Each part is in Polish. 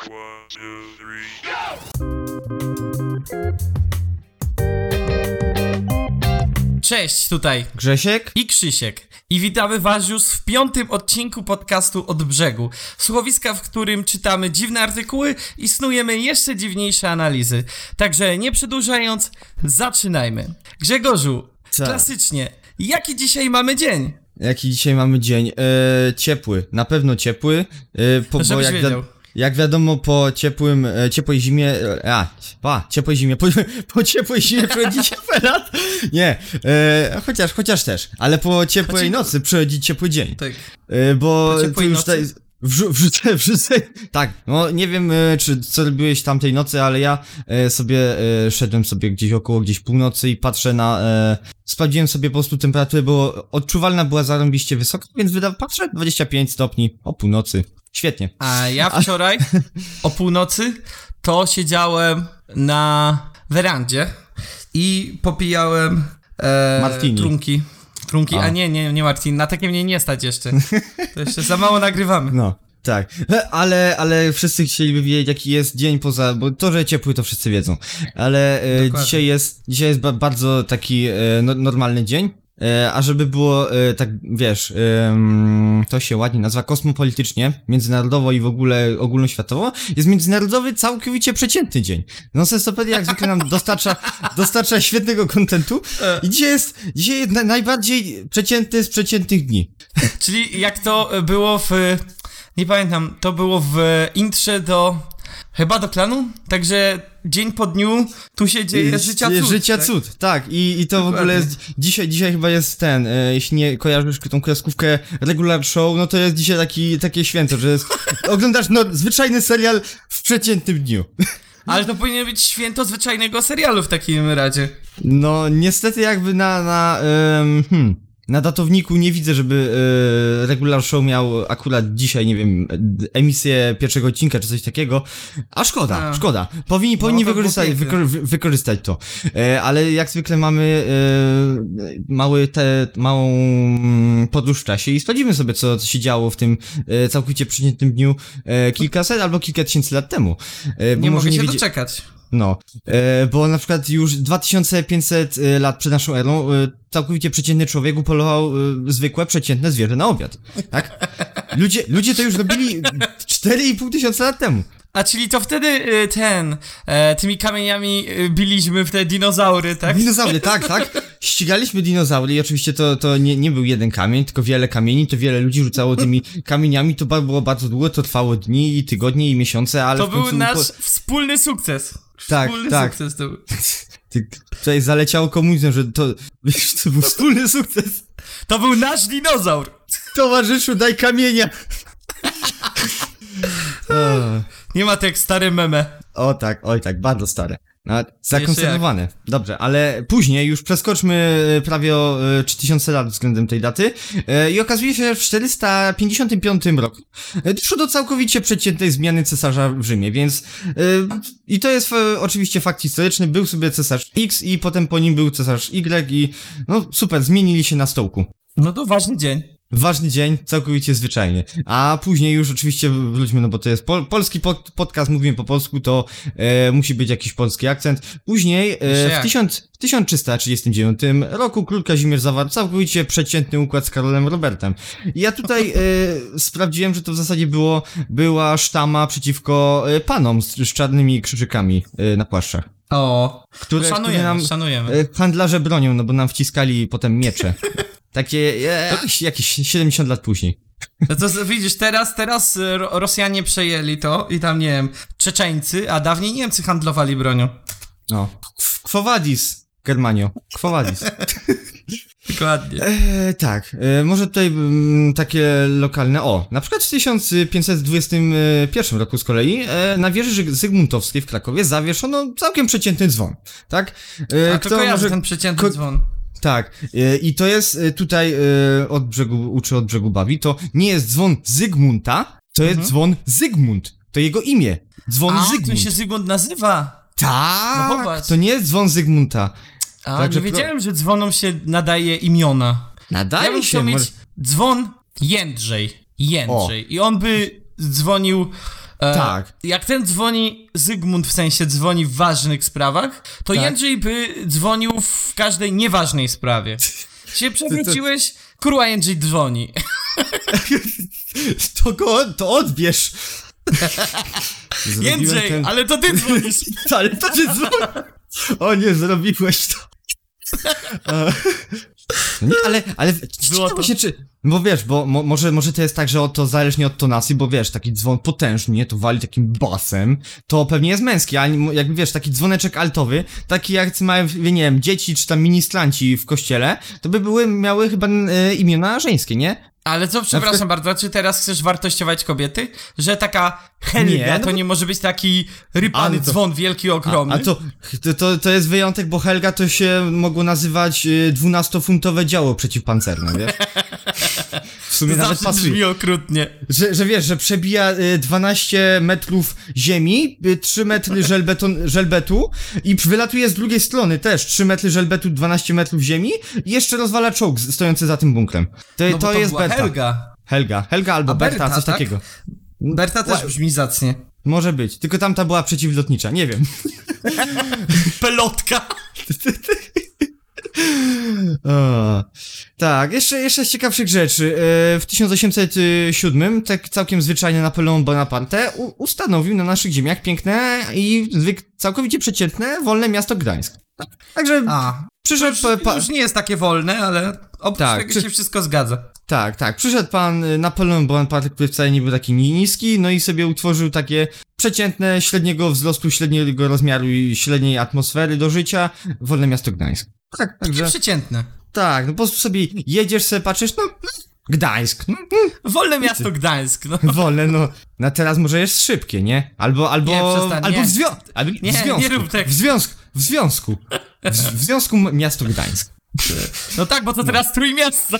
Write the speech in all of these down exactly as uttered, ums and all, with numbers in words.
One, two, three. Cześć, tutaj Grzesiek i Krzysiek i witamy was już w piątym odcinku podcastu Od Brzegu, słuchowiska, w którym czytamy dziwne artykuły i snujemy jeszcze dziwniejsze analizy. Także nie przedłużając, zaczynajmy. Grzegorzu, Co? klasycznie, jaki dzisiaj mamy dzień? Jaki dzisiaj mamy dzień? E, ciepły, na pewno ciepły, e, po, Żebyś jak, wiedział. jak wiadomo po ciepłym, e, ciepłej zimie, e, a, pa, ciepłej zimie, po, po ciepłej zimie przychodzi ciepły lat, nie, e, chociaż, chociaż też, ale po ciepłej Chodzi- nocy przychodzi ciepły dzień, Tak. e, bo Po ciepłej tu już nocy? tutaj wrzu- wrzucę, wrzucę, tak, no nie wiem e, czy co robiłeś tamtej nocy, ale ja e, sobie e, szedłem sobie gdzieś około gdzieś północy i patrzę na, e, sprawdziłem sobie po prostu temperaturę, bo odczuwalna była zarąbiście wysoka, więc wyda, patrzę dwadzieścia pięć stopni o północy, świetnie. A ja wczoraj o północy to siedziałem na werandzie i popijałem e, Martini. trunki. Trunki, a, A. nie, nie, nie Martin, na takie mnie nie stać jeszcze. To jeszcze za mało nagrywamy. No, tak, ale, ale wszyscy chcieliby wiedzieć jaki jest dzień poza, bo to, że ciepły to wszyscy wiedzą, ale e, Dokładnie. dzisiaj jest, dzisiaj jest ba- bardzo taki e, no, normalny dzień, e, a żeby było e, tak, wiesz, em, to się ładnie nazywa kosmopolitycznie, międzynarodowo i w ogóle ogólnoświatowo, jest międzynarodowy całkowicie przeciętny dzień. Nonsensopedia jak zwykle nam dostarcza, dostarcza świetnego kontentu i dzisiaj jest, dzisiaj jest na, najbardziej przeciętny z przeciętnych dni. Czyli jak to było w... Nie pamiętam, to było w intrze do... Chyba do klanu? Także dzień po dniu tu się dzieje życia cud. Życia tak? cud, tak. I, i to Dokładnie. w ogóle jest, dzisiaj, dzisiaj chyba jest ten, e, jeśli nie kojarzysz tą kreskówkę Regular Show, no to jest dzisiaj taki, takie święto, że jest, oglądasz no, zwyczajny serial w przeciętnym dniu. Ale to powinien być święto zwyczajnego serialu w takim razie. No niestety jakby na, na, em, hmm, na datowniku nie widzę, żeby e, Regular Show miał akurat dzisiaj, nie wiem, d- emisję pierwszego odcinka czy coś takiego, a szkoda, A. szkoda. Powinni, powinni to było wykorzystać, piękne. wykor- wy- wykorzystać to. E, ale jak zwykle mamy e, mały te, małą mm, podróż w czasie i sprawdzimy sobie, co, co się działo w tym e, całkowicie przeciętnym dniu e, kilkaset albo kilka tysięcy lat temu. E, bo Nie może mogę się wiedzie- doczekać. no, e, bo na przykład już dwa tysiące pięćset e, lat przed naszą erą e, całkowicie przeciętny człowiek upolował e, zwykłe, przeciętne zwierzę na obiad, tak? Ludzie, ludzie to już robili cztery i pół tysiąca lat temu. A czyli to wtedy y, ten, e, tymi kamieniami y, biliśmy w te dinozaury, tak? Dinozaury, tak, tak. Ścigaliśmy dinozaury i oczywiście to, to nie, nie był jeden kamień, tylko wiele kamieni, to wiele ludzi rzucało tymi kamieniami, to ba- było bardzo długo, to trwało dni i tygodnie i miesiące, ale To w był końcu nasz upo- wspólny sukces. Tak, Wspólny tak. sukces to był. Ty, tutaj zaleciało komunizm, że to, wiesz, to był wspólny sukces. To był nasz dinozaur. Towarzyszu, daj kamienia. o, Nie ma tak stare meme. o tak, oj tak, bardzo stare. No, zakonserwowane. Dobrze, ale później już przeskoczmy e, prawie o e, trzy tysiące lat względem tej daty e, i okazuje się, że w czterysta pięćdziesiątym piątym roku e, doszło do całkowicie przeciętnej zmiany cesarza w Rzymie, więc e, i to jest e, oczywiście fakt historyczny, był sobie cesarz X i potem po nim był cesarz Y i no super, zmienili się na stołku. No to ważny dzień. Ważny dzień, całkowicie zwyczajnie. A później już oczywiście wróćmy, no bo to jest pol- polski pod- podcast, mówimy po polsku, to e, musi być jakiś polski akcent. Później Jeszcze e, w, jak. tysiąc, w tysiąc trzysta trzydziestym dziewiątym roku król Kazimierz zawarł całkowicie przeciętny układ z Karolem Robertem. I ja tutaj e, sprawdziłem, że to w zasadzie było, była sztama przeciwko e, panom z, z czarnymi krzyżykami e, na płaszczach. O, Które, szanujemy, które nam szanujemy. e, handlarze bronią, no bo nam wciskali potem miecze. Takie e, jakieś, jakieś siedemdziesiąt lat później. No to z- widzisz, teraz, teraz y, Ro- Rosjanie przejęli to i tam, nie wiem, Czeczeńcy, a dawniej Niemcy handlowali bronią. No. Quo vadis, Germanio. Quo vadis. Dokładnie. E, tak, e, może tutaj mm, takie lokalne, o, na przykład w tysiąc pięćset dwudziestym pierwszym roku z kolei e, na wieży Ży- Zygmuntowskiej w Krakowie zawieszono całkiem przeciętny dzwon, tak? E, A to kojarzy ten przeciętny ko- dzwon. Tak, e, i to jest e, tutaj e, od brzegu, uczy od brzegu bawi, to nie jest dzwon Zygmunta, to jest Mhm. dzwon Zygmunt, to jego imię, dzwon A, Zygmunt. to się Zygmunt nazywa. Tak, No popatrz. to nie jest dzwon Zygmunta. A, Także nie pro- wiedziałem, że dzwonom się nadaje imiona. Nadaje Ja bym się, chciał mieć może... dzwon Jędrzej. Jędrzej. I on by dzwonił E, Tak. Jak ten dzwoni, Zygmunt w sensie dzwoni w ważnych sprawach, to Tak. Jędrzej by dzwonił w każdej nieważnej sprawie. Się przewróciłeś, kurwa Jędrzej dzwoni. To go, to odbierz. Zrobiłem Jędrzej, ten- ale to ty dzwonisz. Ale to ty dzwoni. O nie, zrobiłeś to. E, Nie, ale, ale ciekawe się czy... Bo wiesz, bo mo, może, może to jest tak, że o to zależnie od tonacji, bo wiesz, taki dzwon potężny, nie, to wali takim basem, to pewnie jest męski, a nie- jakby wiesz, taki dzwoneczek altowy, taki jak mają, nie wiem, dzieci czy tam ministranci w kościele, to by były, miały chyba e, imiona żeńskie, nie? Ale co, przepraszam bardzo, czy teraz chcesz wartościować kobiety? Że taka Helga Nie, no to bo- nie może być taki rypany A, no to- dzwon wielki, ogromny? A, a to, to, to, to jest wyjątek, bo Helga to się mogło nazywać e, dwunastofuntowe działo przeciwpancerne, wiesz? W sumie To nawet zawsze pasuje. brzmi okrutnie. Że, że wiesz, że przebija y, dwanaście metrów ziemi, y, trzy metry żelbeton, żelbetu i wylatuje z drugiej strony też trzy metry żelbetu, dwanaście metrów ziemi i jeszcze rozwala czołg z- stojący za tym bunkrem. To, No to, bo to jest była Berta. Helga. Helga. Helga albo A Berta, Berta, coś tak? takiego. Berta też Ła- brzmi zacnie. Może być, tylko tamta była przeciwlotnicza, nie wiem. Pelotka. O, tak, jeszcze, jeszcze z ciekawszych rzeczy. E, w tysiąc osiemset siódmym, tak całkiem zwyczajnie Napoleon Bonaparte u, ustanowił na naszych ziemiach piękne i zwyk, całkowicie przeciętne, wolne miasto Gdańsk. Tak, także A, przyszedł to już, pa, pa, już nie jest takie wolne, ale oprócz Tak, tego czy- się wszystko zgadza. tak, tak, przyszedł pan y, Napoleon Bonaparte, który wcale nie był taki ni- niski, no i sobie utworzył takie przeciętne, średniego wzrostu, średniego rozmiaru i średniej atmosfery do życia, wolne miasto Gdańsk. Tak, Takie także, przeciętne. tak, no po prostu sobie jedziesz, sobie patrzysz, no, Gdańsk, no, Wolne miasto Gdańsk, no. wolne, no, na teraz może jest szybkie, nie? Albo, albo, Nie, przestań, albo nie. w, zwią- albo Nie, w związku, nie rób tak. w związku, w związku, w, w związku m- miasto Gdańsk. No tak, bo to teraz Trójmiasto.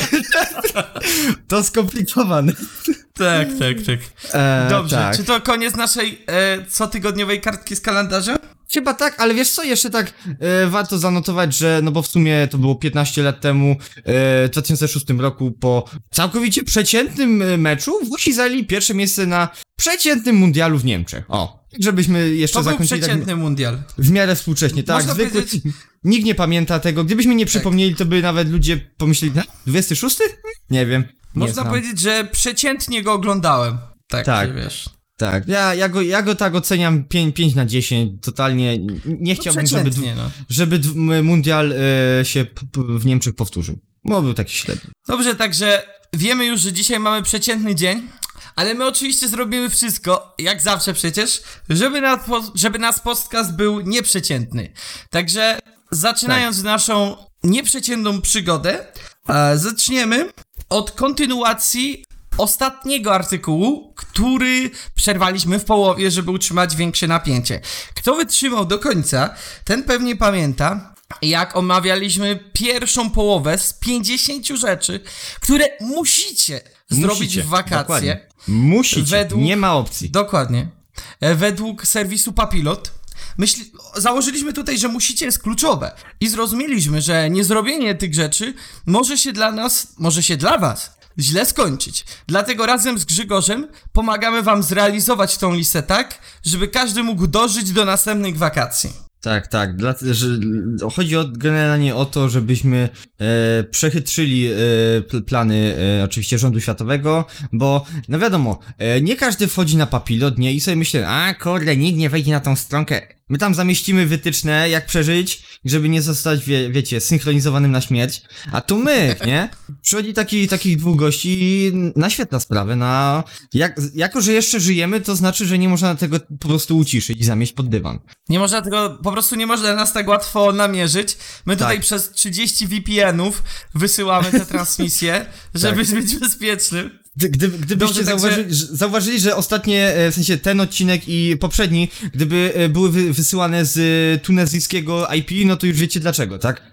To skomplikowane. Tak, tak, tak. E, Dobrze, tak. czy to koniec naszej e, cotygodniowej kartki z kalendarza? Chyba tak, ale wiesz co, jeszcze tak e, warto zanotować, że no bo w sumie to było piętnaście lat temu, e, w dwa tysiące szóstym roku, po całkowicie przeciętnym e, meczu, Włosi zajęli pierwsze miejsce na przeciętnym mundialu w Niemczech. O, żebyśmy jeszcze To był zakończyli tak przeciętny mundial. w miarę współcześnie, tak, Można zwykły. powiedzieć- Nikt nie pamięta tego. Gdybyśmy nie przypomnieli, to by nawet ludzie pomyśleli, na dwudziesty szósty? Nie wiem. Nie Można znam. powiedzieć, że przeciętnie go oglądałem. Tak, Tak. że wiesz. Tak, ja, ja, go, ja go tak oceniam pięć na dziesięć, totalnie nie No chciałbym, żeby, przeciętnie, no. żeby d- m- mundial e, się p- p- w Niemczech powtórzył. Bo był taki średni. Dobrze, także wiemy już, że dzisiaj mamy przeciętny dzień, ale my oczywiście zrobimy wszystko, jak zawsze przecież, żeby, na, żeby nasz podcast był nieprzeciętny. Także zaczynając Tak. naszą nieprzeciętną przygodę, e, zaczniemy od kontynuacji ostatniego artykułu, który przerwaliśmy w połowie, żeby utrzymać większe napięcie. Kto wytrzymał do końca, ten pewnie pamięta, jak omawialiśmy pierwszą połowę z pięćdziesięciu rzeczy, które musicie zrobić Musicie, w wakacje. dokładnie. Musicie, Według- nie ma opcji. Dokładnie. E, Według serwisu Papilot. Myśli... Założyliśmy tutaj, że musicie jest kluczowe i zrozumieliśmy, że niezrobienie tych rzeczy może się dla nas, może się dla was źle skończyć. Dlatego razem z Grzygorzem pomagamy wam zrealizować tą listę tak, żeby każdy mógł dożyć do następnych wakacji. Tak, tak. Dla, że, chodzi o, generalnie o to, żebyśmy e, przechytrzyli e, pl- plany e, oczywiście rządu światowego, bo no wiadomo, e, nie każdy wchodzi na papilot, nie? I sobie myślę, a kurde, nikt nie wejdzie na tą stronkę. My tam zamieścimy wytyczne, jak przeżyć, żeby nie zostać, wie, wiecie, synchronizowanym na śmierć. A tu my, nie? Przychodzi taki, takich dwóch gości i naświetla sprawę na... Jak, jako, że jeszcze żyjemy, to znaczy, że nie można tego po prostu uciszyć i zamieść pod dywan. Nie można tego, po prostu nie można nas tak łatwo namierzyć. My tutaj Tak. przez trzydzieści V P N-ów wysyłamy te transmisje, żeby być bezpiecznym. Gdy, gdy, gdybyście Dobrze, także- zauważyli, że, zauważyli, że ostatnie, e, w sensie ten odcinek i poprzedni, gdyby e, były wy, wysyłane z e, tunezyjskiego I P, no to już wiecie dlaczego, tak?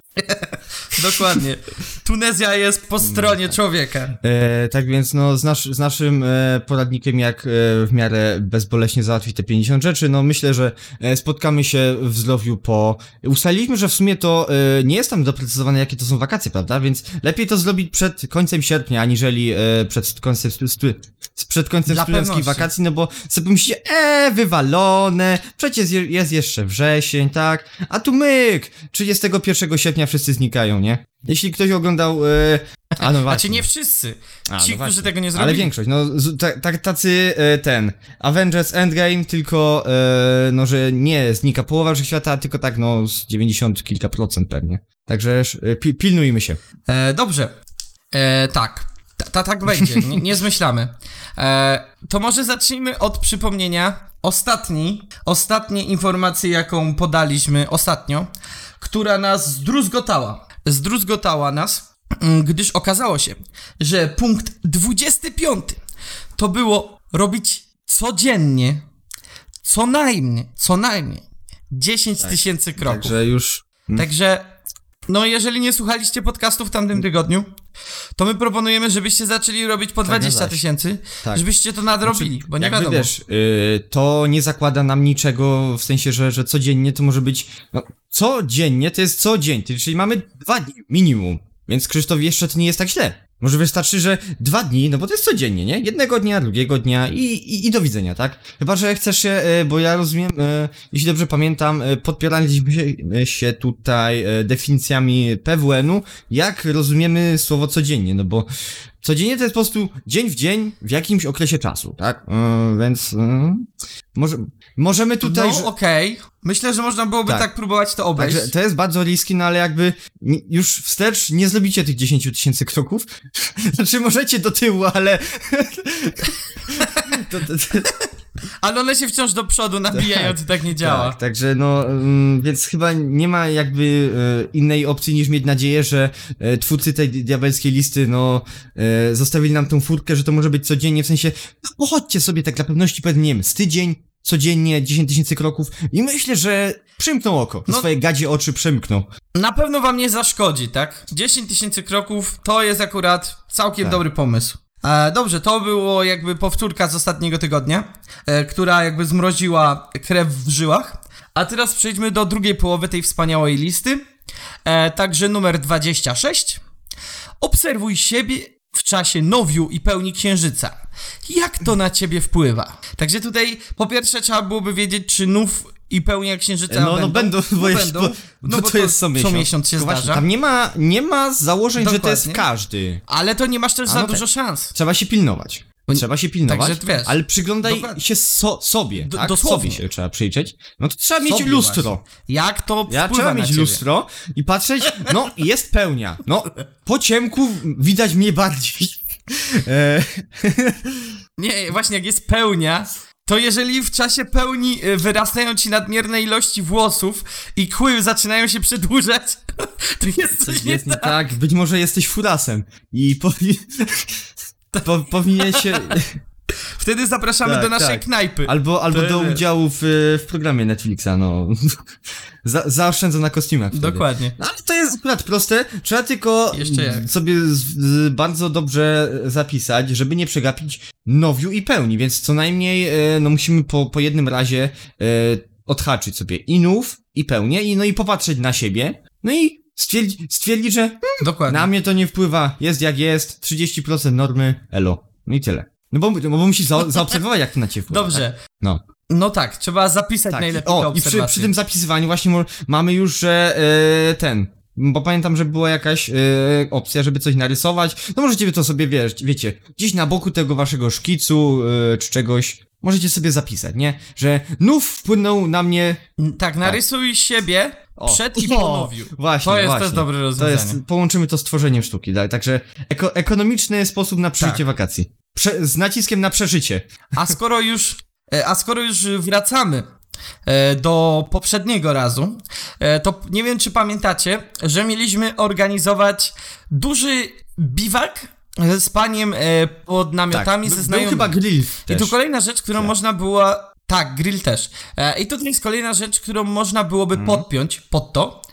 Dokładnie. Tunezja jest po stronie człowieka. E, tak więc no z, nasz, z naszym e, poradnikiem jak e, w miarę bezboleśnie załatwić te pięćdziesiąt rzeczy, no myślę, że e, spotkamy się w Zlowiu po... Ustaliliśmy, że w sumie to e, nie jest tam doprecyzowane jakie to są wakacje, prawda? Więc lepiej to zrobić przed końcem sierpnia, aniżeli e, przed końcem stu, stu, przed końcem Dla studenckich pewności. wakacji, no bo sobie pomyślicie, eee, wywalone, przecież je, jest jeszcze wrzesień, tak? A tu myk! trzydziestego pierwszego sierpnia wszyscy znikają, nie? Jeśli ktoś oglądał... E, a no właśnie. Znaczy nie wszyscy. A, Ci, no którzy właśnie. tego nie zrobili. Ale większość, no z- ta, ta, tacy e, ten Avengers Endgame, tylko e, no, że nie znika połowa wszechświata, tylko tak no z dziewięćdziesiąt kilka procent pewnie. Także e, pi, pilnujmy się. E, dobrze. E, tak. Ta, ta, tak będzie. Nie, nie zmyślamy. E, to może zacznijmy od przypomnienia ostatniej, ostatniej informacji, jaką podaliśmy ostatnio, która nas zdruzgotała. Zdruzgotała nas, gdyż okazało się, że punkt dwudziesty piąty to było robić codziennie, co najmniej, co najmniej dziesięć tysięcy kroków. Także już... Także, no jeżeli nie słuchaliście podcastu w tamtym tygodniu, to my proponujemy, żebyście zaczęli robić po dwadzieścia tysięcy, Tak. żebyście to nadrobili, Znaczy, bo nie jakby wiadomo. wiesz, y, to nie zakłada nam niczego, w sensie, że, że codziennie to może być, no, codziennie to jest co dzień, czyli mamy dwa dni minimum, więc Krzysztof jeszcze to nie jest tak źle. Może wystarczy, że dwa dni, no bo to jest codziennie, nie? Jednego dnia, drugiego dnia i, i, i do widzenia, tak? Chyba, że chcesz się, e, bo ja rozumiem, e, jeśli dobrze pamiętam, e, podpieraliśmy się, e, się tutaj e, definicjami P W N-u, jak rozumiemy słowo codziennie, no bo codziennie to jest po prostu dzień w dzień w jakimś okresie czasu, tak? E, więc e, może, możemy tutaj... No że- okej, myślę, że można byłoby tak, Tak. próbować to obejść. Także to jest bardzo riski, no ale jakby ni- już wstecz nie zrobicie tych dziesięć tysięcy kroków. Znaczy możecie do tyłu, ale... to, to, to, Ale one się wciąż do przodu nabijają, to tak nie działa. tak, także no, mm, więc chyba nie ma jakby e, innej opcji niż mieć nadzieję, że e, twórcy tej diabelskiej listy, no, e, zostawili nam tą furtkę, że to może być codziennie, w sensie, no pochodźcie sobie tak dla pewności, powiedzmy, nie wiem, z tydzień, codziennie dziesięć tysięcy kroków i myślę, że przymknął oko, No. swoje gadzie oczy przymknął. Na pewno wam nie zaszkodzi, tak? dziesięć tysięcy kroków to jest akurat całkiem Tak. dobry pomysł. E, dobrze, to było jakby powtórka z ostatniego tygodnia, e, która jakby zmroziła krew w żyłach. A teraz przejdźmy do drugiej połowy tej wspaniałej listy. E, także numer dwadzieścia sześć. Obserwuj siebie w czasie nowiu i pełni księżyca. Jak to na ciebie wpływa? Także tutaj po pierwsze trzeba byłoby wiedzieć, czy nów i pełnia księżyca No, no będą, bo, no jest, będą, bo, no bo bo to jest co miesiąc. co miesiąc się Tylko właśnie, zdarza. tam nie ma, nie ma założeń, że to jest w Dokładnie. każdy. Ale to nie masz też A za no dużo tak. szans. Trzeba się pilnować. Bo- Trzeba się pilnować, Także wiesz, ale przyglądaj dokładnie. się so, sobie, D- tak? dosłownie. Sobie się trzeba przyjrzeć. No to trzeba mieć Sobie lustro. właśnie. Jak to Ja wpływa trzeba na mieć ciebie? lustro i patrzeć, no jest pełnia. No, po ciemku widać mnie bardziej. E, Nie, właśnie jak jest pełnia, to jeżeli w czasie pełni y, wyrastają ci nadmierne ilości włosów i kły zaczynają się przedłużać, to jest coś coś nie jest nie tak. tak, być może jesteś furasem i powi... po, powinien się... Wtedy zapraszamy Tak, do naszej tak. knajpy. Albo, albo To do wiesz. udziału w, w programie Netflixa, no. Za, zaoszczędzę na kostiumach wtedy. Dokładnie. No ale to jest akurat proste, trzeba tylko Jeszcze jak. sobie z, z bardzo dobrze zapisać, żeby nie przegapić nowiu i pełni, więc co najmniej e, no musimy po, po jednym razie e, odhaczyć sobie i nów, i pełnię, i no i popatrzeć na siebie, no i stwierdzić, stwierdzić że hmm, Dokładnie. na mnie to nie wpływa, jest jak jest, trzydzieści procent normy, elo, no i tyle. No bo, no bo musisz za, zaobserwować, jak to na ciebie wpływa. Dobrze. Tak? No. No tak, trzeba zapisać Tak. najlepiej te O, i obserwacje. przy, przy tym zapisywaniu właśnie mo- mamy już, że e, ten, bo pamiętam, że była jakaś e, opcja, żeby coś narysować, no możecie wy to sobie, wiesz, wiecie, gdzieś na boku tego waszego szkicu, e, czy czegoś, możecie sobie zapisać, nie? Że nów wpłynął na mnie... Tak, narysuj siebie O. przed i po O, nowiu. Właśnie, To jest właśnie. też dobre To rozwiązanie. jest, połączymy to z tworzeniem sztuki, tak? Także eko, ekonomiczny sposób na przeżycie Tak. wakacji. Prze, z naciskiem na przeżycie. A skoro już, e, a skoro już wracamy e, do poprzedniego razu, e, to nie wiem, czy pamiętacie, że mieliśmy organizować duży biwak e, z paniem e, pod namiotami tak. ze Był znajomymi. chyba grill I też. tu kolejna rzecz, którą Tak. można było... Tak, grill też. E, I tutaj jest kolejna rzecz, którą można byłoby Mhm. podpiąć pod to,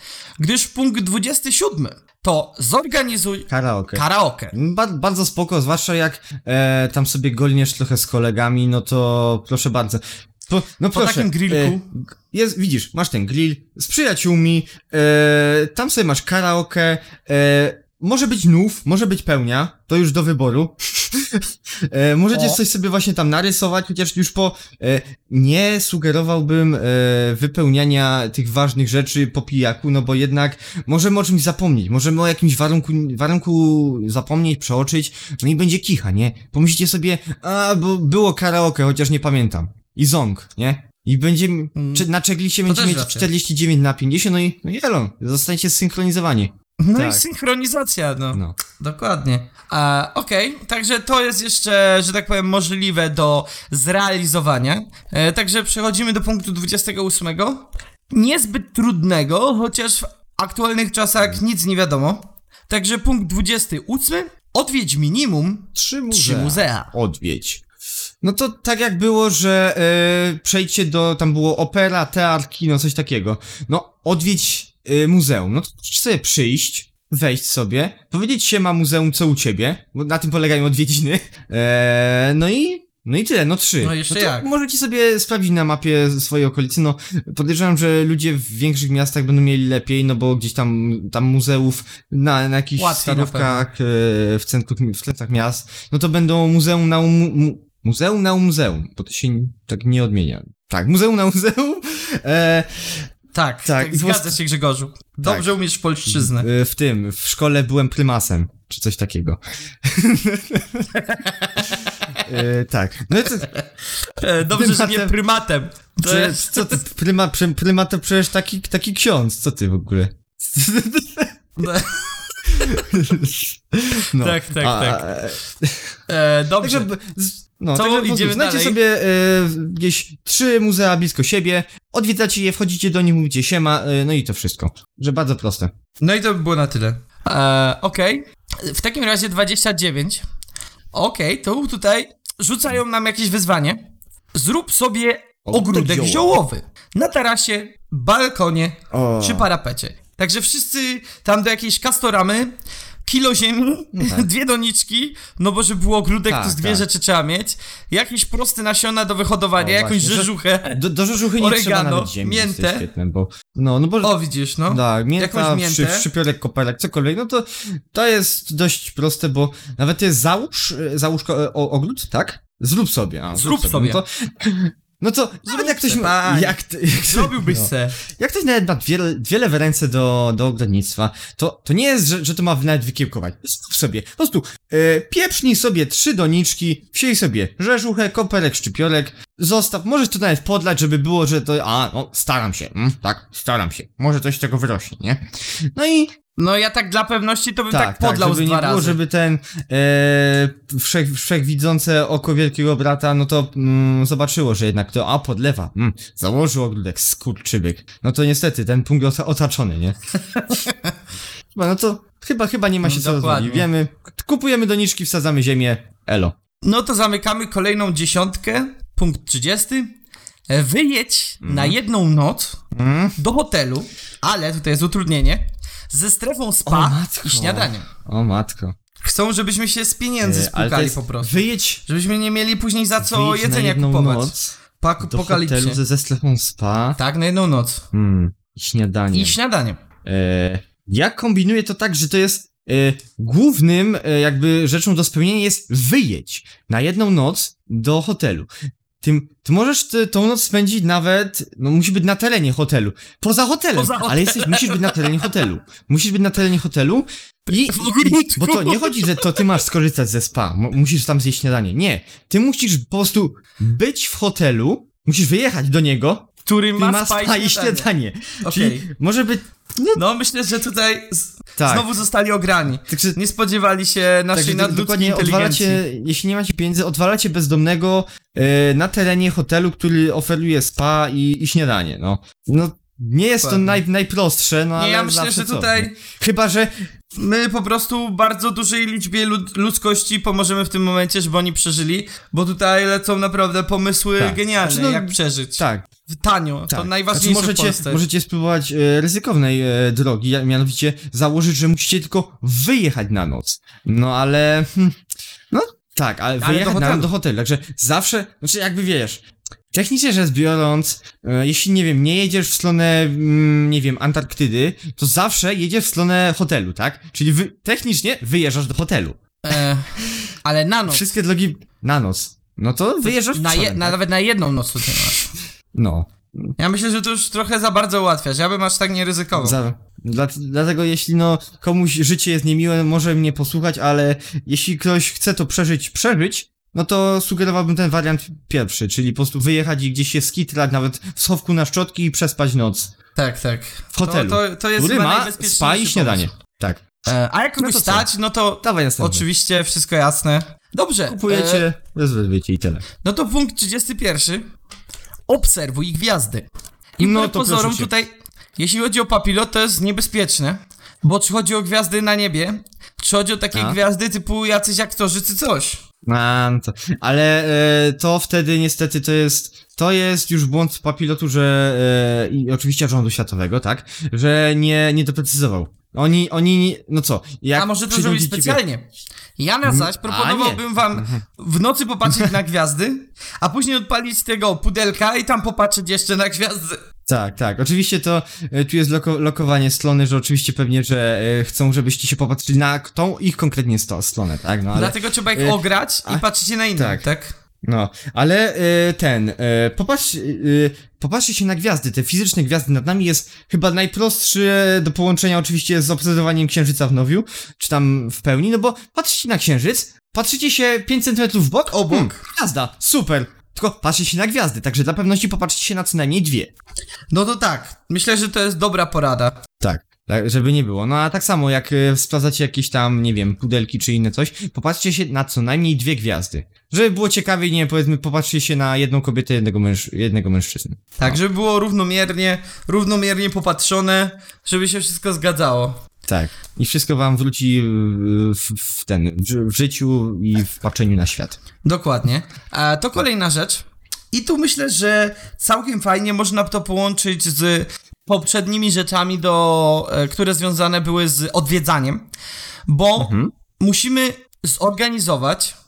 gdyż punkt dwudziesty siódmy to zorganizuj Karaoke. karaoke. Ba- bardzo spoko, zwłaszcza jak e, tam sobie golniesz trochę z kolegami, no to proszę bardzo. Po, no Po proszę, takim grillku. E, jest, widzisz, masz ten grill z przyjaciółmi, e, tam sobie masz karaoke, e, może być nów, może być pełnia, to już do wyboru. e, możecie O. coś sobie właśnie tam narysować, chociaż już po... E, nie sugerowałbym e, wypełniania tych ważnych rzeczy po pijaku, no bo jednak możemy o czymś zapomnieć, możemy o jakimś warunku, warunku zapomnieć, przeoczyć, no i będzie kicha, nie? Pomyślicie sobie, a, bo było karaoke, chociaż nie pamiętam. I ząg, nie? I będzie, czy na checkliście To będzie też mieć racja. czterdzieści dziewięć na pięćdziesiąt, no i, no i elo, zostaniecie zsynchronizowani. No Tak. i synchronizacja, no. No. Dokładnie. A, Okej, także to jest jeszcze, że tak powiem, możliwe do zrealizowania. E, także przechodzimy do punktu dwudziestego ósmego. Niezbyt trudnego, chociaż w aktualnych czasach nic nie wiadomo. Także punkt dwudziesty ósmy. Odwiedź minimum Trzy trzy muzea. Odwiedź. No to tak jak było, że e, przejdźcie do, tam było opera, teatr, kino, coś takiego. No, odwiedź e, muzeum. No to sobie przyjść, wejść sobie, powiedzieć siema muzeum, co u ciebie, bo na tym polegają odwiedziny. E, no i no i tyle, no trzy. No jeszcze to jak? Możecie sobie sprawdzić na mapie swojej okolicy, no podejrzewam, że ludzie w większych miastach będą mieli lepiej, no bo gdzieś tam, tam muzeów na, na jakichś Łatwiej starówkach e, w, centrum, w centrach miast, no to będą muzeum na mu, mu, muzeum na muzeum, bo to się tak nie odmienia. Tak, muzeum na muzeum. E, Tak, Tak, tak, i zgadza post- się Grzegorzu. Dobrze Tak. umiesz polszczyznę. e, w tym, w szkole byłem prymasem, czy coś takiego. e, tak. No i to, E, dobrze, że nie Prymatem- prymatem. To Prze, jest... co ty, pryma, pry, pryma to przecież taki, taki ksiądz, co ty w ogóle? No. Tak, tak, A, tak. e, E, dobrze. Także, b- z- no, Co, także po idziemy prostu znajdźcie dalej? sobie e, gdzieś trzy muzea blisko siebie, odwiedzacie je, wchodzicie do nich, mówicie siema, e, no i to wszystko. Że bardzo proste. No i to by było na tyle. E, Okej. W takim razie dwadzieścia dziewięć. Okej, to tutaj rzucają nam jakieś wyzwanie. Zrób sobie ogródek ziołowy. ziołowy. Na tarasie, balkonie O. czy parapecie. Także wszyscy tam do jakiejś kastoramy, kilo ziemi, tak. dwie doniczki, no bo żeby był ogródek, Tak, to z dwie tak. rzeczy trzeba mieć. Jakieś proste nasiona do wyhodowania, O, jakąś właśnie, że- rzeżuchę. Do, do rzeżuchy nie trzeba Oregano, nawet ziemi, miętę. jest świetne, bo... No, no bo... O, widzisz, no. Tak, mięta, Jakąś przy, miętę. szczypiorek, koperek, cokolwiek, no to to jest dość proste, bo nawet jest załóż, e, załóż ko- o, ogród, tak? Zrób sobie. A, Zrób sobie. No to, no to nawet jak ktoś se, ma, panie. jak, ty- jak, Zrobiłbyś no. se. Jak ktoś nawet ma wiele, wiele w ręce do, do ogrodnictwa, to, to nie jest, że, że to ma nawet wykiełkować. Zrób sobie, po prostu e, pieprznij sobie trzy doniczki, wsiej sobie rzeżuchę, koperek, szczypiorek, zostaw, możesz to nawet podlać, żeby było, że to, a, no, staram się, mm, tak, staram się, może coś z tego wyrośnie, nie? No i No ja tak dla pewności to bym tak, tak, podlał żeby z dwa nie było, razy. żeby ten e, wszech, wszechwidzące oko wielkiego brata, no to mm, zobaczyło, że jednak to, a podlewa, mm, założył ogródek, skurczybyk. No to niestety, ten punkt ota- otaczony, nie? Chyba, no to chyba, chyba nie ma się No, co dokładnie. rozwodzić. Wiemy, kupujemy doniczki, wsadzamy ziemię, elo. No to zamykamy kolejną dziesiątkę, punkt trzydziesty. E, Wyjedź na jedną noc Mm. do hotelu, ale tutaj jest utrudnienie, ze strefą O, spa matko. i śniadaniem. O matko. Chcą, żebyśmy się z pieniędzy E, ale to spłukali jest, po prostu. wyjedź, Żebyśmy nie mieli później za co wyjedź na jedzenia jedną kupować. noc Po do apokalipsie. hotelu ze, ze strefą spa. Tak, na jedną noc. Mm, i śniadanie. I śniadaniem. E, ja kombinuję to tak, że to jest e, głównym e, jakby rzeczą do spełnienia jest wyjedź na jedną noc do hotelu. Tym, ty możesz ty, tą noc spędzić nawet, no musi być na terenie hotelu. Poza hotelem, Poza hotelem. ale jesteś, musisz być na terenie hotelu. Musisz być na terenie hotelu i, W ogródku. bo to nie chodzi, że to ty masz skorzystać ze spa, mu- musisz tam zjeść śniadanie. Nie, ty musisz po prostu być w hotelu, musisz wyjechać do niego, Który i ma, ma spa spa i śniadanie. śniadanie. Okej. Czyli może być, No myślę, że tutaj z... tak. znowu zostali ograni. Także Nie spodziewali się naszej Także do- nadludzkiej dokładnie inteligencji. odwalacie, jeśli nie macie pieniędzy, odwalacie bezdomnego e, na terenie hotelu, który oferuje spa i, i śniadanie, no. No, nie jest Dokładnie. to naj, najprostsze, no Nie, ale ja myślę, zawsze że coś, tutaj nie? Chyba, że my po prostu bardzo dużej liczbie lud- ludzkości pomożemy w tym momencie, żeby oni przeżyli, bo tutaj lecą naprawdę pomysły Tak. genialne, Znaczy, no, jak przeżyć. tak, tanio, to Tak. najważniejsze Znaczy, w Polsce. możecie, możecie spróbować e, ryzykownej e, drogi, a mianowicie założyć, że musicie tylko wyjechać na noc. No ale... Hm, no tak, ale, do wyjechać na hotelu. noc do hotelu, także zawsze, znaczy jakby wiesz... Technicznie rzecz biorąc, e, jeśli, nie wiem, nie jedziesz w stronę, mm, nie wiem, Antarktydy, to zawsze jedziesz w stronę hotelu, tak? Czyli wy, technicznie wyjeżdżasz do hotelu. E, ale na noc. Wszystkie drogi na noc. No to wyjeżdżasz Na je, przodem, na, tak? Nawet na jedną noc tutaj masz. No. Ja myślę, że to już trochę za bardzo ułatwiasz. Ja bym aż tak nie ryzykował. Za, dla, dlatego jeśli no komuś życie jest niemiłe, może mnie posłuchać, ale jeśli ktoś chce to przeżyć, przeżyć, no to sugerowałbym ten wariant pierwszy, czyli po prostu wyjechać i gdzieś się skitrać, nawet w schowku na szczotki i przespać noc Tak, tak. w hotelu, To, to, to jest który chyba ma najbezpieczniejszy spa i śniadanie. pomysł. Tak. E, a jak kogoś No to co? stać, no to Dawaj następny. oczywiście wszystko jasne. Dobrze. Kupujecie, E, rezerwujecie i tyle. no to punkt trzydziesty pierwszy. Obserwuj gwiazdy. I No no to pozorom proszę cię. tutaj, jeśli chodzi o papilot, to jest niebezpieczne. Bo czy chodzi o gwiazdy na niebie, czy chodzi o takie A? gwiazdy typu jacyś aktorzy, czy coś. A, no to, ale e, to wtedy niestety to jest, to jest już błąd papilotu, że e, i oczywiście rządu światowego, tak, że nie, nie doprecyzował. Oni, oni, no co, jak A może to przyjdą zrobić do ciebie- specjalnie. Ja na zaś proponowałbym wam w nocy popatrzeć na gwiazdy, a później odpalić tego pudelka i tam popatrzeć jeszcze na gwiazdy. Tak, tak. Oczywiście to e, tu jest loko, lokowanie strony, że oczywiście pewnie, że e, chcą, żebyście się popatrzyli na tą ich konkretnie sto, stronę, tak? No ale, Dlatego trzeba ich e, ograć i a- patrzycie na inne, tak? tak. no, ale e, ten, e, popatrz, e, popatrzcie się na gwiazdy, te fizyczne gwiazdy nad nami jest chyba najprostszy do połączenia oczywiście z obserwowaniem księżyca w nowiu, czy tam w pełni, no bo patrzycie na księżyc, patrzycie się pięć centymetrów w bok, Obok. hmm, gwiazda, super. Tylko patrzcie się na gwiazdy, także dla pewności popatrzcie się na co najmniej dwie. No to tak, myślę, że to jest dobra porada. Tak, tak, żeby nie było. No a tak samo jak e, sprawdzacie jakieś tam, nie wiem, pudelki czy inne coś, popatrzcie się na co najmniej dwie gwiazdy. Żeby było ciekawiej, nie wiem, powiedzmy, popatrzcie się na jedną kobietę, jednego, męż jednego mężczyzny. Tak, żeby było równomiernie, równomiernie popatrzone, żeby się wszystko zgadzało. Tak. I wszystko wam wróci w, w, w ten, w, w życiu i w patrzeniu na świat. Dokładnie. A to kolejna rzecz. I tu myślę, że całkiem fajnie można to połączyć z poprzednimi rzeczami, do, e, które związane były z odwiedzaniem, bo Mhm. musimy zorganizować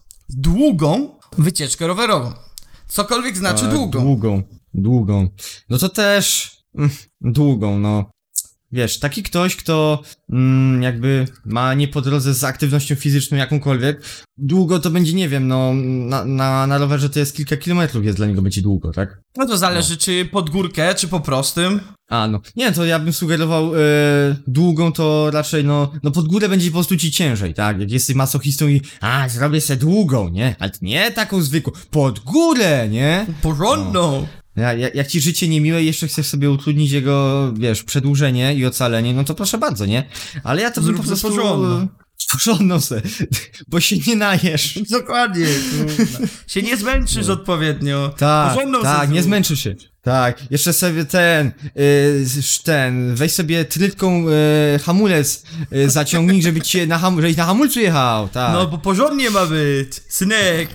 długą wycieczkę rowerową. Cokolwiek znaczy E, długą. Długą, długą. No to też mm, długą, no. Wiesz, taki ktoś, kto mm, jakby ma nie po drodze z aktywnością fizyczną jakąkolwiek, długo to będzie, nie wiem, no, na, na, na rowerze to jest kilka kilometrów, jest dla niego będzie długo, tak? No to zależy, czy pod górkę, czy po prostym. A, no. Nie, to ja bym sugerował e, długą, to raczej, no, no pod górę będzie po prostu ci ciężej, tak? Jak jesteś masochistą i, a, zrobię se długą, nie? Ale nie taką zwykłą, pod górę, nie? Porządną. Ja, jak, jak ci życie niemiłe i jeszcze chcesz sobie utrudnić jego, wiesz, przedłużenie i ocalenie, no to proszę bardzo, nie? Ale ja to bym Zrób po se prostu... porządną. e, Porządną se, bo się nie najesz. Dokładnie. się nie zmęczysz odpowiednio. Tak, Porządną tak, sobie nie zrób. zmęczysz się. Tak, jeszcze sobie ten, y, ten, weź sobie trytką y, hamulec y, zaciągnij, żeby ci się na, ham, żebyś na hamulcu jechał, tak. No, bo porządnie ma być, synek.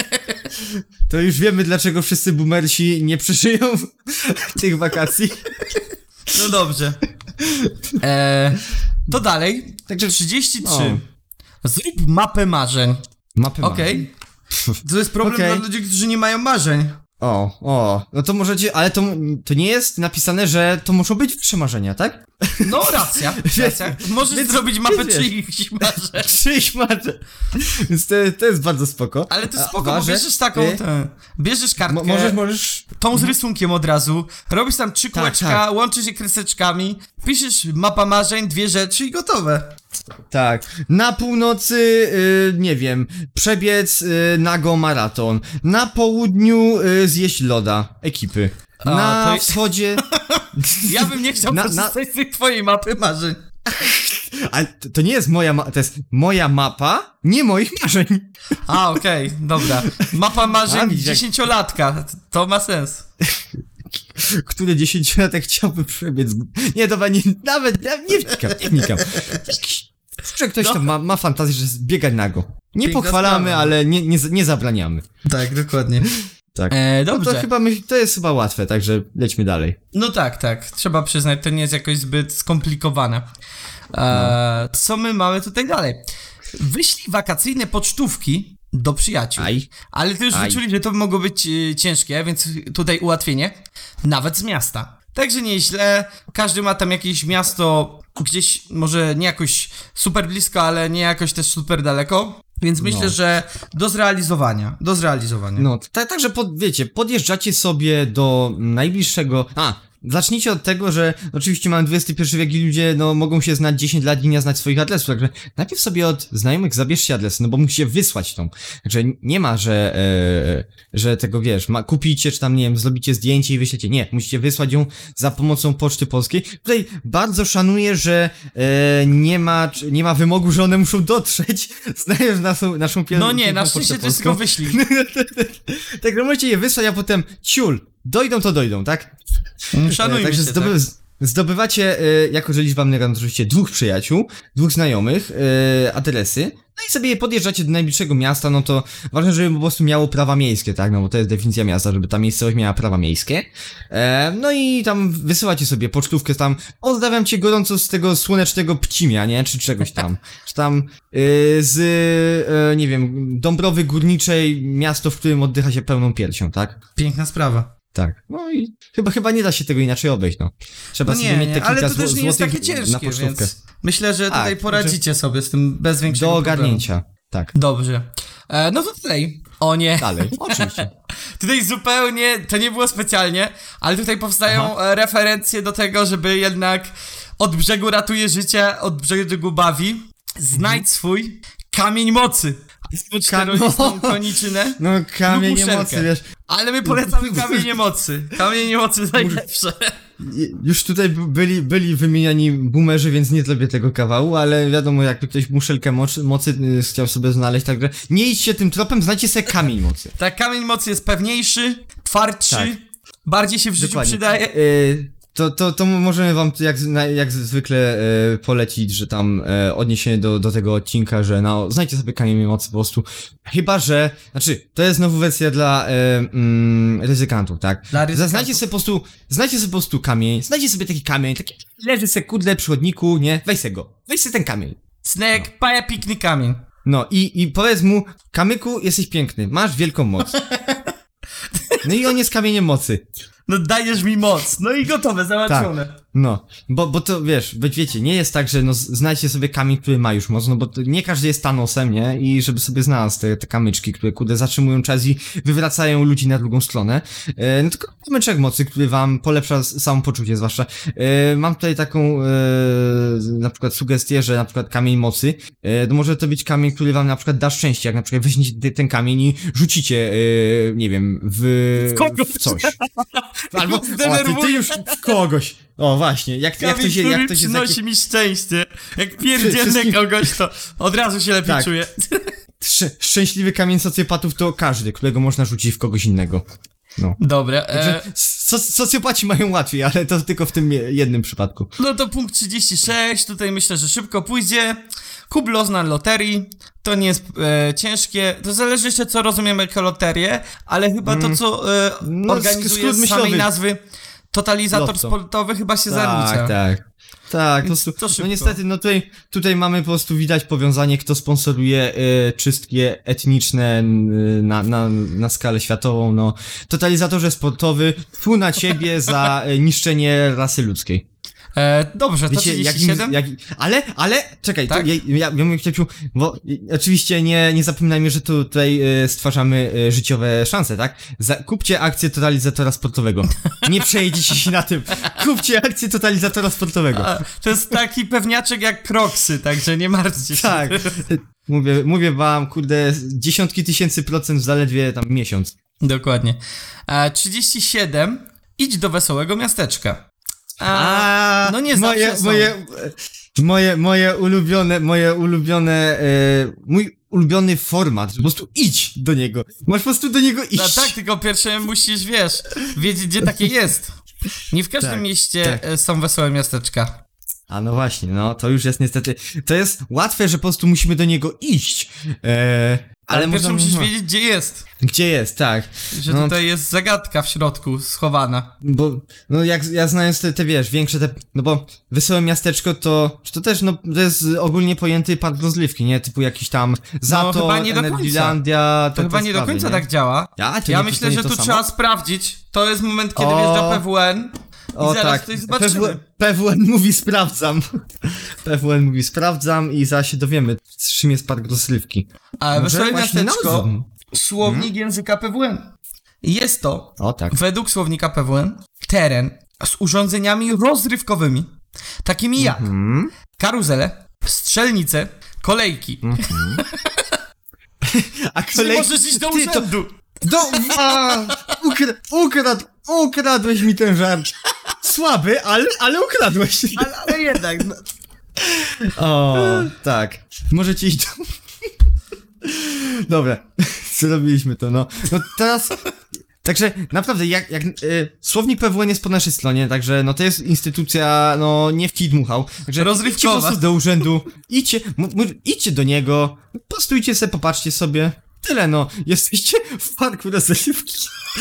To już wiemy, dlaczego wszyscy boomersi nie przeżyją tych wakacji. No dobrze. Eee, to dalej. Także- trzydzieści trzy. o. Zrób mapę marzeń. Mapy mam. Okej. To jest problem Okej. dla ludzi, którzy nie mają marzeń. O, o, no to możecie, ale to, to nie jest napisane, że to muszą być wasze marzenia, tak? No, racja. racja. Możesz Więc- zrobić mapę więc wiesz. czyichś marzeń. Czyjś marzeń. Więc to, to jest bardzo spoko. Ale to A, spoko, bo ważę, bierzesz taką, y, tę, bierzesz kartkę, Mo- możesz, możesz... tą z rysunkiem od razu, robisz tam trzy Tak, kółeczka, tak. łączysz je kreseczkami, piszesz mapa marzeń, dwie rzeczy i gotowe. Tak, na północy, y, nie wiem, przebiec y, nago maraton, na południu y, zjeść loda ekipy, A, na to- wschodzie... Ja bym nie chciał Na- korzystać z tej twojej mapy marzeń. Ale to, to nie jest moja ma... to jest moja mapa, nie moich marzeń. A, okej, dobra. Mapa marzeń A, widzisz, jak- dziesięciolatka, to ma sens. Który dziesięciolatek chciałby przebiec... Nie, dobra, nie, nawet nie, nie wnikam, nie wnikam. Jakiś... Że ktoś tam ma, ma fantazję, że biegać nago. Nie Piękna pochwalamy, sprawa. ale nie, nie, nie zabraniamy. Tak, dokładnie. Tak. E, No dobrze. to chyba myśl, to jest chyba łatwe, także lećmy dalej. No tak, tak. Trzeba przyznać, to nie jest jakoś zbyt skomplikowane. E, co my mamy tutaj dalej? Wyślij wakacyjne pocztówki do przyjaciół. Aj. Ale ty już Aj. wyczuli, że to mogło być e, ciężkie, więc tutaj ułatwienie. Nawet z miasta. Także nieźle. Każdy ma tam jakieś miasto gdzieś, może nie jakoś super blisko, ale nie jakoś też super daleko. Więc myślę, No. że do zrealizowania. Do zrealizowania. No, tak, także pod, wiecie, podjeżdżacie sobie do najbliższego... A, zacznijcie od tego, że oczywiście mamy dwudziesty pierwszy wiek i ludzie, no, mogą się znać dziesięć lat i nie znać swoich adresów, także najpierw sobie od znajomych zabierzcie adresy, no bo musicie wysłać tą. Także nie ma, że, e, że tego, wiesz, ma, kupicie, czy tam, nie wiem, zrobicie zdjęcie i wyślecie. Nie, musicie wysłać ją za pomocą Poczty Polskiej. Tutaj bardzo szanuję, że e, nie ma, nie ma wymogu, że one muszą dotrzeć, znając naszą, naszą pierwszą No nie, na Pocztę szczęście to jest Polską. tylko wyślij. Także możecie je wysłać, a potem ciul, dojdą to dojdą, tak? Szanujmy Także się, zdoby, tak. zdobywacie, e, jako że liczba mnego, oczywiście dwóch przyjaciół, dwóch znajomych, e, adresy, no i sobie podjeżdżacie do najbliższego miasta, no to ważne, żeby po prostu miało prawa miejskie, tak, no bo to jest definicja miasta, żeby ta miejscowość miała prawa miejskie. E, no i tam wysyłacie sobie pocztówkę tam, pozdrawiam cię gorąco z tego słonecznego Pcimia, nie, czy czegoś tam, czy tam e, z, e, nie wiem, Dąbrowy Górniczej, miasto, w którym oddycha się pełną piersią, tak? Piękna sprawa. Tak. No i chyba chyba nie da się tego inaczej obejść, no. Trzeba No sobie nie, mieć nie, te ale kilka to też zł- nie jest złotych takie na ciężkie, pocztówkę. więc myślę, że tutaj Tak, poradzicie sobie z tym bez większego Do problemu. ogarnięcia. Tak. Dobrze. E, no to tutaj. O nie. Dalej. Oczywiście. Tutaj zupełnie, to nie było specjalnie, ale tutaj powstają e, referencje do tego, żeby jednak od brzegu ratuje życie, od brzegu bawi. Znajdź swój kamień mocy. Jest czterolistną koniczynę. No kamienie muszelkę. mocy, wiesz. Ale my polecamy kamienie mocy. Kamienie mocy najlepsze. Już tutaj b- byli, byli wymieniani boomerzy, więc nie zrobię tego kawału, ale wiadomo, jakby ktoś muszelkę mocy, mocy y, chciał sobie znaleźć, także nie idźcie tym tropem, znajdźcie sobie kamień mocy. Tak, kamień mocy jest pewniejszy, twardszy, Tak. bardziej się w życiu Dokładnie. przydaje. Y, to, to, to możemy wam jak, z- jak zwykle e, polecić, że tam e, odniesienie do, do tego odcinka, że no, znajdźcie sobie kamień mocy po prostu. Chyba, że, znaczy, to jest znowu wersja dla e, mm, ryzykantów, tak? Dla ryzykantów. Znajdźcie sobie po prostu, znajdźcie sobie po prostu kamień, znajdźcie sobie taki kamień, taki leży se kudle przy chodniku, nie? Weź se go, weź se ten kamień. Snack, paja, piknik, kamień. No i, i powiedz mu, kamyku, jesteś piękny, masz wielką moc. No i on jest kamieniem mocy. No dajesz mi moc. No i gotowe, załatwione. No, bo, bo to wiesz, być wiecie, nie jest tak, że no z- znajdźcie sobie kamień, który ma już moc, no bo to nie każdy jest Thanosem, nie? I żeby sobie znalazł te, te kamyczki, które kude zatrzymują czas i wywracają ludzi na drugą stronę. E, no tylko kamyczek mocy, który wam polepsza s- samopoczucie zwłaszcza. E, mam tutaj taką e, na przykład sugestię, że na przykład kamień mocy, e, to może to być kamień, który wam na przykład da szczęście, jak na przykład weźmiecie te- ten kamień i rzucicie, e, nie wiem, w, W kogoś. w coś. Albo, o, ty, ty Zdenerwuje. już w kogoś. O, właśnie, jak, jak Kamień, to się, który jak to się przynosi takie, mi szczęście. Jak pierdzielny Wszystkim- kogoś, to od razu się lepiej Tak. czuję. Sz- szczęśliwy kamień socjopatów to każdy, którego można rzucić w kogoś innego. No. Dobra, Że e, soc- socjopaci mają łatwiej, ale to tylko w tym je- jednym przypadku. no to punkt trzydzieści sześć, tutaj myślę, że szybko pójdzie. Kup los na loterii, to nie jest e, ciężkie, to zależy jeszcze co rozumiemy jako loterię, ale chyba to co e, No, sk- organizuje skrót z myślowy. samej nazwy totalizator Lotto. sportowy chyba się zalicza. Tak, tak. Tak, po Więc prostu, to szybko. no niestety, no tutaj, tutaj mamy po prostu widać powiązanie, kto sponsoruje e, czystki etniczne e, na, na, na skalę światową, no. Totalizatorze sportowy, tfu na ciebie za e, niszczenie rasy ludzkiej. E, dobrze, to Wiecie, trzydzieści siedem? jak, ale, ale, czekaj, Tak? to ja, ja, ja bym chciał, bo y, oczywiście nie, nie zapominajmy, że tu, tutaj y, stwarzamy y, życiowe szanse, tak? Za, kupcie akcję totalizatora sportowego. Nie przejedziecie się na tym. Kupcie akcję totalizatora sportowego. A, to jest taki pewniaczek jak Crocsy, także nie martwcie się. Tak. Mówię, mówię wam, kurde, dziesiątki tysięcy procent w zaledwie tam miesiąc. Dokładnie. E, trzydzieści siedem. Idź do wesołego miasteczka. A, no nie moje, zawsze są. moje, moje, moje ulubione, moje ulubione, e, mój ulubiony format, że po prostu idź do niego. Masz po prostu do niego iść. No tak, tylko pierwsze musisz, wiesz, wiedzieć, gdzie takie jest. Nie w każdym Tak, mieście tak. e, są wesołe miasteczka. A no właśnie, no to już jest niestety, to jest łatwe, że po prostu musimy do niego iść. E, Ale, ale pierwsze musisz no. wiedzieć, gdzie jest. Gdzie jest, tak. Że no, tutaj jest zagadka w środku, schowana. Bo, no jak ja znając te, te, wiesz, większe te, no bo Wesołe Miasteczko to, to też, no, to jest ogólnie pojęty park rozrywki, nie? Typu jakiś tam Zator, no, chyba nie do końca. Energylandia, To, to chyba nie sprawy, do końca nie? tak działa. Ja, to ja nie, myślę, to nie że to tu samo? trzeba sprawdzić. To jest moment, kiedy O, wjeżdża P W N. I O zaraz tak, coś zobaczymy. P W N mówi sprawdzam. P W N mówi sprawdzam i zaraz się dowiemy, z czym jest park rozrywki. A Wesołe właśnie Miasteczko, nazwą. słownik Hmm? języka P W N. Jest to, O tak. według słownika P W N, teren z urządzeniami rozrywkowymi, takimi jak Mhm. karuzele, strzelnice, kolejki. Mhm. A Czy kolej... możesz iść do Ty, to- urzędu? Do... A, ukra... ukradł, ukradłeś mi ten żart. Słaby, ale, ale ukradłeś. Ale, ale jednak, no. O, tak. Możecie iść do... Dobra, zrobiliśmy to, no. No teraz... Także naprawdę, jak, jak y, słownik P W N jest po naszej stronie, także no to jest instytucja, no nie w kij dmuchał. Także Rozrywkowa. idźcie po prostu do urzędu, idźcie, m- m- idźcie do niego, postujcie sobie, popatrzcie sobie. Tyle no, jesteście w parku rozrywki.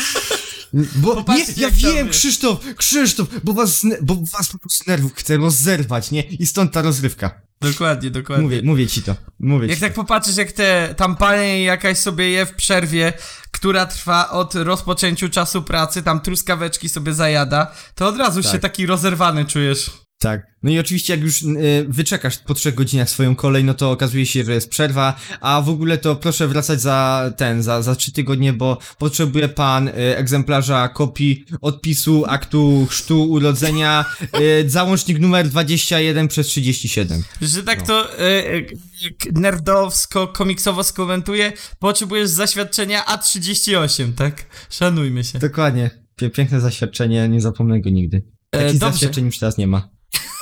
Bo nie, Popatrzcie, ja jak tam wiem, jest. Krzysztof, Krzysztof, bo was, zne- bo was po prostu nerwów chce rozerwać, nie? I stąd ta rozrywka. Dokładnie, dokładnie. Mówię, mówię ci to, mówię Jak ci tak to. popatrzysz, jak te tam pani jakaś sobie je w przerwie, która trwa od rozpoczęciu czasu pracy, tam truskaweczki sobie zajada, to od razu Tak. się taki rozerwany czujesz. Tak. No i oczywiście jak już y, wyczekasz po trzech godzinach swoją kolej, no to okazuje się, że jest przerwa, a w ogóle to proszę wracać za ten, za, za trzy tygodnie, bo potrzebuje pan y, egzemplarza kopii odpisu aktu chrztu urodzenia, y, załącznik numer dwadzieścia jeden przez trzydzieści siedem. Że tak No. to y, jak nerdowsko, komiksowo skomentuję, potrzebujesz zaświadczenia A trzydzieści osiem, tak? Szanujmy się. Dokładnie. Pie- piękne zaświadczenie, nie zapomnę go nigdy. E, Takich dobrze. zaświadczeń już teraz nie ma.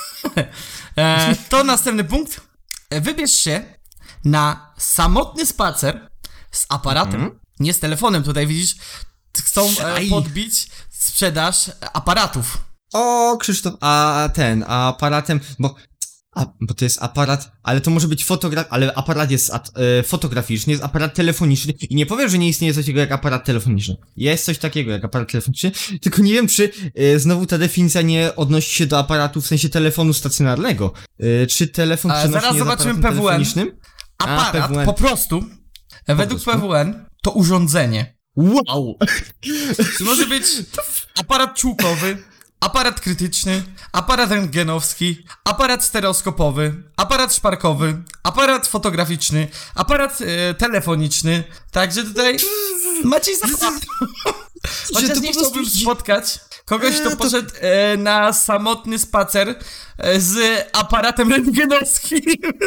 E, to następny punkt. E, Wybierz się na samotny spacer z aparatem, Mhm. nie z telefonem. Tutaj widzisz, chcą e, Aj. podbić sprzedaż aparatów. O, Krzysztof, a ten, a aparatem, bo, a, bo to jest aparat, ale to może być fotograf, ale aparat jest at, e, fotograficzny, jest aparat telefoniczny i nie powiem, że nie istnieje coś takiego jak aparat telefoniczny. Jest coś takiego jak aparat telefoniczny, tylko nie wiem, czy e, znowu ta definicja nie odnosi się do aparatu w sensie telefonu stacjonarnego. E, czy telefon A przenośny zaraz jest zobaczymy aparatem P W N. telefonicznym? Aparat P W N. po prostu, e, według prostu. P W N, to urządzenie. Wow! To może być aparat czułkowy, aparat krytyczny, aparat rentgenowski, aparat stereoskopowy, aparat szparkowy, aparat fotograficzny, aparat e, telefoniczny. Także tutaj Maciej zapłata. Chociaż to nie po prostu- chciałbym spotkać kogoś, Eee, kto to- poszedł e, na samotny spacer e, z aparatem rentgenowskim.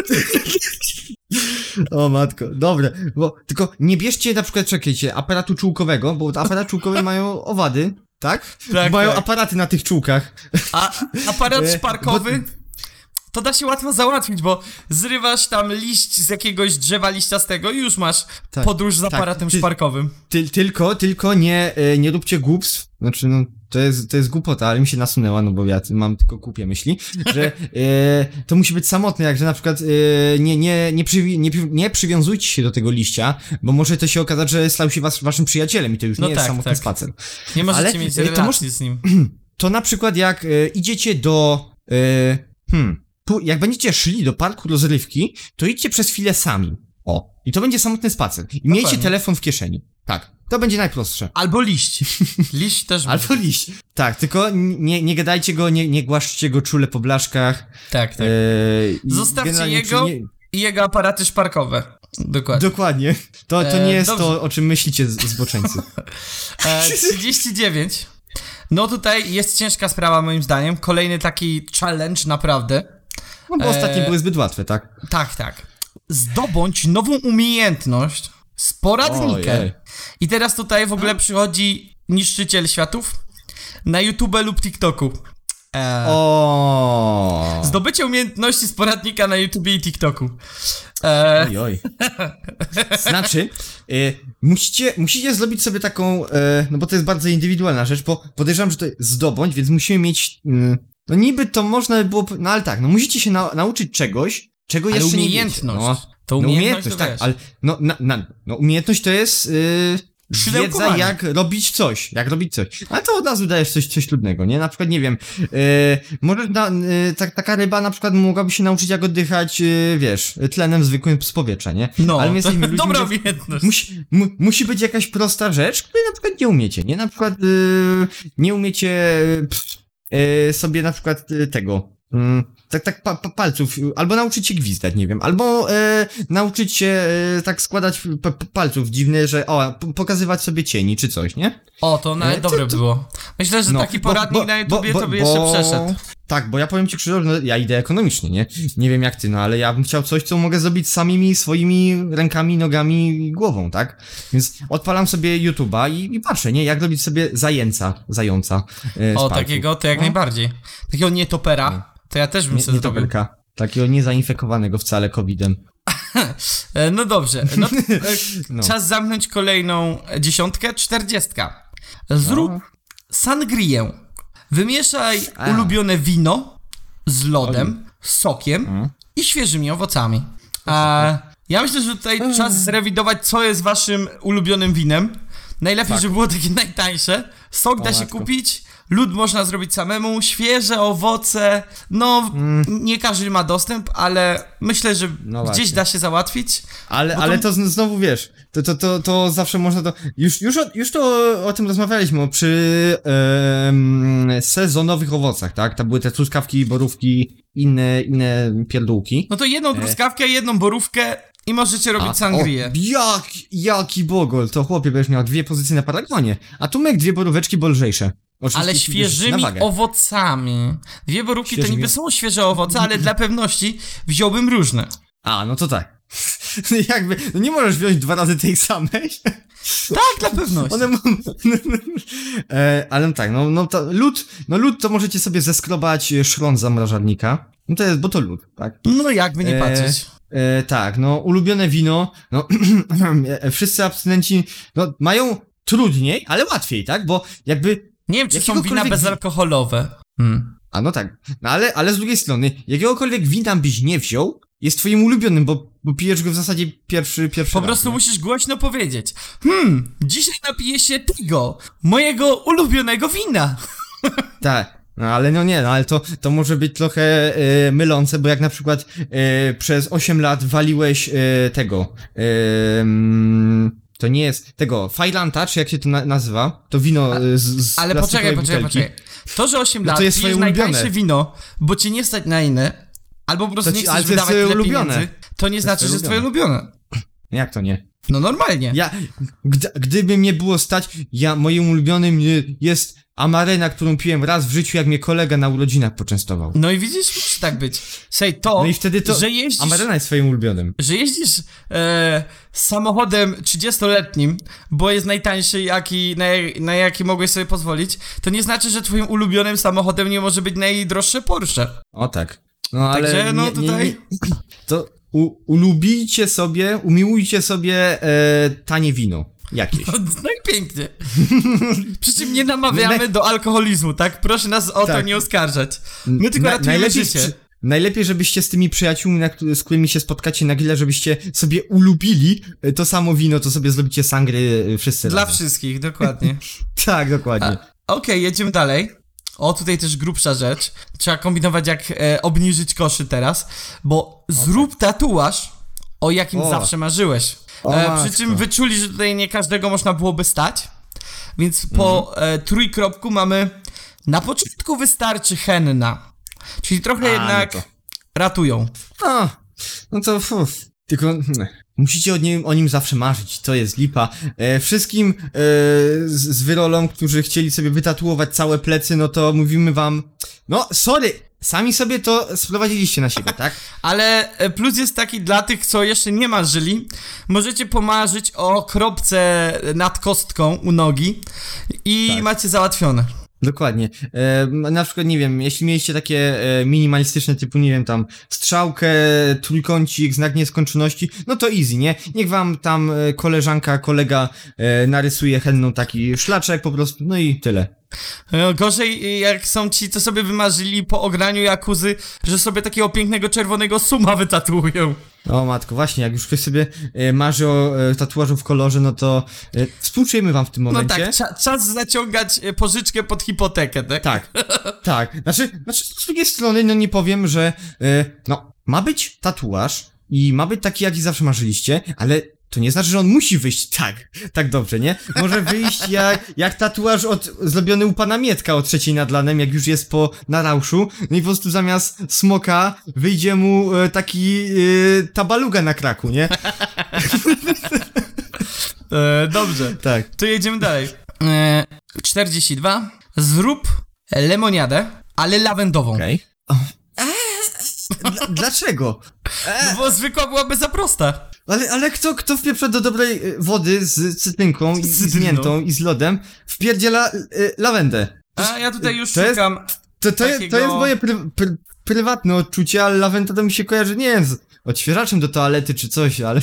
O matko, dobre, bo tylko nie bierzcie na przykład, czekajcie, aparatu czułkowego, bo aparat czułkowe mają owady, tak? Tak, Mają tak. aparaty na tych czułkach. A aparat E, szparkowy to da się łatwo załatwić, bo zrywasz tam liść z jakiegoś drzewa liściastego i już masz Tak, podróż z tak. aparatem Ty- szparkowym. Ty, tylko, tylko nie, e, nie róbcie głupstw, znaczy no, to jest, to jest głupota, ale mi się nasunęła, no bo ja mam tylko głupie myśli, że e, to musi być samotne, jak że na przykład e, nie, nie, nie, przywi- nie, przy- nie przywiązujcie się do tego liścia, bo może to się okazać, że stał się was, waszym przyjacielem i to już No nie jest tak, samotny tak. spacer. Nie możecie Ale, mieć e, to relacji moż- z nim. To na przykład jak e, idziecie do, e, hmm, tu, jak będziecie szli do parku rozrywki, to idźcie przez chwilę sami. O, i to będzie samotny spacer. I miejcie Dokładnie. telefon w kieszeni. Tak, to będzie najprostsze. Albo liść. Liść też Albo może. liść. Tak, tylko nie, nie gadajcie go, nie, nie głaszczcie go czule po blaszkach. Tak, tak. E, i Zostawcie generalnie jego przy- nie- i jego aparaty szparkowe. Dokładnie. Dokładnie. To, to E, nie jest dobrze. to, o czym myślicie, z- zboczeńcy. E, trzydzieści dziewięć. No tutaj jest ciężka sprawa moim zdaniem. Kolejny taki challenge naprawdę. No bo E, ostatnie były zbyt łatwe, tak? Tak, tak. Zdobądź nową umiejętność z poradnika. Ojej. I teraz tutaj w ogóle przychodzi niszczyciel światów na YouTube lub TikToku. E, O. Zdobycie umiejętności z poradnika na YouTube i TikToku. E, Oj, oj. Znaczy, y, musicie, musicie zrobić sobie taką, y, no bo to jest bardzo indywidualna rzecz, bo podejrzewam, że to jest zdobądź, więc musimy mieć, y, no niby to można by było, no ale tak, no musicie się na, nauczyć czegoś, czego Ale jeszcze nie wiecie. umiejętność. No, To No umiejętność, umiejętność, to tak, wiesz. ale no, na, na, no umiejętność to jest yy, wiedza, Szydełkowanie. jak robić coś, jak robić coś. Ale to od razu dajesz coś, coś trudnego, nie? Na przykład, nie wiem, yy, może na, yy, ta, taka ryba na przykład mogłaby się nauczyć, jak oddychać, yy, wiesz, tlenem zwykłym z powietrza, nie? No, ale my jesteśmy ludźmi, dobra że umiejętność. musi, mu, musi być jakaś prosta rzecz, której na przykład nie umiecie, nie? Na przykład yy, nie umiecie pff, yy, sobie na przykład yy, tego... Mm, tak, tak pa, pa, palców, albo nauczyć się gwizdać, nie wiem, albo e, nauczyć się e, tak składać p, p, palców dziwne, że o, p, pokazywać sobie cieni czy coś, nie? O, to nawet E, to- dobre to- było. Myślę, że No, taki bo- poradnik bo- na YouTubie bo- to by bo- jeszcze bo- przeszedł. Tak, bo ja powiem ci Krzysztof, no ja idę ekonomicznie, nie? Nie wiem jak ty, no ale ja bym chciał coś, co mogę zrobić samymi swoimi rękami, nogami i głową, tak? Więc odpalam sobie YouTube'a i, i patrzę, nie? Jak robić sobie zajęca, zająca e, z O, palców. takiego to jak No. najbardziej. Takiego nietopera, to ja też bym Nie, sobie nie to zrobił. belka. Takiego niezainfekowanego wcale kowidem. E, No dobrze, no, e, No. czas zamknąć kolejną dziesiątkę, czterdziestka. Zrób No. sangrię. Wymieszaj A. ulubione wino z lodem, sokiem Mm. i świeżymi owocami. A, ja myślę, że tutaj czas zrewidować, co jest waszym ulubionym winem. Najlepiej, Tak. żeby było takie najtańsze. Sok O da się matko. kupić, lód można zrobić samemu, świeże owoce, no nie każdy ma dostęp, ale myślę, że No gdzieś właśnie. da się załatwić. Ale, Bo ale to- to zn- znowu wiesz, to, to, to, to zawsze można to. Już, już, o, już to o tym rozmawialiśmy o, przy em, sezonowych owocach, tak? Tam były te truskawki, borówki, inne, inne pierdółki. No to jedną truskawkę, jedną borówkę i możecie robić A, sangrię. o, jak, jaki bogol, to chłopie, będziesz miał dwie pozycje na Paragonie. A tu myk, dwie boróweczki, bo lżejsze. Oczywiście Ale na świeżymi wagę. owocami. Dwie borówki to Świeżymi- niby są świeże owoce, ale dla pewności wziąłbym różne. A, no to tak. Jakby, no nie możesz wziąć dwa razy tej samej. Tak, dla pewności. One m- e, ale tak, no, no to lód, no lód to możecie sobie zeskrobać e, szron z zamrażarnika. No to jest, bo to lód, tak? No jakby nie E, patrzeć. E, tak, no ulubione wino, no e, wszyscy abstynenci, no mają trudniej, ale łatwiej, tak? Bo jakby, Nie wiem, czy są wina jakiegokolwiek- bezalkoholowe. Hmm. a no tak, no ale, ale z drugiej strony, jakiegokolwiek wina byś nie wziął, jest twoim ulubionym, bo, bo pijesz go w zasadzie pierwszy, pierwszy Po raz, prostu nie? musisz głośno powiedzieć. Hmm, dzisiaj napiję się tego, mojego ulubionego wina. Tak, no ale no nie, no ale to, to może być trochę e, mylące, bo jak na przykład e, przez osiem lat waliłeś e, tego, e, mm, to nie jest, tego, Fajlanta, czy jak się to na, nazywa, to wino e, z, z Ale plastikowej poczekaj, poczekaj, butelki. poczekaj. To, że osiem No to lat jest pijesz twoje ulubione. najtańsze wino, bo cię nie stać na inne, albo po prostu To nie ci- chcesz ale to jest wydawać twoje tyle ulubione. pieniędzy, to nie znaczy, twoje że jest twoje ulubione. Jak to nie? No normalnie. Ja, gdy, gdyby mnie było stać, ja, moim ulubionym e, jest Amarena, którą piłem raz w życiu, jak mnie kolega na urodzinach poczęstował. No i widzisz, musi tak być. Słuchaj, to, No i wtedy to, że jeździsz, Amarena jest swoim ulubionym. że jeździsz e, samochodem trzydziestoletnim, bo jest najtańszy, jaki, na, na jaki mogłeś sobie pozwolić, to nie znaczy, że twoim ulubionym samochodem nie może być najdroższe Porsche. O tak. No ale Także no nie, nie, tutaj- nie, to u, ulubijcie sobie, umiłujcie sobie e, tanie wino. Jakieś. No, no i pięknie. Przy czym nie namawiamy do alkoholizmu, tak? Proszę nas o to Tak. nie oskarżać. My tylko Na- ratujemy najlepiej, życie. przy- najlepiej, żebyście z tymi przyjaciółmi, na, któ- z którymi się spotkacie na grilla, żebyście sobie ulubili e, to samo wino, to sobie zrobicie sangry e, wszyscy Dla razem. wszystkich, dokładnie. Tak, dokładnie. Okej, jedziemy dalej. O, tutaj też grubsza rzecz. Trzeba kombinować, jak e, obniżyć koszy teraz, bo zrób tatuaż, o jakim O. zawsze marzyłeś. O, E, przy matko. czym wyczuli, że tutaj nie każdego można byłoby stać, więc po Mhm. e, trójkropku mamy na początku wystarczy henna, czyli trochę A, jednak no to- ratują. A, no to fuf. Tylko hmm, musicie o nim, o nim zawsze marzyć, to jest lipa. E, wszystkim e, z, z wyrolom, którzy chcieli sobie wytatuować całe plecy, no to mówimy wam, no sorry, sami sobie to sprowadziliście na siebie, tak? Ale e, plus jest taki dla tych, co jeszcze nie marzyli. Możecie pomarzyć o kropce nad kostką u nogi i Tak. macie załatwione. Dokładnie. E, na przykład, nie wiem, jeśli mieliście takie e, minimalistyczne typu, nie wiem, tam strzałkę, trójkącik, znak nieskończoności, no to easy, nie? Niech wam tam e, koleżanka, kolega e, narysuje henną taki szlaczek po prostu, no i tyle. E, Gorzej jak są ci, co sobie wymarzyli po ograniu Jakuzy, że sobie takiego pięknego czerwonego suma wytatuują. O matko, właśnie, jak już ktoś sobie e, marzy o e, tatuażu w kolorze, no to e, współczujemy wam w tym No momencie. tak, cza- czas zaciągać e, pożyczkę pod hipotekę, tak? Tak, tak. Znaczy, znaczy, z drugiej strony, no nie powiem, że e, no, ma być tatuaż i ma być taki, jaki zawsze marzyliście, ale to nie znaczy, że on musi wyjść tak, tak dobrze, nie? Może wyjść jak, jak tatuaż od, zrobiony u pana Mietka o trzeciej nad lanem, jak już jest po narauszu, no i po prostu zamiast smoka wyjdzie mu e, taki e, tabaluga na kraku, nie? E, dobrze, Tak. to jedziemy dalej. E, czterdzieści dwa. Zrób lemoniadę, ale lawendową. Okej. Okay. Dla, dlaczego? No bo zwykła byłaby za prosta. Ale, ale kto, kto wpieprza do dobrej y, wody z cytrynką i z, z miętą i z lodem, wpierdziela y, lawendę? A ja tutaj już to jest, szukam to, to, jest, to jest moje pry, pry, prywatne odczucie, ale lawenda to mi się kojarzy, nie wiem, z odświeżaczem do toalety czy coś, ale...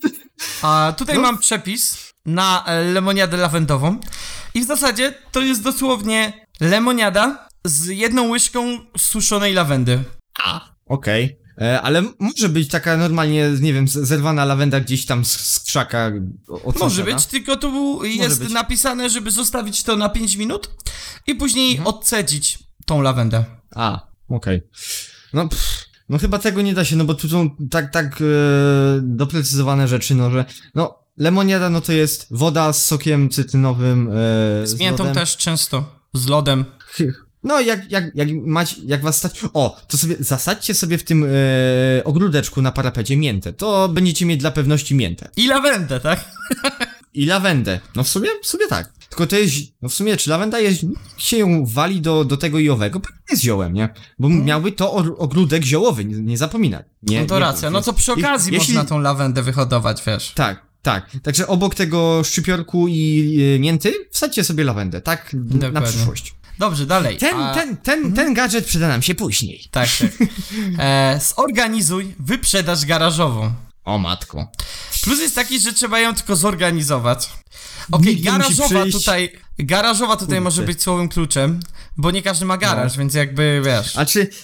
A tutaj No. mam przepis na e, lemoniadę lawendową i w zasadzie to jest dosłownie lemoniada z jedną łyżką suszonej lawendy. Okej. Okay. Ale może być taka normalnie, nie wiem, z- zerwana lawenda gdzieś tam z, z krzaka odsączona. Może być, tylko tu jest być. napisane, żeby zostawić to na pięć minut i później Mhm. odcedzić tą lawendę. A, okej. Okay. No, pff, no chyba tego nie da się, no bo tu są tak, tak e, doprecyzowane rzeczy, no że, no, lemoniada, no to jest woda z sokiem cytrynowym, e, Z z miętą lodem. też często, z lodem. No, jak, jak, jak macie, jak was stać, o, to sobie, zasadźcie sobie w tym e, ogródeczku na parapecie miętę, to będziecie mieć dla pewności miętę. I lawendę, tak? I lawendę. No w sumie, w sumie tak. Tylko to jest, no w sumie, czy lawenda jest, się ją wali do, do tego i owego, bo jest ziołem, nie? Bo miałby to o- ogródek ziołowy, nie, nie zapominaj. Nie, No to nie racja, no to przy je- okazji jeśli- można tą lawendę wyhodować, wiesz. Tak, tak. Także obok tego szczypiorku i e, mięty wsadźcie sobie lawendę, tak? Na Dokładnie. przyszłość. Dobrze, dalej. Ten, A- ten, ten, ten gadżet przyda nam się później. Tak, tak. E, zorganizuj wyprzedaż garażową. O matko. Plus jest taki, że trzeba ją tylko zorganizować. Okej, Nikt nie musi garażowa przyjść. tutaj, garażowa tutaj Kurczę. może być słowym kluczem, bo nie każdy ma garaż, No. więc jakby, wiesz. A czy y,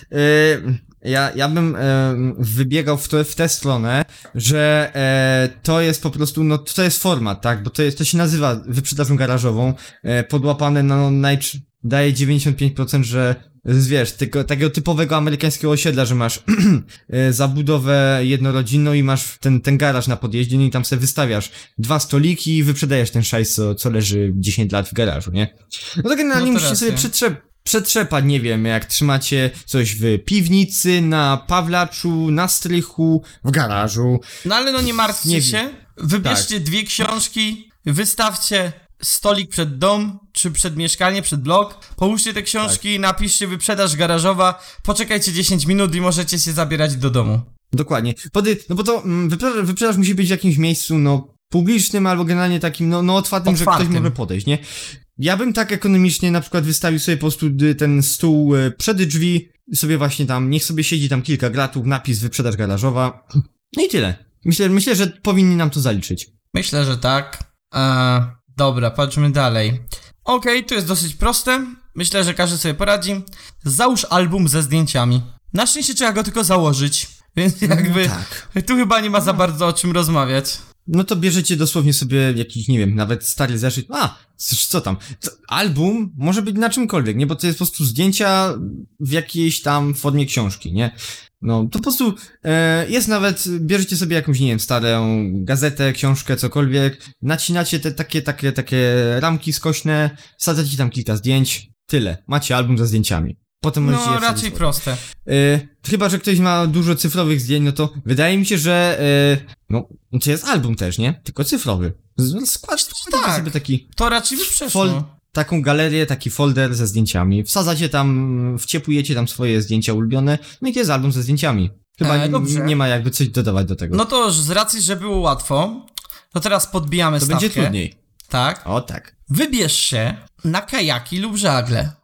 ja, ja bym y, wybiegał w, to, w tę stronę, że e, to jest po prostu, no to jest format, tak? Bo to, jest, to się nazywa wyprzedażą garażową, e, podłapane no najcz- daje dziewięćdziesiąt pięć procent, że wiesz, tego, takiego typowego amerykańskiego osiedla, że masz e, zabudowę jednorodzinną i masz ten, ten garaż na podjeździe, no i tam sobie wystawiasz dwa stoliki i wyprzedajesz ten szajs, co, co leży dziesięć lat w garażu, nie? No to generalnie No to musicie sobie racja. przetrzep, przetrzepać, nie wiem, jak trzymacie coś w piwnicy, na Pawlaczu, na strychu, w garażu. No ale no nie martwcie Nie się, wybierzcie dwie książki, wystawcie stolik przed dom, czy przed mieszkanie, przed blok, połóżcie te książki, napiszcie wyprzedaż garażowa, poczekajcie dziesięć minut i możecie się zabierać do domu. Dokładnie. Pody, no bo to mm, wyprzedaż, wyprzedaż musi być w jakimś miejscu, no, publicznym albo generalnie takim, no, no otwartym, że Otwartym. ktoś może podejść, nie? Ja bym tak ekonomicznie na przykład wystawił sobie po prostu y, ten stół y, przed drzwi, sobie właśnie tam, niech sobie siedzi tam kilka gratów, napis wyprzedaż garażowa. No i tyle. Myślę, myślę, że powinni nam to zaliczyć. Myślę, że tak. Eee, dobra, patrzmy dalej. Okej, tu jest dosyć proste. Myślę, że każdy sobie poradzi. Załóż album ze zdjęciami. Na szczęście trzeba go tylko założyć, więc jakby tak. tu chyba nie ma za bardzo o czym rozmawiać. No to bierzecie dosłownie sobie jakiś, nie wiem, nawet stary zeszyt. A, co, co tam? To album może być na czymkolwiek, nie? Bo to jest po prostu zdjęcia w jakiejś tam formie książki, nie? No, to po prostu e, jest nawet, bierzecie sobie jakąś, nie wiem, starą gazetę, książkę, cokolwiek, nacinacie te takie, takie, takie ramki skośne, wsadzacie tam kilka zdjęć, tyle. Macie album ze zdjęciami. Potem możecie No je wsadzić raczej sobie. proste. E, chyba, że ktoś ma dużo cyfrowych zdjęć, no to wydaje mi się, że e, no, to jest album też, nie? Tylko cyfrowy. Z- Składź tak. sobie taki To raczej by przeszło. fol- taką galerię, taki folder ze zdjęciami. Wsadzacie tam, wciepujecie tam swoje zdjęcia ulubione, no i to jest album ze zdjęciami. Chyba E, nie, dobrze. nie ma jakby coś dodawać do tego. No to już z racji, że było łatwo, to teraz podbijamy to stawkę. będzie trudniej. Tak. O tak. Wybierz się na kajaki lub żagle.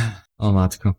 O matko.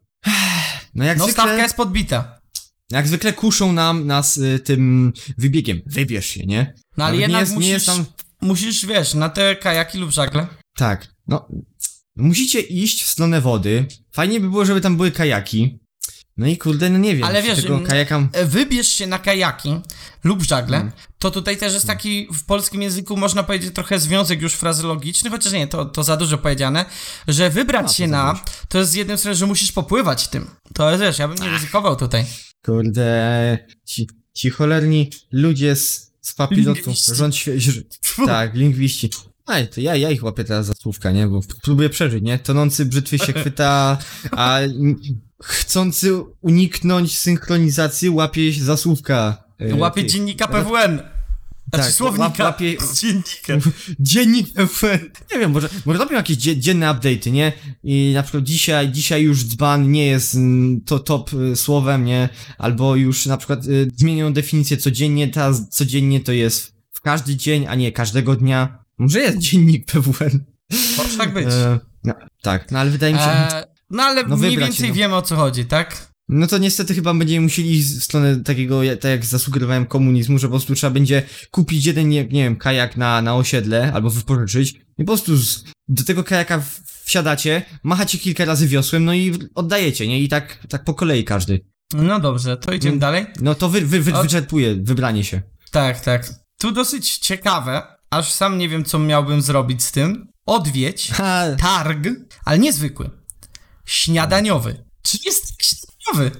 No jak No zwykle, stawka jest podbita. jak zwykle kuszą nam nas y, tym wybiegiem. Wybierz się, nie? No ale Nawet jednak nie jest, musisz, nie jest tam... musisz, wiesz, na te kajaki lub żagle. Tak, no, musicie iść w stronę wody. Fajnie by było, żeby tam były kajaki. No i kurde, no nie wiem, Ale wiesz, tego kajaka... wybierz się na kajaki lub żagle, Hmm. to tutaj też jest taki w polskim języku, można powiedzieć, trochę związek już frazeologiczny, chociaż nie, to, to za dużo powiedziane, że wybrać No, się to na, za dużo. to jest z jednym stroną, że musisz popływać tym. To jest, wiesz, ja bym nie ryzykował tutaj. Kurde, ci, ci cholerni ludzie z, z papilotu, Lingwiści. rząd świe... Tak, lingwiści. Aj, to ja, ja ich łapię teraz za słówka, nie? Bo próbuję przeżyć, nie? Tonący brzytwy się chwyta, a mm, chcący uniknąć synchronizacji łapie się za słówka. e, Łapie tych. dziennika P W N. Znaczy Tak, słownika łap- łapie- z dziennikiem. Dziennik F N. Nie wiem, może, może robią jakieś dzie- dzienne update'y, nie? I na przykład dzisiaj, dzisiaj już dzban nie jest mm, to top y, słowem, nie? Albo już na przykład y, zmienią definicję codziennie, teraz codziennie to jest w każdy dzień, a nie każdego dnia. Może jest dziennik P W N. Może tak być. E, no, tak, no ale wydaje mi się... E, no ale no mniej wybrać, więcej no. wiemy, o co chodzi, tak? No to niestety chyba będziemy musieli iść w stronę takiego, tak jak zasugerowałem, komunizmu, że po prostu trzeba będzie kupić jeden, nie, nie wiem, kajak na, na osiedle, albo wypożyczyć i po prostu z, do tego kajaka w, wsiadacie, machacie kilka razy wiosłem, no i oddajecie, nie? I tak, tak po kolei każdy. No dobrze, to idziemy Mm. dalej. No to wy, wy, wy, O- wyczerpuje wybranie się. Tak, tak. Tu dosyć ciekawe, aż sam nie wiem, co miałbym zrobić z tym. Odwiedź, Ha, targ, ale niezwykły. Śniadaniowy. Czy jest tak śniadaniowy?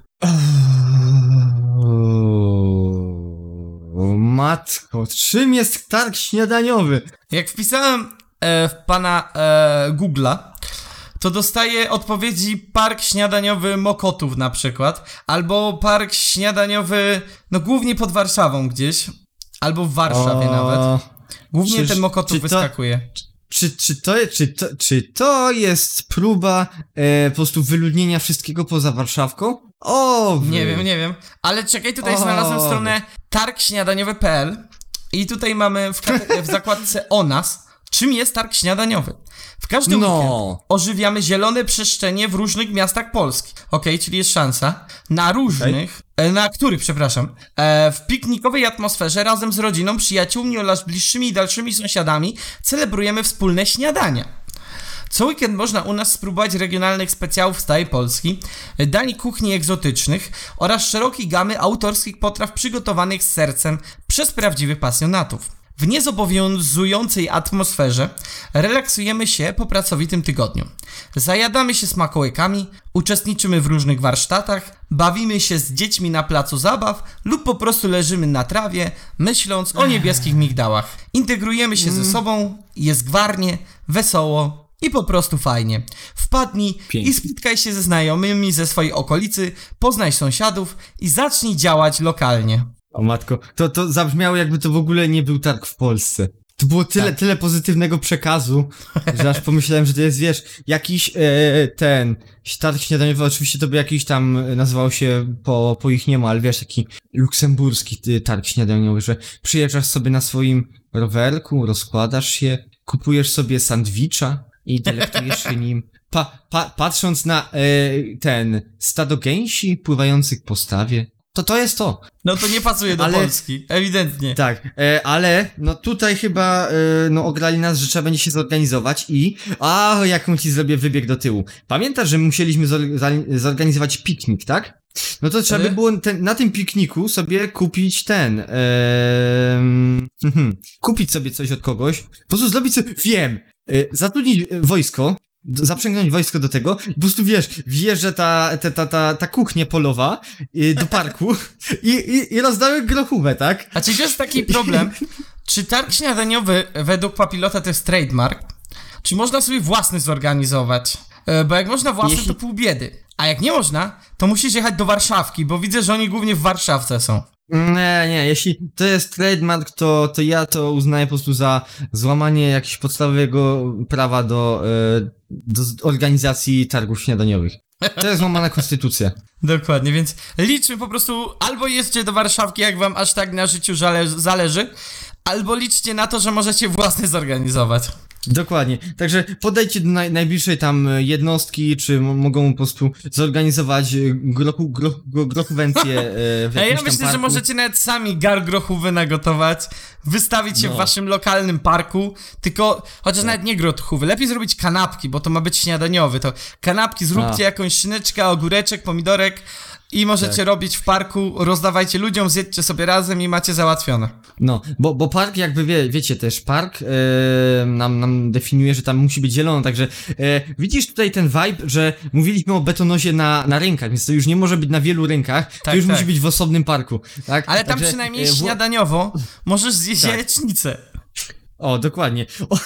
o, matko, czym jest targ śniadaniowy? Jak wpisałem e, w pana e, Google'a, to dostaję odpowiedzi park śniadaniowy Mokotów na przykład, albo park śniadaniowy, no głównie pod Warszawą gdzieś, albo w Warszawie O, nawet. Głównie czyż- ten Mokotów czy to- wyskakuje. Czy, czy, to, czy, to, czy to jest próba e, po prostu wyludnienia wszystkiego poza Warszawką? O, wy. Nie wiem, nie wiem. Ale czekaj, tutaj O. znalazłem stronę targ śniadaniowy kropka p l i tutaj mamy w, kate- w zakładce o nas, czym jest targ śniadaniowy. W każdy No. weekend ożywiamy zielone przestrzenie w różnych miastach Polski. Okej, czyli jest szansa na różnych, e, na których, przepraszam, e, w piknikowej atmosferze razem z rodziną, przyjaciółmi oraz bliższymi i dalszymi sąsiadami celebrujemy wspólne śniadania. Co weekend można u nas spróbować regionalnych specjałów z całej Polski, dań kuchni egzotycznych oraz szerokiej gamy autorskich potraw przygotowanych z sercem przez prawdziwych pasjonatów. W niezobowiązującej atmosferze relaksujemy się po pracowitym tygodniu. Zajadamy się smakołykami, uczestniczymy w różnych warsztatach, bawimy się z dziećmi na placu zabaw lub po prostu leżymy na trawie, myśląc o niebieskich migdałach. Integrujemy się ze sobą, jest gwarnie, wesoło i po prostu fajnie. Wpadnij Pięknie. i spotkaj się ze znajomymi ze swojej okolicy, poznaj sąsiadów i zacznij działać lokalnie. O matko, to, to zabrzmiało jakby to w ogóle nie był targ w Polsce. To było tyle, Tak. tyle pozytywnego przekazu, że aż pomyślałem, że to jest, wiesz, jakiś e, ten targ śniadaniowy, oczywiście to by jakiś tam e, nazywał się po, po ich niemu, ale wiesz, taki luksemburski ty, targ śniadaniowy, że przyjeżdżasz sobie na swoim rowerku, rozkładasz się, kupujesz sobie sandwicza i delektujesz się nim, pa, pa, patrząc na e, ten stado gęsi pływających po stawie. To to jest to. No to nie pasuje do Ale- Polski, ewidentnie. Tak, e, ale no tutaj chyba e, no ograli nas, że trzeba będzie się zorganizować i a jaką ci zrobię wybieg do tyłu. Pamiętasz, że musieliśmy zor- za- zorganizować piknik, tak? No to trzeba by E? było ten, na tym pikniku sobie kupić ten e, mhm, kupić sobie coś od kogoś, po prostu zrobić sobie, wiem, e, zatrudnić e, wojsko, d- zaprzęgnąć wojsko do tego, po prostu wiesz, wjeżdża ta, ta, ta, ta, ta kuchnia polowa e, do parku i, i, i rozdały grochówę, tak? A czy to jest taki problem, czy targ śniadaniowy według Papilota to jest trademark? Czy można sobie własny zorganizować? E, Bo jak można własny, Jeśli- to pół biedy. A jak nie można, to musisz jechać do Warszawki, bo widzę, że oni głównie w Warszawce są. Nie, nie, jeśli to jest trademark, to, to ja to uznaję po prostu za złamanie jakiegoś podstawowego prawa do, e, do z- organizacji targów śniadaniowych. To jest złamana konstytucja. Dokładnie, więc liczmy po prostu, albo jeźdźcie do Warszawki, jak wam aż tak na życiu zale- zależy, albo liczcie na to, że możecie własny zorganizować. Dokładnie. Także podejdźcie do naj, najbliższej tam e, jednostki, czy m- mogą po prostu zorganizować e, grochu, groch, gro- grochówęcję e, w A ja jakimś tam myślę, że parku. możecie nawet sami gar grochówy nagotować, wystawić się No. w waszym lokalnym parku, tylko, chociaż nawet nie grochówy, lepiej zrobić kanapki, bo to ma być śniadaniowy, to kanapki, zróbcie A. jakąś szyneczkę, ogóreczek, pomidorek i możecie Tak. robić w parku, rozdawajcie ludziom, zjedźcie sobie razem i macie załatwione. No, bo, bo park jakby, wie, wiecie też, park e, nam, nam definiuje, że tam musi być zielono, także e, widzisz tutaj ten vibe, że mówiliśmy o betonozie na, na rynkach, więc to już nie może być na wielu rynkach, to Tak, już tak. musi być w osobnym parku, tak? Ale tam Także, przynajmniej e, w- śniadaniowo możesz zjeść Tak. jajecznicę. O, dokładnie. O,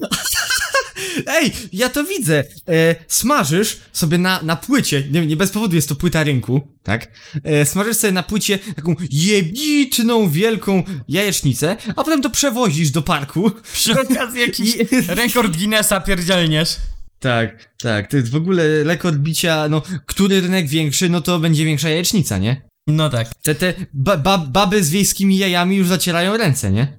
ej, ja to widzę. E, smażysz sobie na, na płycie, nie, nie bez powodu jest to płyta rynku, tak? E, smażysz sobie na płycie taką jebitną, wielką jajecznicę, a potem to przewozisz do parku. Przy okazji jakiś I- rekord Guinnessa pierdzielniesz. Tak, tak, to jest w ogóle rekord bicia, no, który rynek większy, no to będzie większa jajecznica, nie? No tak. Te, te ba, ba, baby z wiejskimi jajami już zacierają ręce, nie?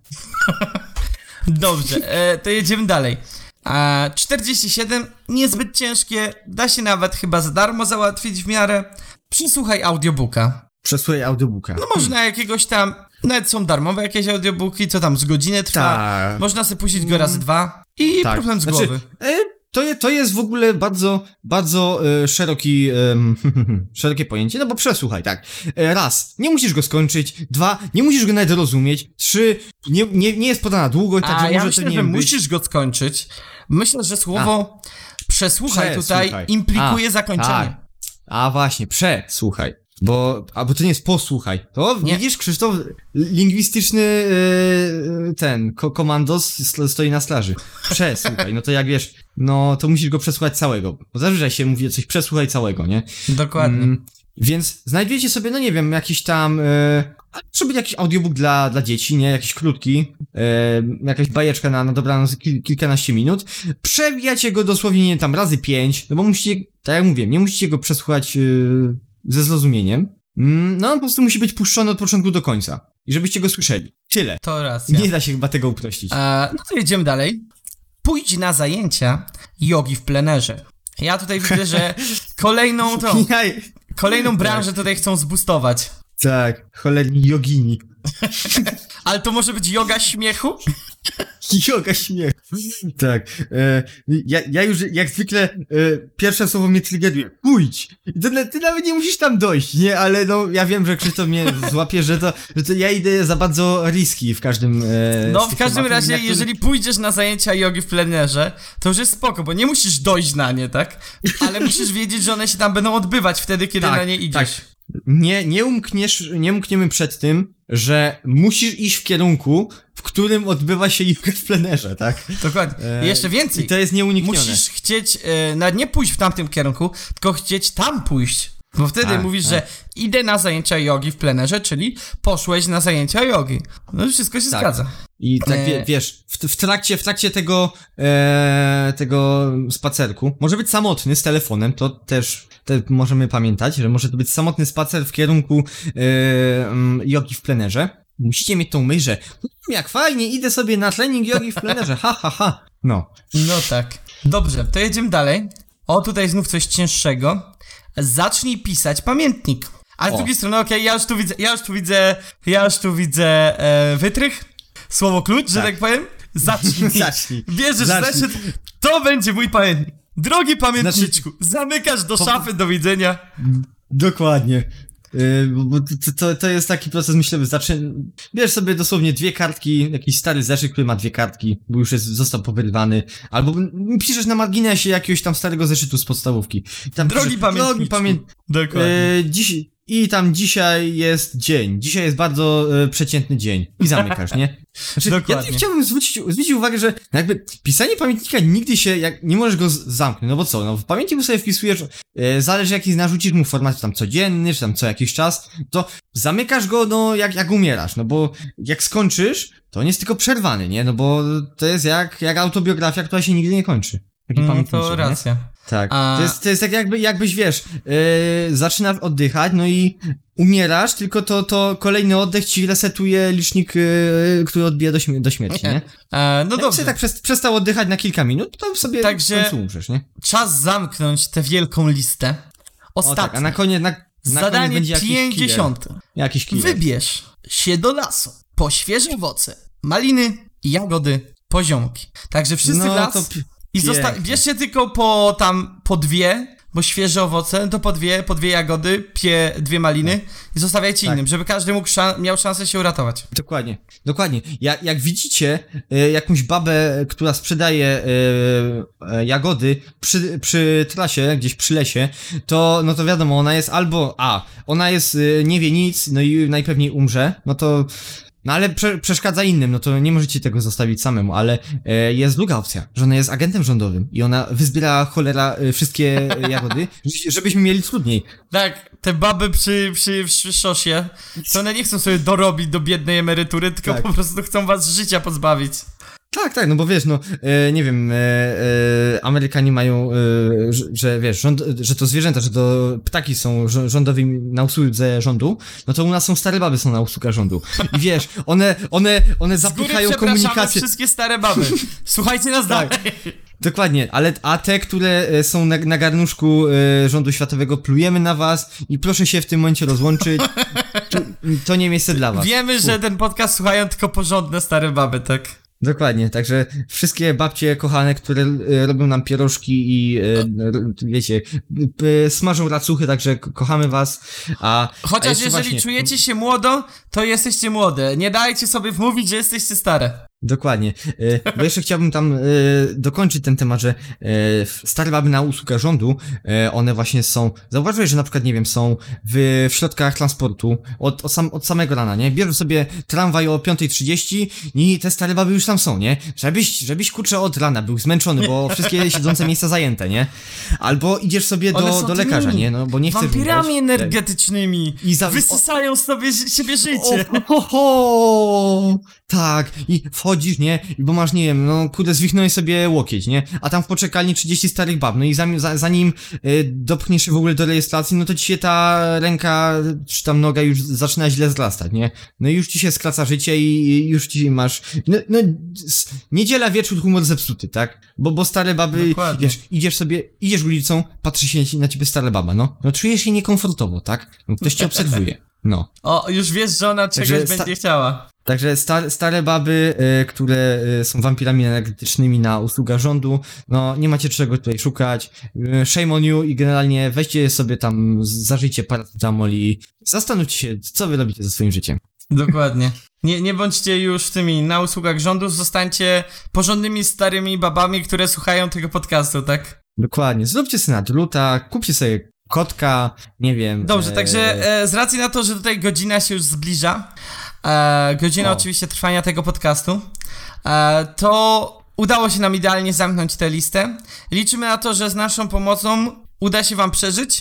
Dobrze, e, to jedziemy dalej. A czterdzieści siedem, niezbyt ciężkie, da się nawet chyba za darmo załatwić w miarę. Przysłuchaj audiobooka. Przesłuchaj audiobooka. No można jakiegoś tam, nawet są darmowe jakieś audiobooki, co tam z godzinę trwa. Tak. Można sobie puścić go razy dwa i Tak. problem z Znaczy, głowy. E, to, je, to jest w ogóle bardzo, bardzo e, szeroki, em, szerokie pojęcie, no bo przesłuchaj, tak. E, raz, nie musisz go skończyć. Dwa, nie musisz go nawet rozumieć. Trzy, nie, nie, nie jest podana długość, A także ja może myślę, to nie że być. musisz go skończyć. Myślę, że słowo przesłuchaj tutaj Przesłuchaj. implikuje A, zakończenie. tak. A właśnie, przesłuchaj. Bo, a bo to nie jest posłuchaj. To Nie. widzisz, Krzysztof, lingwistyczny e, ten, ko komandos sto- stoi na straży. Przesłuchaj, no to jak wiesz, no to musisz go przesłuchać całego. Bo zazwyczaj się mówi coś, przesłuchaj całego, nie? Dokładnie. Mm, więc znajdujecie sobie, no nie wiem, jakiś tam, e, może być jakiś audiobook dla, dla dzieci, nie? Jakiś krótki, e, jakaś bajeczka na, na dobranoc, kil, kilkanaście minut. Przewijacie go dosłownie, nie tam, razy pięć, no bo musicie, tak jak mówię, nie musicie go przesłuchać e, ze zrozumieniem. Mm, no on po prostu musi być puszczony od początku do końca. I żebyście go słyszeli. Tyle. To racja. Nie da się chyba tego uprościć. E, no to jedziemy dalej. Pójdź na zajęcia jogi w plenerze. Ja tutaj widzę, że kolejną tą, Jaj. kolejną branżę tutaj chcą zboostować. Tak, cholerni jogini. Ale to może być joga śmiechu? Joga śmiechu. Tak. E, ja, ja już jak zwykle e, pierwsze słowo mnie triggeruje. Pójdź! I to, ty nawet nie musisz tam dojść, nie? Ale no ja wiem, że Krzysztof mnie złapie, że to, że to ja idę za bardzo riski w każdym e, No z w tych każdym tematów, razie, na który- jeżeli pójdziesz na zajęcia jogi w plenerze, to już jest spoko, bo nie musisz dojść na nie, tak? Ale musisz wiedzieć, że one się tam będą odbywać wtedy, kiedy Tak, na nie idziesz. tak. Nie, nie umkniesz, nie umkniemy przed tym, że musisz iść w kierunku, w którym odbywa się joga w plenerze, tak? Dokładnie. E, I jeszcze więcej. I to jest nieuniknione. Musisz chcieć, e, nawet nie pójść w tamtym kierunku, tylko chcieć tam pójść. Bo wtedy Tak, mówisz, tak. że idę na zajęcia jogi w plenerze, czyli poszłeś na zajęcia jogi. No i wszystko się Tak. zgadza. I tak wie, E. wiesz, w, w trakcie, w trakcie tego, e, tego spacerku, może być samotny z telefonem, to też te możemy pamiętać, że może to być samotny spacer w kierunku e, mm, jogi w plenerze. Musicie mieć tą myśl, że "Hmm, jak fajnie, idę sobie na trening jogi w plenerze, ha, ha, ha. No. No tak. Dobrze, to jedziemy dalej. O, tutaj znów coś cięższego. Zacznij pisać pamiętnik. Ale z O. drugiej strony, okej, ja już tu widzę, ja już tu widzę, ja już tu widzę e, wytrych. Słowo klucz, że Tak. tak powiem. Zacznij. Zacznij. Bierzesz Zacznij. zeszyt, to będzie mój pamiętnik. Drogi pamiętniczku, zamykasz do szafy, do widzenia. Dokładnie. Yy, bo bo to, to, to jest taki proces myślowy. Zaczy... Bierz sobie dosłownie dwie kartki, jakiś stary zeszyt, który ma dwie kartki, bo już jest, został powyrywany. Albo piszesz na marginesie jakiegoś tam starego zeszytu z podstawówki. I tam Drogi piszesz, pamiętniczku. Drogi pamię... Dokładnie. Yy, dziś... I tam dzisiaj jest dzień. Dzisiaj jest bardzo e, przeciętny dzień. I zamykasz, nie? Znaczy, ja Dokładnie. tu chciałbym zwrócić, zwrócić uwagę, że jakby pisanie pamiętnika nigdy się, jak nie możesz go z- zamknąć, no bo co, no w pamiętniku sobie wpisujesz, e, zależy jaki narzucisz mu format, czy tam codzienny, czy tam co jakiś czas, to zamykasz go, no jak, jak umierasz, no bo jak skończysz, to on jest tylko przerwany, nie? No bo to jest jak, jak autobiografia, która się nigdy nie kończy. Taki Mm, pamiętniczek, to nie? racja. Tak, A- to, jest, to jest tak jakby, jakbyś wiesz, yy, zaczynasz oddychać, no i umierasz, tylko to, to kolejny oddech ci resetuje licznik, yy, który odbija do, śmie- do śmierci, nie? E, no Jak dobrze, sobie tak przez, przestał oddychać na kilka minut, to sobie Także- w końcu umrzesz, nie? czas zamknąć tę wielką listę. O Ostatnie. tak, a na koniec, na, na koniec Zadanie będzie jakiś pięćdziesiąte. killer. Jakiś killer. Wybierz się do lasu po świeże owoce, maliny, jagody, poziomki. Także wszyscy w No las to pi- i zosta- pięknie. bierzcie tylko po tam, po dwie, bo świeże owoce to po dwie, po dwie jagody, pie dwie maliny i zostawiajcie Tak. innym, żeby każdy mógł szan- miał szansę się uratować. Dokładnie, dokładnie. Jak, jak widzicie y, jakąś babę, która sprzedaje y, y, jagody przy, przy trasie, gdzieś przy lesie, to no to wiadomo, ona jest albo a, ona jest, y, nie wie nic, no i najpewniej umrze, no to no ale prze, przeszkadza innym, no to nie możecie tego zostawić samemu, ale e, jest druga opcja, że ona jest agentem rządowym i ona wyzbiera cholera e, wszystkie e, jagody, ż- żebyśmy mieli trudniej. Tak, te baby przy, przy, przy szosie, to one nie chcą sobie dorobić do biednej emerytury, tylko Tak. po prostu chcą was życia pozbawić. Tak, tak, no bo wiesz, no, e, nie wiem, e, e, Amerykanie mają, e, że, że wiesz, rząd, że to zwierzęta, że to ptaki są rz- rządowymi na usłudze rządu, no to u nas są stare baby są na usługach rządu. I wiesz, one, one, one Z góry zapychają przepraszamy komunikację. wszystkie stare baby. Słuchajcie nas Tak. dalej. Dokładnie, ale a te, które e, są na, na garnuszku e, rządu światowego, plujemy na was i proszę się w tym momencie rozłączyć. To, to nie miejsce dla was. Wiemy, że ten podcast słuchają tylko porządne stare baby, tak? Dokładnie, także wszystkie babcie kochane, które e, robią nam pierożki i e, r- wiecie, e, smażą racuchy, także ko- kochamy was, a... a Chociaż jeszcze jeżeli właśnie, czujecie się młodo, to jesteście młode. Nie dajcie sobie wmówić, że jesteście stare. Dokładnie, e, bo jeszcze chciałbym tam e, dokończyć ten temat, że e, stare baby na usługach rządu, e, one właśnie są, zauważyłeś, że na przykład, nie wiem, są w, w środkach transportu od, od, sam, od samego rana, nie? Bierzesz sobie tramwaj o piąta trzydzieści i te stare baby już tam są, nie? Żebyś, żebyś kurczę od rana był zmęczony, bo wszystkie siedzące miejsca zajęte, nie? Albo idziesz sobie One do, są do lekarza, tymi nie? No, bo nie chcesz wampirami umrzeć. energetycznymi. I za- Wysysają sobie ży- siebie życie. O, ho, ho, tak, i wchodzisz, nie, i bo masz, nie wiem, no kurde, zwichnąłeś sobie łokieć, nie, a tam w poczekalni trzydzieści starych bab, no i zanim, za, zanim y, dopchniesz się w ogóle do rejestracji, no to ci się ta ręka, czy tam noga już zaczyna źle zrastać, nie, no i już ci się skraca życie i, i już ci masz, no, no, s- niedziela, wieczór, humor zepsuty, tak, bo, bo stare baby, Dokładnie. wiesz, idziesz sobie, idziesz ulicą, patrzy się na ciebie stara baba, no, no czujesz się niekomfortowo, tak, no, ktoś cię obserwuje, no. O, już wiesz, że ona czegoś Także sta- będzie chciała. Także stare, stare baby, y, które y, są wampirami energetycznymi na usługach rządu, no nie macie czego tutaj szukać, y, shame on you i generalnie weźcie sobie tam, zażyjcie paracetamol i zastanówcie się, co wy robicie ze swoim życiem. Dokładnie. Nie, nie bądźcie już tymi na usługach rządu, zostańcie porządnymi starymi babami, które słuchają tego podcastu, tak? Dokładnie, zróbcie sobie na druta, kupcie sobie kotka, nie wiem. Dobrze, e, także e, z racji na to, że tutaj godzina się już zbliża, e, godzina O. oczywiście trwania tego podcastu, e, to udało się nam idealnie zamknąć tę listę. Liczymy na to, że z naszą pomocą uda się wam przeżyć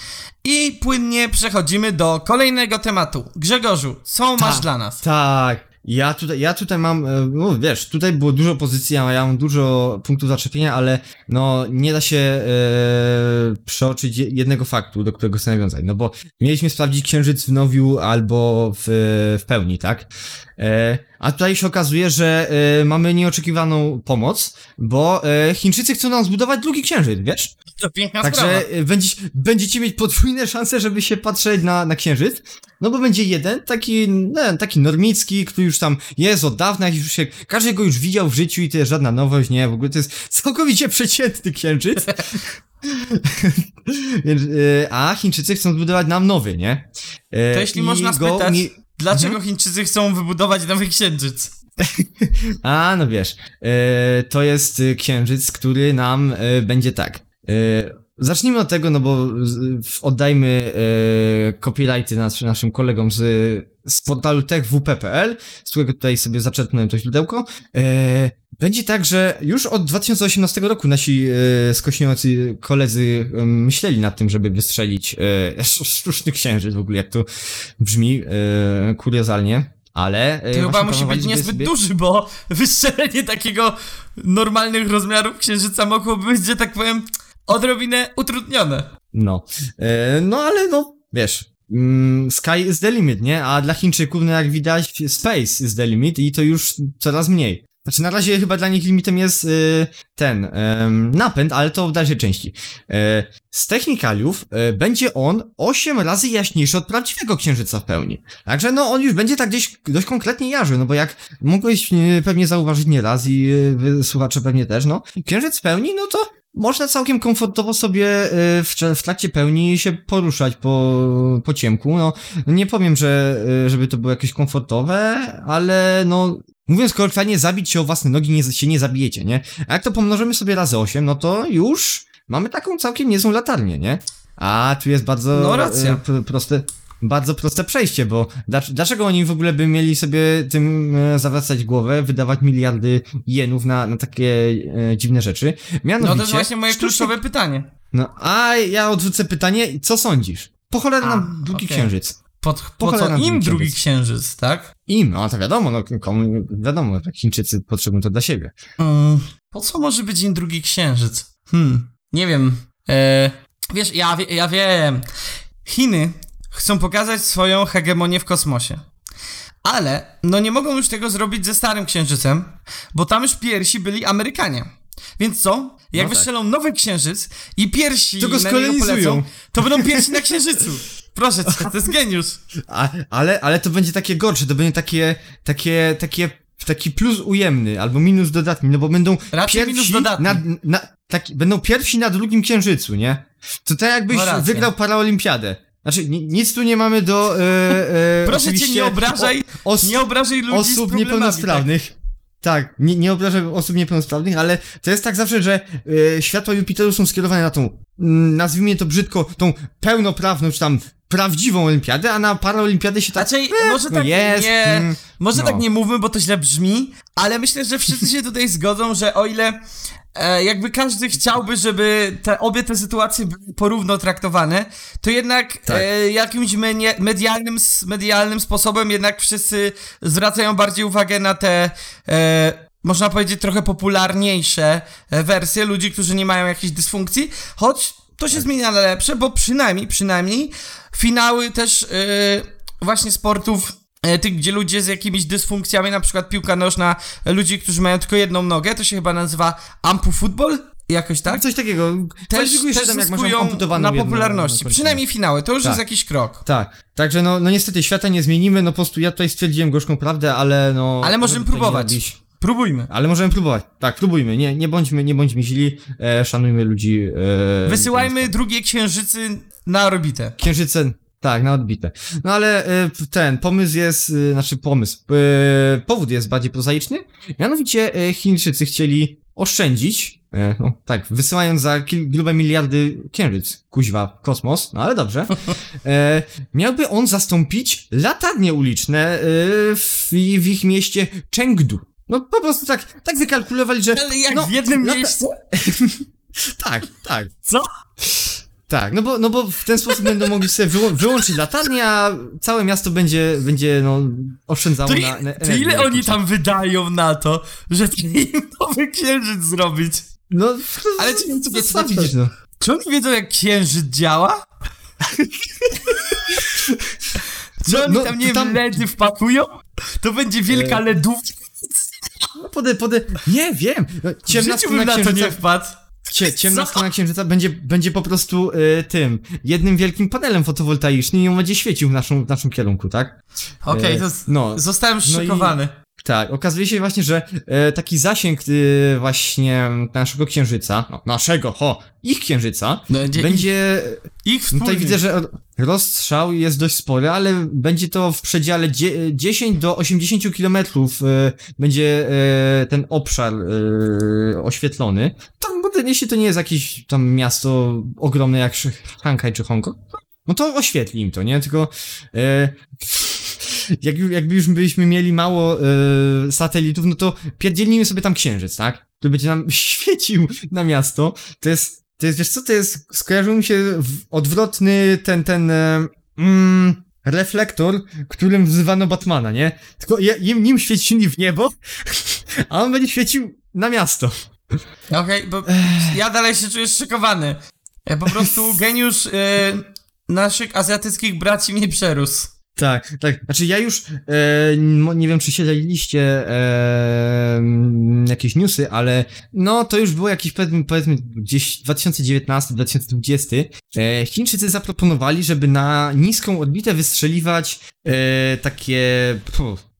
i płynnie przechodzimy do kolejnego tematu. Grzegorzu, co masz Tak. dla nas? Tak, ja tutaj, ja tutaj mam, e, no wiesz, tutaj było dużo pozycji, a ja mam dużo punktów zaczepienia, ale no nie da się e, przeoczyć je- jednego faktu, do którego chcę nawiązać, no bo mieliśmy sprawdzić księżyc w nowiu albo w, w pełni, tak? E, a tutaj się okazuje, że e, mamy nieoczekiwaną pomoc, bo e, Chińczycy chcą nam zbudować drugi księżyc, wiesz? To piękna sprawa. Także e, będzie, będziecie mieć podwójne szanse, żeby się patrzeć na, na księżyc, no bo będzie jeden, taki, no, taki normicki, który już tam jest od dawna, już się, każdy go już widział w życiu i to jest żadna nowość, nie, w ogóle to jest całkowicie przeciętny księżyc. Więc, e, a Chińczycy chcą zbudować nam nowy, nie? E, To jeśli i można go spytać, uni- dlaczego Mhm. Chińczycy chcą wybudować nowy księżyc? A, no wiesz, e, to jest e, księżyc, który nam e, będzie tak. E, zacznijmy od tego, no bo z, w- oddajmy e, copyrighty nas, naszym kolegom z, z portalu tech w p kropka p l, z którego tutaj sobie zaczerpnąłem to źródełko. E, będzie tak, że już od dwa tysiące osiemnastego roku nasi e, skośniacy koledzy e, myśleli nad tym, żeby wystrzelić e, sztuczny księżyc, w ogóle jak to brzmi e, kuriozalnie. Ale To chyba musi być niezbyt duży, bo wystrzelenie takiego normalnych rozmiarów księżyca mogłoby być, że tak powiem, odrobinę utrudnione. No, e, no ale no, wiesz, mm, sky is the limit, nie? A dla Chińczyków, no jak widać, space is the limit i to już coraz mniej. Znaczy na razie chyba dla nich limitem jest y, ten em, napęd, ale to w dalszej części. E, z technikaliów e, będzie on osiem razy jaśniejszy od prawdziwego księżyca w pełni. Także no on już będzie tak gdzieś dość konkretnie jarzył, no bo jak mogłeś e, pewnie zauważyć nieraz i e, wy, słuchacze pewnie też, no księżyc w pełni, no to można całkiem komfortowo sobie e, w, w trakcie pełni się poruszać po, po ciemku. No, nie powiem, że e, żeby to było jakieś komfortowe, ale no, mówiąc kolokwialnie, zabić się o własne nogi nie, się nie zabijecie, nie? A jak to pomnożymy sobie razy osiem, no to już mamy taką całkiem niezłą latarnię, nie? A tu jest bardzo No, racja. e, p- proste, bardzo proste przejście, bo dlac- dlaczego oni w ogóle by mieli sobie tym e, zawracać głowę, wydawać miliardy jenów na, na takie e, dziwne rzeczy? Mianowicie, No to jest właśnie moje sztuczny- kluczowe pytanie. No, a ja odwrócę pytanie, co sądzisz? Po cholerę A, nam drugi okej. księżyc. Pod, po cholera co nam im drugi drugi księżyc? księżyc, tak? Im, no to wiadomo, no komu, wiadomo, że Chińczycy potrzebują to dla siebie. Mm, po co może być im drugi księżyc? Hmm, nie wiem. E, wiesz, ja, wie- ja wiem. Chiny chcą pokazać swoją hegemonię w kosmosie. Ale, no nie mogą już tego zrobić ze starym księżycem, bo tam już pierwsi byli Amerykanie. Więc co? Jak No tak. wystrzelą nowy księżyc i pierwsi To go na niego skolonizują. polecą, to będą pierwsi na księżycu. Proszę cię, to jest geniusz. A, ale, ale to będzie takie gorsze, to będzie takie, takie, takie, taki plus ujemny, albo minus dodatni, no bo będą Raczej minus pierwsi dodatni. na, na, taki, będą pierwsi na drugim księżycu, nie? To tak jakbyś No racja. wygrał paraolimpiadę. Znaczy, ni, nic tu nie mamy do, e, e, Proszę cię, oczywiście nie obrażaj, o, os, nie obrażaj ludzi z osób problemami, niepełnosprawnych. Tak, nie, nie obrażam osób niepełnosprawnych, ale to jest tak zawsze, że e, światła Jupiteru są skierowane na tą, mm, nazwijmy to brzydko, tą pełnoprawną, czy tam prawdziwą olimpiadę, a na paraolimpiadę się tak... Znaczy, może no tak jest, nie, mm, może no. tak nie mówmy, bo to źle brzmi, ale myślę, że wszyscy się tutaj zgodzą, że o ile e, jakby każdy chciałby, żeby te, obie te sytuacje były porówno traktowane, to jednak Tak. e, jakimś menie, medialnym, s- medialnym sposobem jednak wszyscy zwracają bardziej uwagę na te e, można powiedzieć trochę popularniejsze e, wersje ludzi, którzy nie mają jakichś dysfunkcji, choć to się zmienia na lepsze, bo przynajmniej, przynajmniej finały też e, właśnie sportów e, tych, gdzie ludzie z jakimiś dysfunkcjami, na przykład piłka nożna, e, ludzi, którzy mają tylko jedną nogę, to się chyba nazywa ampufutbol, jakoś tak? Coś takiego. Też, Kwalifikuje się też tam, jak masz zyskują amputowaną na jedną popularności, kończynę. przynajmniej finały, to już Tak. jest jakiś krok. Tak, także no, no niestety świata nie zmienimy, no po prostu ja tutaj stwierdziłem gorzką prawdę, ale no... Ale możemy żeby tutaj nie próbować. robić- Próbujmy. Ale możemy próbować. Tak, próbujmy. Nie, nie bądźmy, nie bądźmy źli, e, szanujmy ludzi. E, Wysyłajmy drugie księżycy na orbitę. Księżyce, tak, na odbite. No ale e, ten pomysł jest, e, znaczy pomysł, e, powód jest bardziej prozaiczny. Mianowicie e, Chińczycy chcieli oszczędzić, e, no tak, wysyłając za kil, grube miliardy księżyc, kuźwa, kosmos, no ale dobrze. E, miałby on zastąpić latarnie uliczne e, w, w ich mieście Chengdu. No po prostu tak, tak wykalkulowali, że... Ale jak no, w jednym lata- miejscu? Tak, tak. Co? Tak, no bo, no bo w ten sposób będą mogli sobie wyłą- wyłączyć latarnię, a całe miasto będzie, będzie no, oszczędzało To, i, na, na to energię ile oni elektryczną. tam wydają na to, że im nowy księżyc zrobić? No, Ale to- czy- to- czy- to sam widzisz, no. Czy oni wiedzą, jak księżyc działa? Czy No, oni no, tam, nie to tam- wiem, ledy wpakują? To będzie wielka E, ledówka. No, pode, pode, nie wiem, no, W ciemna życiu bym strona na to nie księżyca, wpadł. cie, ciemna Co? strona księżyca będzie, będzie po prostu y, tym, jednym wielkim panelem fotowoltaicznym i on będzie świecił w naszą, w naszym kierunku, tak? Okej, E, to no. zostałem No i- zszokowany. Tak, okazuje się właśnie, że e, taki zasięg e, właśnie naszego księżyca, no, naszego, ho, ich księżyca, Będzie będzie, Ich no wspólny. tutaj widzę, że rozstrzał jest dość spory, ale będzie to w przedziale dzie- dziesięć do osiemdziesięciu kilometrów e, będzie e, ten obszar e, oświetlony. Tam, bo to, jeśli to nie jest jakieś tam miasto ogromne jak Szanghaj czy Hongkong, no to oświetli im to, nie? Tylko e, jak, ju- jakby już byśmy mieli mało e, satelitów, no to pierdzielnijmy sobie tam księżyc, tak? Który będzie nam świecił na miasto. To jest, to jest, wiesz co, to jest, skojarzył mi się w, odwrotny ten, ten e, mm, reflektor, którym wzywano Batmana, nie? Tylko je, im, nim świecili w niebo, a on będzie świecił na miasto. Okej, bo ja dalej się czuję zszokowany. Ja po prostu geniusz e, naszych azjatyckich braci mnie przerósł. Tak, tak. Znaczy ja już e, mo- nie wiem, czy śledziliście e, m, jakieś newsy, ale no to już było jakieś powiedzmy, powiedzmy gdzieś dwa tysiące dziewiętnasty dwa tysiące dwudziesty. E, Chińczycy zaproponowali, żeby na niską orbitę wystrzeliwać e, takie... Puh,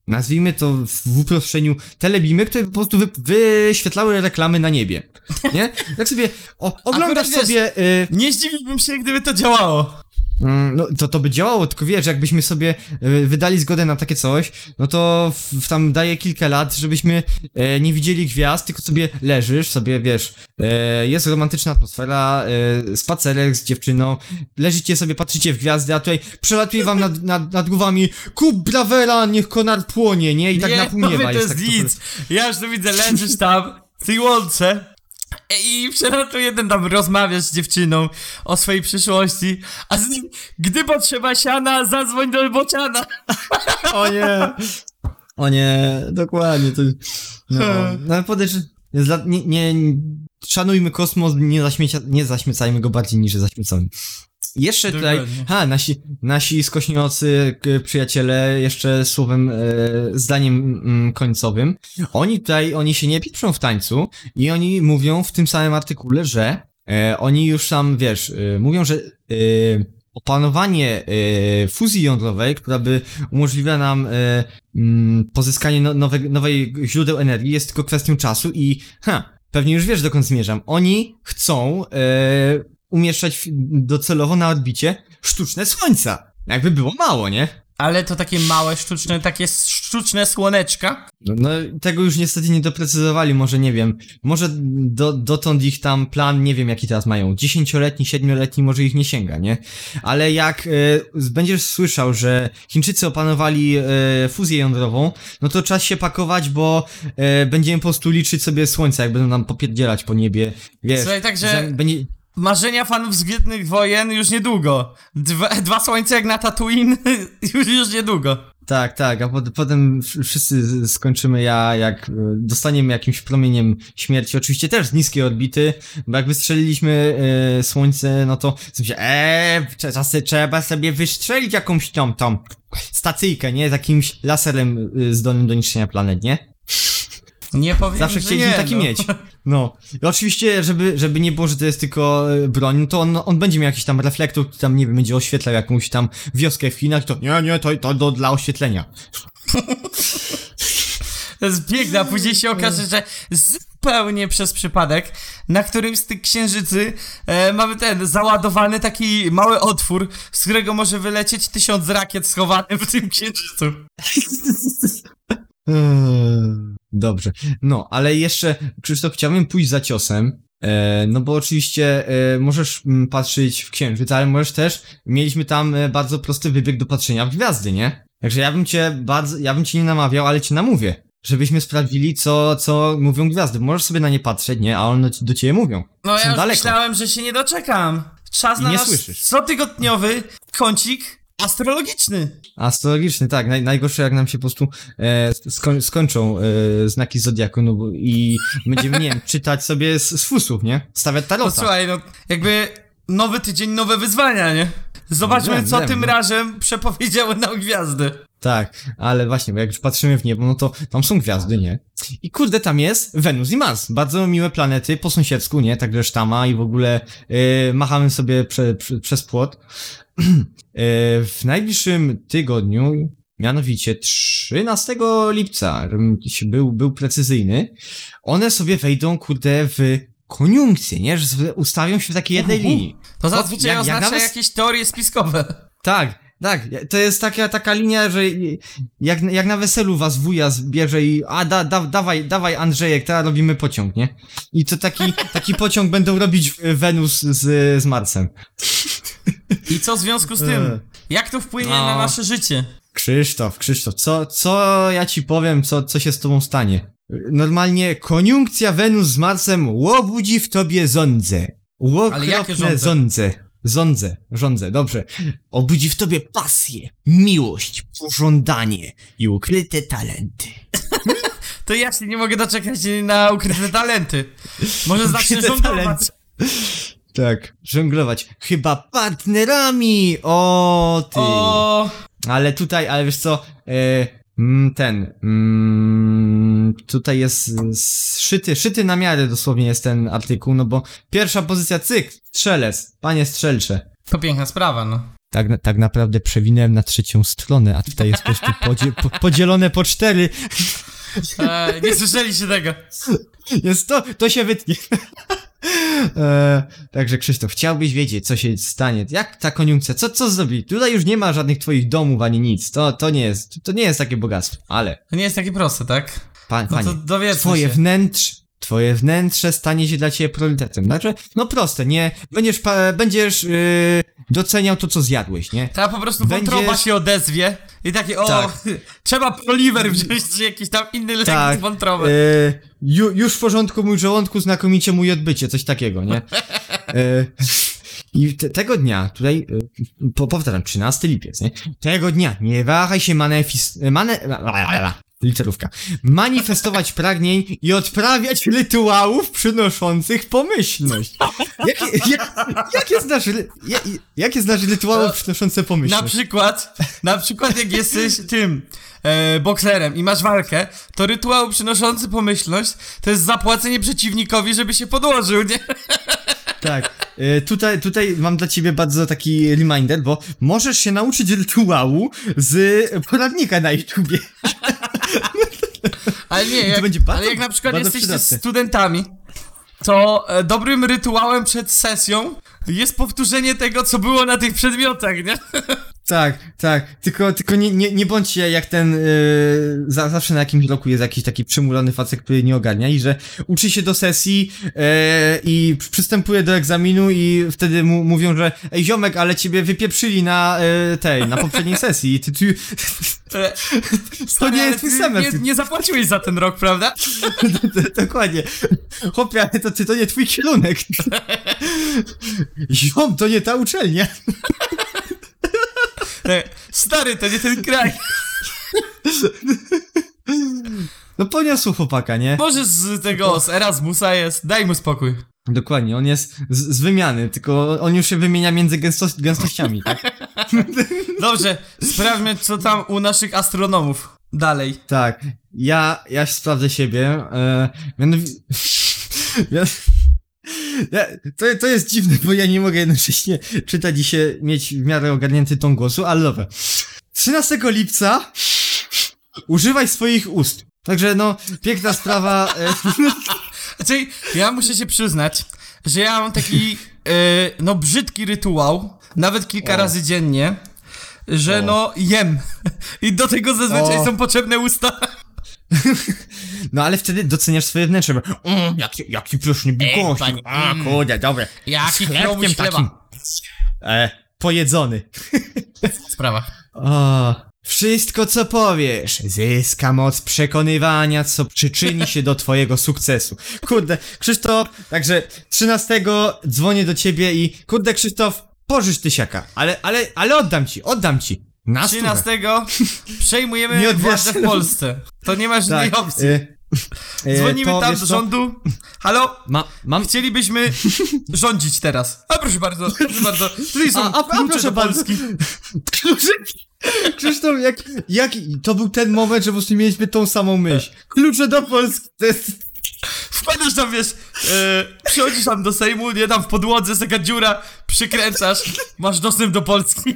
nazwijmy to w uproszczeniu, telebimy, które po prostu wy, wyświetlały reklamy na niebie, nie? Tak sobie o, oglądasz Akurat, sobie... Y, Nie zdziwiłbym się, gdyby to działało. Mm, No to to by działało, tylko wiesz, jakbyśmy sobie e, wydali zgodę na takie coś, no to w, w tam daje kilka lat, żebyśmy e, nie widzieli gwiazd, tylko sobie leżysz, sobie wiesz, e, jest romantyczna atmosfera, e, spacerek z dziewczyną, leżycie sobie, patrzycie w gwiazdy, a tutaj przelatuje wam nad, nad, nad głowami kup brawera, niech konar płonie, nie? I tak nie, na pół nieba to jest. jest Tak nic. Ja już to widzę, leżysz tam w tej łące i przelatuje jeden tam, rozmawiasz z dziewczyną o swojej przyszłości, a z nim, gdy potrzeba siana, zadzwoń do bociana. O nie, o nie, dokładnie, to... No, no podejrz... Nie, nie, nie, szanujmy kosmos, nie, zaśmiecia, nie zaśmiecajmy go bardziej niż zaśmiecony. Jeszcze tutaj, Dokładnie. ha, nasi, nasi skośniacy k- przyjaciele, jeszcze słowem, e, zdaniem mm, końcowym, oni tutaj, oni się nie pieprzą w tańcu i oni mówią w tym samym artykule, że e, oni już tam, wiesz, e, mówią, że e, opanowanie e, fuzji jądrowej, która by umożliwiła nam e, mm, pozyskanie no, nowe, nowej źródeł energii, jest tylko kwestią czasu i, ha, pewnie już wiesz, dokąd zmierzam. Oni chcą e, umieszczać w- docelowo na orbicie sztuczne słońca. Jakby było mało, nie? Ale to takie małe, sztuczne, takie sztuczne słoneczka. No, no tego już niestety nie doprecyzowali, może nie wiem. Może do, dotąd ich tam plan, nie wiem jaki teraz mają. Dziesięcioletni, siedmioletni może ich nie sięga, nie? Ale jak e, będziesz słyszał, że Chińczycy opanowali e, fuzję jądrową, no to czas się pakować, bo e, będziemy po prostu liczyć sobie słońca, jak będą nam popierdzielać po niebie. Wiesz, Słuchaj, także- za- będzie... Marzenia fanów z Gwiezdnych Wojen już niedługo. Dwa, dwa słońce jak na Tatooine już, już niedługo. Tak, tak, a pod, potem w- wszyscy z- skończymy ja, jak e, dostaniemy jakimś promieniem śmierci, oczywiście też z niskiej orbity, bo jak wystrzeliliśmy e, słońce, no to sobie się, eee, czasy trzeba sobie wystrzelić jakąś tą, tą stacyjkę, nie, z jakimś laserem e, zdolnym do niszczenia planet, nie? Nie powiem, Zawsze że chcieliśmy nie, taki no. mieć. No. I oczywiście, żeby, żeby nie było, że to jest tylko e, broń, no to on, on będzie miał jakiś tam reflektor, który tam, nie wiem, będzie oświetlał jakąś tam wioskę w Chinach, to nie, nie, to, to do, dla oświetlenia. To jest piękne, a później się okaże, że zupełnie przez przypadek na którymś z tych księżycy e, mamy ten załadowany taki mały otwór, z którego może wylecieć tysiąc rakiet schowanych w tym księżycu. Eee, Dobrze. No, ale jeszcze, Krzysztof, chciałbym pójść za ciosem. E, no bo oczywiście e, możesz m, patrzeć w księżyc, ale możesz też, mieliśmy tam e, bardzo prosty wybieg do patrzenia w gwiazdy, nie? Także ja bym cię bardzo, ja bym cię nie namawiał, ale cię namówię, żebyśmy sprawdzili, co, co mówią gwiazdy. Możesz sobie na nie patrzeć, nie? A one ci- do ciebie mówią. No Są ja już daleko. myślałem, że się nie doczekam. Czas I na nie nasz słyszysz. cotygodniowy kącik astrologiczny. Astrologiczny, tak. Naj, najgorsze jak nam się po prostu e, skoń, skończą e, znaki zodiaku, no bo i będziemy, nie wiem, czytać sobie z, z fusów, nie? Stawiać No tarota. słuchaj, no jakby nowy tydzień, nowe wyzwania, nie? Zobaczmy, No wiem, co wiem, tym no. razem przepowiedziały nam gwiazdy. Tak, ale właśnie, bo jak już patrzymy w niebo, no to tam są gwiazdy, nie? I kurde, tam jest Wenus i Mars. Bardzo miłe planety, po sąsiedzku, nie? Także sztama i w ogóle yy, machamy sobie prze, prze, przez płot. yy, w najbliższym tygodniu, mianowicie trzynastego lipca, żebym się był, był precyzyjny, one sobie wejdą, kurde, w koniunkcję, nie? Że sobie ustawią się w takiej jednej Uhu. linii. To zazwyczaj jak- jak oznacza nawet- jakieś teorie spiskowe. Tak, tak, to jest taka, taka linia, że jak, jak na weselu was wuja zbierze i a da, da, dawaj, dawaj Andrzejek, teraz robimy pociąg, nie? I to taki, taki pociąg będą robić Wenus z, z Marsem. I co w związku z tym? Eee. Jak to wpłynie No. na nasze życie? Krzysztof, Krzysztof, co, co ja ci powiem, co, co się z tobą stanie? Normalnie koniunkcja Wenus z Marsem łobudzi w tobie żądzę. Ale jakie Łokropne żądze? żądze. Rządzę, rządzę, dobrze. Obudzi w tobie pasję, miłość, pożądanie i ukryte talenty. To ja się nie mogę doczekać na ukryte talenty. Może zacznę Ukryte żonglować. talenty. Tak, żonglować. Chyba partnerami! O ty! O, Ale tutaj, ale wiesz co, e, mm, ten, mm, tutaj jest s- szyty, szyty na miarę dosłownie jest ten artykuł, no bo pierwsza pozycja, cyk, strzelec, panie strzelcze. to piękna sprawa, no. tak, tak naprawdę przewinąłem na trzecią stronę, a tutaj jest po prostu podzie, po, podzielone po cztery. E, nie słyszeliście tego. Jest to, to się wytnie. E, także Krzysztof, chciałbyś wiedzieć, co się stanie, jak ta koniunkcja, co, co zrobi? Tutaj już nie ma żadnych twoich domów ani nic, to, to nie jest, to nie jest takie bogactwo, ale... To nie jest takie proste, tak? Pa, No panie, to dowiedzmy twoje się. wnętrze, twoje wnętrze stanie się dla ciebie priorytetem. Znaczy, no proste, nie? Będziesz, pa, będziesz yy, doceniał to, co zjadłeś, nie? Ta po prostu Będziesz- wątroba się odezwie i takie, o, Tak. trzeba Proliver wziąć, czy jakiś tam inny lek Tak, z wątroby. Yy, ju, już w porządku mój żołądku, znakomicie mój odbycie, coś takiego, nie? Yy, I te, tego dnia, tutaj, yy, po, powtarzam, trzynasty lipiec, nie? Tego dnia, nie wahaj się manifest... Mane... Literówka. Manifestować pragnień i odprawiać rytuałów przynoszących pomyślność. Jakie, jak, jakie znasz, ry- jak, jakie znasz rytuały przynoszące Na pomyślność? przykład, na przykład jak jesteś tym e, bokserem i masz walkę, to rytuał przynoszący pomyślność to jest zapłacenie przeciwnikowi, żeby się podłożył, nie? Tak. Y, tutaj, tutaj mam dla ciebie bardzo taki reminder, bo możesz się nauczyć rytuału z poradnika na YouTubie. Ale nie, jak, będzie bardzo- ale jak na przykład bardzo jesteście przydatne. studentami, to e, dobrym rytuałem przed sesją jest powtórzenie tego, co było na tych przedmiotach, nie? Tak, tak. Tylko, tylko nie, nie, nie bądźcie jak ten, yy, za, zawsze na jakimś roku jest jakiś taki przymulony facet, który nie ogarnia i że uczy się do sesji yy, i przystępuje do egzaminu i wtedy mu mówią, że ej ziomek, ale ciebie wypieprzyli na yy, tej, na poprzedniej sesji i ty, ty E, to stary, nie ale jest twój ty semestr. nie, nie zapłaciłeś za ten rok, prawda? Dokładnie. Chłopie, ale to, ty, to nie twój kierunek. Ziom, to nie ta uczelnia. E, stary, to nie ten kraj. No poniosło chłopaka, nie? Może z tego, z Erasmusa jest, daj mu spokój. Dokładnie, on jest z, z wymiany, tylko on już się wymienia między gęsto, gęstościami, tak? Dobrze, sprawdźmy, co tam u naszych astronomów dalej. Tak, ja, ja sprawdzę siebie, e, mianowicie... ja, ja, to, to jest dziwne, bo ja nie mogę jednocześnie czytać i się mieć w miarę ogarnięty ton głosu, ale dobra. trzynastego lipca używaj swoich ust. Także no, piękna sprawa... E, Znaczy, ja muszę się przyznać, że ja mam taki, e, no, brzydki rytuał, nawet kilka O. razy dziennie, że O. no, jem. I do tego zazwyczaj O. są potrzebne usta. No ale wtedy doceniasz swoje wnętrze, bo mm, jaki, jaki pyszny bigosik, pani, a mm. kurde, dobre. Jaki Z chlebkiem chromuś takim, chleba. e, pojedzony. Sprawa. O, wszystko co powiesz zyska moc przekonywania, co przyczyni się do twojego sukcesu. Kurde, Krzysztof, także trzynastego dzwonię do ciebie i kurde Krzysztof, pożycz tysiaka, ale, ale, ale oddam ci, oddam ci. Na stówę. trzynastego przejmujemy Nie odbierz władzę w Polsce. To nie masz innej Tak, opcji. e, e, Dzwonimy to, tam wiesz do co? rządu. Halo? Ma, mam, Chcielibyśmy rządzić teraz. A proszę bardzo, proszę bardzo. Tutaj są A, a, a klucze proszę do bardzo. Polski. Klucze. Krzysztof, jak, jak, to był ten moment, że po prostu mieliśmy tą samą myśl. Klucze do Polski, to jest... Wpadasz tam, wiesz, e, przychodzisz tam do Sejmu, nie, tam w podłodze jest taka dziura, przykręcasz, masz dostęp do Polski.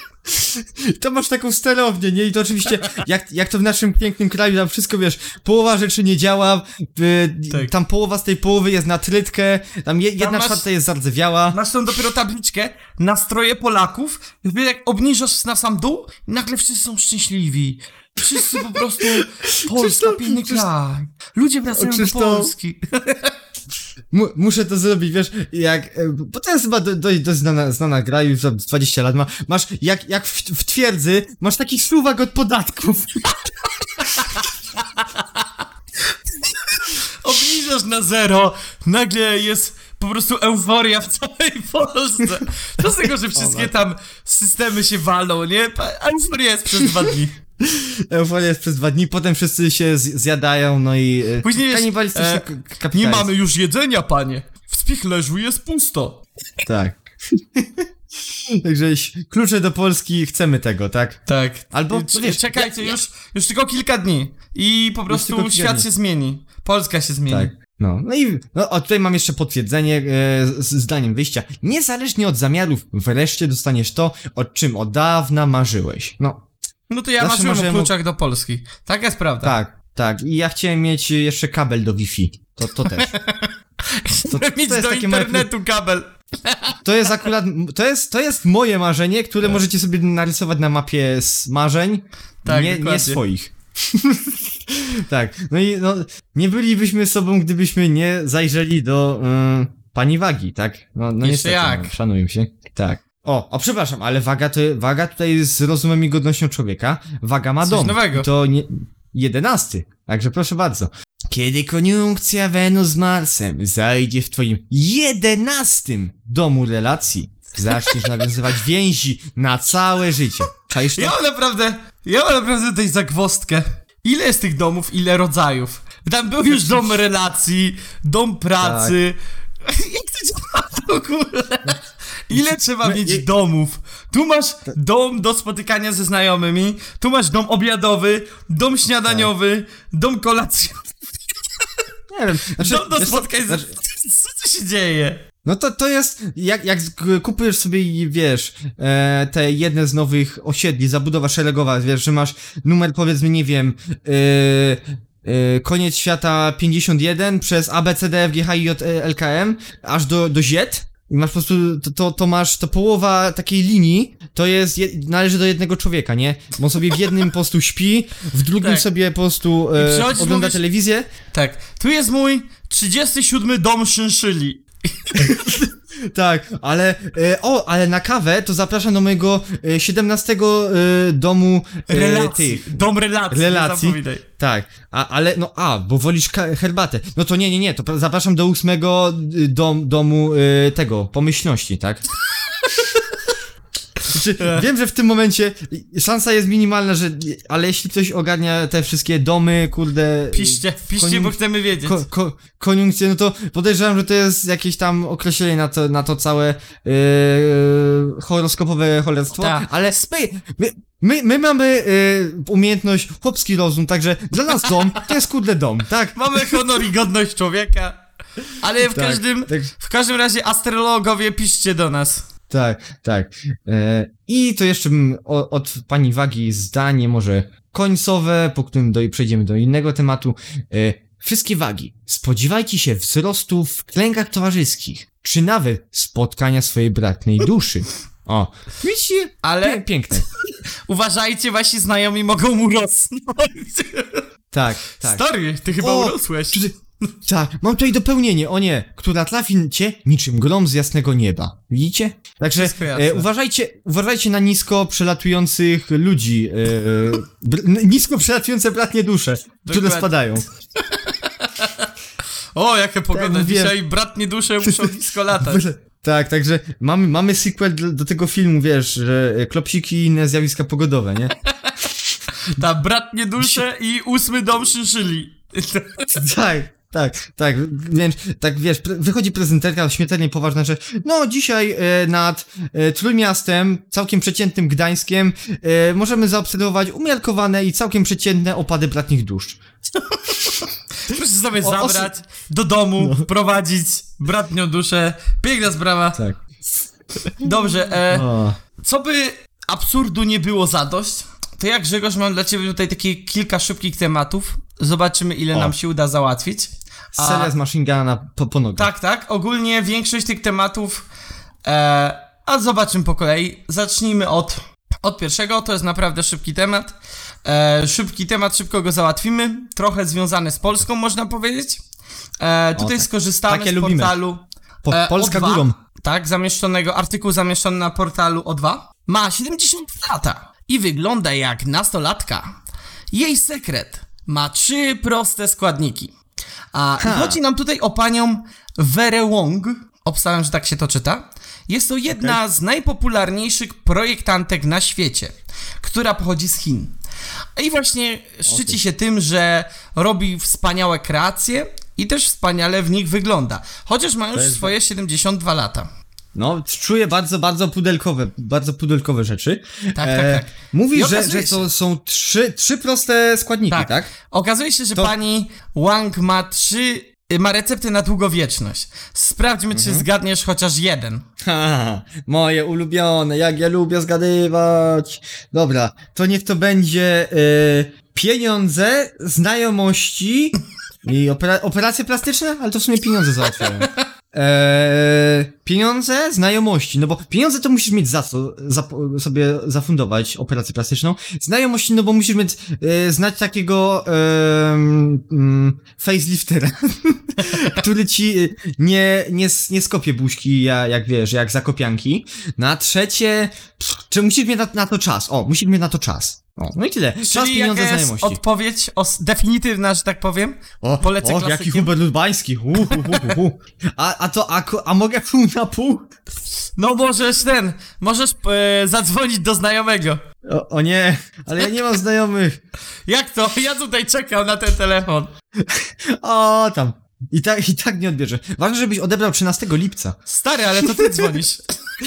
To masz taką sterownię, nie? I to oczywiście, jak, jak to w naszym pięknym kraju, tam wszystko, wiesz, połowa rzeczy nie działa, y, Tak. tam połowa z tej połowy jest na trytkę, tam je, jedna masz- czwarta jest zardzewiała. Masz tą dopiero tabliczkę, nastroje Polaków, jakby jak obniżasz na sam dół, i nagle wszyscy są szczęśliwi. Wszyscy po prostu, Polska, Krzysztof, piękny Krzysztof- kraj. Ludzie wracają do Krzysztof- Polski. Mu, muszę to zrobić, wiesz, jak, e, bo to jest chyba do, do, dość znana, znana gra, już za dwadzieścia lat ma, masz, jak, jak w, w twierdzy, masz taki suwak od podatków. Obniżasz na zero, nagle jest po prostu euforia w całej Polsce. To z tego, że wszystkie tam systemy się walą, nie? Pa- Euforia jest przez dwa dni. Euforia jest przez dwa dni, potem wszyscy się z, zjadają, no i e, Później jest, kanibalistyczny e, k- Nie kapitalizm. mamy już jedzenia, panie. W spichlerzu jest pusto. Tak. Także klucze do Polski, chcemy tego, tak? Tak. Albo, I- no wiesz, czekajcie, ja- ja- już, już tylko kilka dni. I po prostu tylko kilka świat dni. się zmieni. Polska się zmieni. Tak. No, no i no, a tutaj mam jeszcze potwierdzenie e, z zdaniem wyjścia. Niezależnie od zamiarów, wreszcie dostaniesz to, o czym od dawna marzyłeś. No, No to ja Zawsze marzyłem o marzyłem o- kluczach do Polski. Tak jest prawda. tak, tak. I ja chciałem mieć jeszcze kabel do Wi-Fi. To, to też. To, to Mieć jest do takie moje- internetu kabel. To jest akurat, to jest, to jest moje marzenie, które możecie sobie narysować na mapie z marzeń, Tak, nie, nie dokładnie. swoich. Tak, no i no, nie bylibyśmy sobą, gdybyśmy nie zajrzeli do y, pani Wagi, tak? No, no Jeszcze niestety, jak. No, szanuję się. Tak. O, o przepraszam, ale Waga to, Waga tutaj jest z rozumem i godnością człowieka. Waga ma Coś dom. nowego. I to nie, jedenasty, także proszę bardzo. Kiedy koniunkcja Wenus z Marsem zajdzie w twoim jedenastym domu relacji, zaczniesz nawiązywać więzi na całe życie. Czaisz to? Ja mam naprawdę, ja mam naprawdę tutaj zagwozdkę. Ile jest tych domów, ile rodzajów? Tam był już dom relacji, dom pracy. Jak to działa w ogóle? Ile trzeba My- mieć je- domów? Tu masz dom do spotykania ze znajomymi, tu masz dom obiadowy, dom śniadaniowy, dom kolacyjny, Nie wiem. Znaczy, dom do wiesz co, spotkań ze... znaczy, Co tu się dzieje? no to, to jest, jak, jak sk- kupujesz sobie, wiesz, e, te jedne z nowych osiedli, zabudowa szeregowa, wiesz, że masz numer, powiedzmy, nie wiem, e, e, koniec świata pięćdziesiąt jeden przez A, B, C, D, F, G, H, I, J, L, K, M, aż do, do Z. I masz po prostu, to, to, to masz, to połowa takiej linii, to jest, je, należy do jednego człowieka, nie? Bo on sobie w jednym po prostu śpi, w drugim Tak. sobie po prostu I e, przychodzisz, ogląda mówisz- telewizję. Tak, tu jest mój trzydziesty siódmy dom szynszyli. Tak, ale, e, o, ale na kawę to zapraszam do mojego e, siedemnastego e, domu e, Relacji. tych. Dom relacji. Relacji. Nie zapominaj. Tak, a, ale, no, a, bo wolisz ka- herbatę. No to nie, nie, nie, to pra- zapraszam do ósmego y, dom, domu y, tego, pomyślności, tak? Znaczy, wiem, że w tym momencie szansa jest minimalna, że, ale jeśli ktoś ogarnia te wszystkie domy, kurde... Piszcie, piszcie, koniun- bo chcemy wiedzieć. Ko, ko, koniunkcję, no to podejrzewam, że to jest jakieś tam określenie na to, na to całe yy, horoskopowe cholerstwo, Tak. ale my, my, my, my mamy yy, umiejętność, chłopski rozum, także dla nas dom to jest kurde dom, tak? Mamy honor i godność człowieka. Ale w Tak, każdym, tak. w każdym razie astrologowie piszcie do nas. Tak, tak. E, I to jeszcze bym o, od pani Wagi zdanie może końcowe, po którym do, przejdziemy do innego tematu. E, wszystkie wagi, spodziewajcie się wzrostu w kręgach towarzyskich, czy nawet spotkania swojej bratniej duszy. O, widzicie? Ale Pie, piękne. uważajcie, wasi znajomi mogą urosnąć. Tak, tak. Stary, ty chyba O, urosłeś. Czy- Tak, mam tutaj dopełnienie, o nie, która trafi cię niczym grom z jasnego nieba. Widzicie? Także Wszystko jasne. e, uważajcie, uważajcie na nisko przelatujących ludzi, e, br- nisko przelatujące bratnie dusze, które Dokładnie. spadają. O, jaka pogoda Tak, mówię. dzisiaj, bratnie dusze muszą nisko latać. Tak, także mamy, mamy sequel do, do tego filmu, wiesz, że e, klopsiki i inne zjawiska pogodowe, nie? Ta bratnie dusze i ósmy dom szynszyli. Tak. Tak, tak, więc, tak wiesz, pre- wychodzi prezenterka, śmiertelnie poważna rzecz. No, dzisiaj e, nad e, Trójmiastem, całkiem przeciętnym Gdańskiem, e, możemy zaobserwować umiarkowane i całkiem przeciętne opady bratnich dusz. Proszę sobie O, os- zabrać, do domu, wprowadzić bratnią duszę. Piękna sprawa. Tak. Dobrze, e, O. co by absurdu nie było zadość, to jak Grzegorz, mam dla ciebie tutaj takie kilka szybkich tematów. Zobaczymy, ile O. nam się uda załatwić. A- Seria z machine guna na, po, po nogach. Tak, tak. Ogólnie większość tych tematów, e, a zobaczymy po kolei. Zacznijmy od, od pierwszego, to jest naprawdę szybki temat. E, szybki temat, szybko go załatwimy. Trochę związany z Polską, można powiedzieć. E, tutaj tak. skorzystamy Takie z lubimy. portalu Po, e, Polska O dwa. górą. Tak, zamieszczonego, artykuł zamieszczony na portalu O dwa. Ma siedemdziesiąt lata i wygląda jak nastolatka. Jej sekret ma trzy proste składniki. A Ha. chodzi nam tutaj o panią Werę Wong. Obstawiam, że tak się to czyta. Jest to jedna z najpopularniejszych projektantek na świecie, która pochodzi z Chin. I właśnie szczyci się tym, że robi wspaniałe kreacje i też wspaniale w nich wygląda. Chociaż ma już jest- swoje siedemdziesiąt dwa lata. No, czuję bardzo, bardzo pudelkowe, bardzo pudelkowe rzeczy. Tak, tak, tak. Mówi, I że, że okazuje to się- są trzy, trzy proste składniki, tak? Okazuje się, że To- pani Wang ma trzy ma receptę na długowieczność. Sprawdźmy, czy zgadniesz chociaż jeden. Ha, moje ulubione, jak ja lubię zgadywać. Dobra, to niech to będzie y, pieniądze, znajomości i opera operacje plastyczne, ale to w sumie pieniądze załatwiają. Eee, pieniądze, znajomości, no bo pieniądze to musisz mieć za co za, sobie zafundować operację plastyczną. Znajomości, no bo musisz mieć e, znać takiego e, mm, faceliftera, który ci nie, nie, nie skopie buźki, jak, jak wiesz, jak zakopianki. Na trzecie, pff, czy musisz mieć na, na to czas? O, musisz mieć na to czas. O, no i tyle. Czas, Czyli pieniądze, jaka jest znajomości. odpowiedź os- definitywna, że tak powiem? O, Polecę o klasykiem. jaki Hubert Lubański. Uh, uh, uh, uh. A, a to, a, a mogę pół na pół? No możesz ten, możesz e, zadzwonić do znajomego. O, o nie, ale ja nie mam znajomych. Jak to? Ja tutaj czekam na ten telefon. O, tam. I tak, i tak nie odbierze. Ważne, żebyś odebrał trzynastego lipca. Stary, ale to ty dzwonisz.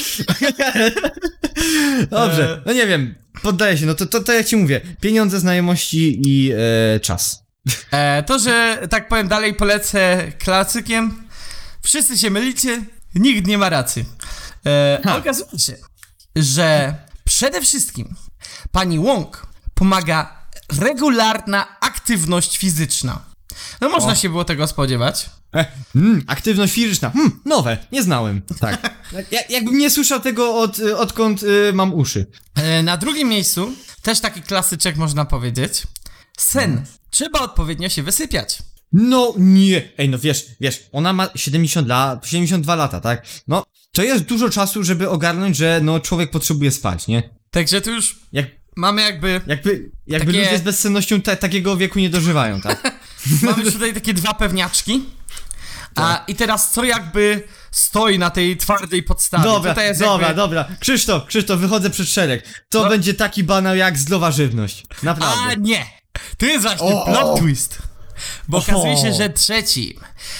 Dobrze, no nie wiem, poddaję się, no to, to, to jak ci mówię, pieniądze, znajomości i e, czas. E, to, że tak powiem dalej polecę klasykiem. Wszyscy się mylicie, nikt nie ma racji. E, okazuje się, że przede wszystkim pani Wong pomaga regularna aktywność fizyczna. No można O. się było tego spodziewać. E, mm, aktywność fizyczna, hmm, nowe, nie znałem. Tak. Jak, jakbym nie słyszał tego od, odkąd y, mam uszy. E, na drugim miejscu, też taki klasyczek można powiedzieć, sen. Trzeba odpowiednio się wysypiać. No nie, ej no wiesz, wiesz, ona ma siedemdziesiąt lat, siedemdziesiąt dwa lata, tak? No, to jest dużo czasu, żeby ogarnąć, że no człowiek potrzebuje spać, nie? Także tu już Jak, mamy jakby, jakby, jakby Takie- ludzie z bezsennością ta, takiego wieku nie dożywają, tak? mamy już tutaj takie dwa pewniaczki. A i teraz co jakby stoi na tej twardej podstawie? Dobra, Tutaj jest dobra, jakby... dobra. Krzysztof, Krzysztof, wychodzę przed szereg. To No. będzie taki banał jak zdrowa żywność. Naprawdę. A nie! Tu jest właśnie O! plot twist. Bo Oho. okazuje się, że trzecim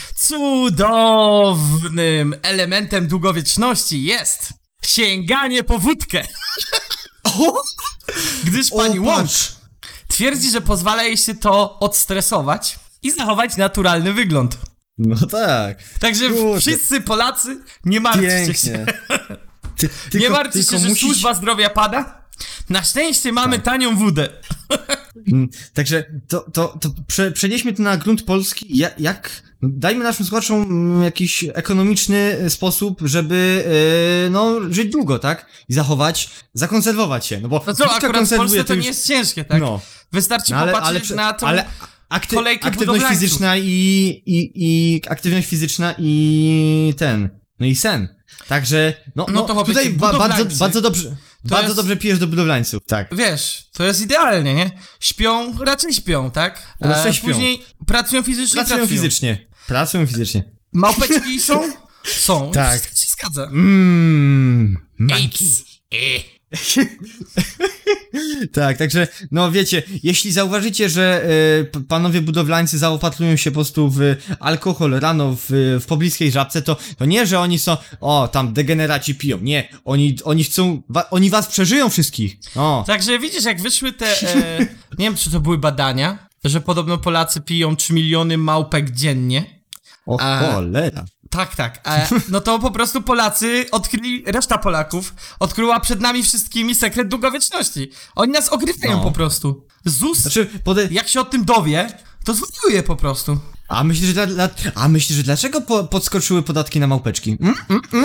cudownym elementem długowieczności jest sięganie po wódkę. O, Gdyż pani o, Wong patrz. twierdzi, że pozwala jej się to odstresować i zachować naturalny wygląd. No tak. Także Kurde. wszyscy Polacy, nie martwcie się. Pięknie. Ty, Nie tylko, martwcie tylko się, że musisz... służba zdrowia pada. Na szczęście mamy Tak. tanią wódę. Mm, Także to, to, to prze, przenieśmy to na grunt polski. Ja, jak... Dajmy naszym słuchaczom mm, jakiś ekonomiczny sposób, żeby yy, no, żyć długo, tak? I zachować, zakonserwować się. No bo No co, wódka akurat w konserwuje, Polsce to już- nie jest ciężkie, tak? No. Wystarczy No, ale, popatrzeć ale, prze- na tą ale akty, kolejkę aktywność budowlańców. fizyczna i, i, i aktywność fizyczna i ten, no i sen. Także, no, No no, to chłopie, tutaj ci ba, bardzo, budowlańcy. bardzo dobrze, bardzo jest- dobrze pijesz do budowlańców, tak. Wiesz, to jest idealnie, nie? Śpią, raczej śpią, tak? Raczej śpią. Później pracują fizycznie, Pracują pracują. fizycznie, pracują fizycznie. Małpeczki są? Są. Tak. Wszystko się zgadza. Mmm, manki. Ej, Tak, także, no wiecie, jeśli zauważycie, że y, p- panowie budowlańcy zaopatrują się po prostu w alkohol rano w, w pobliskiej żabce, to, to nie, że oni są, o, tam degeneraci piją, nie, oni, oni chcą, wa, oni was przeżyją wszystkich, o. Także widzisz, jak wyszły te, e, nie wiem, czy to były badania, że podobno Polacy piją trzy miliony małpek dziennie. O A- cholera. Tak, tak. E, no to po prostu Polacy odkryli, reszta Polaków odkryła przed nami wszystkimi sekret długowieczności. Oni nas ogrywają No. po prostu. Z ust, Znaczy, pode... jak się o tym dowie, to zwariuje po prostu. a myślisz, że dla, dla... a myślisz, że dlaczego po, podskoczyły podatki na małpeczki? Mm?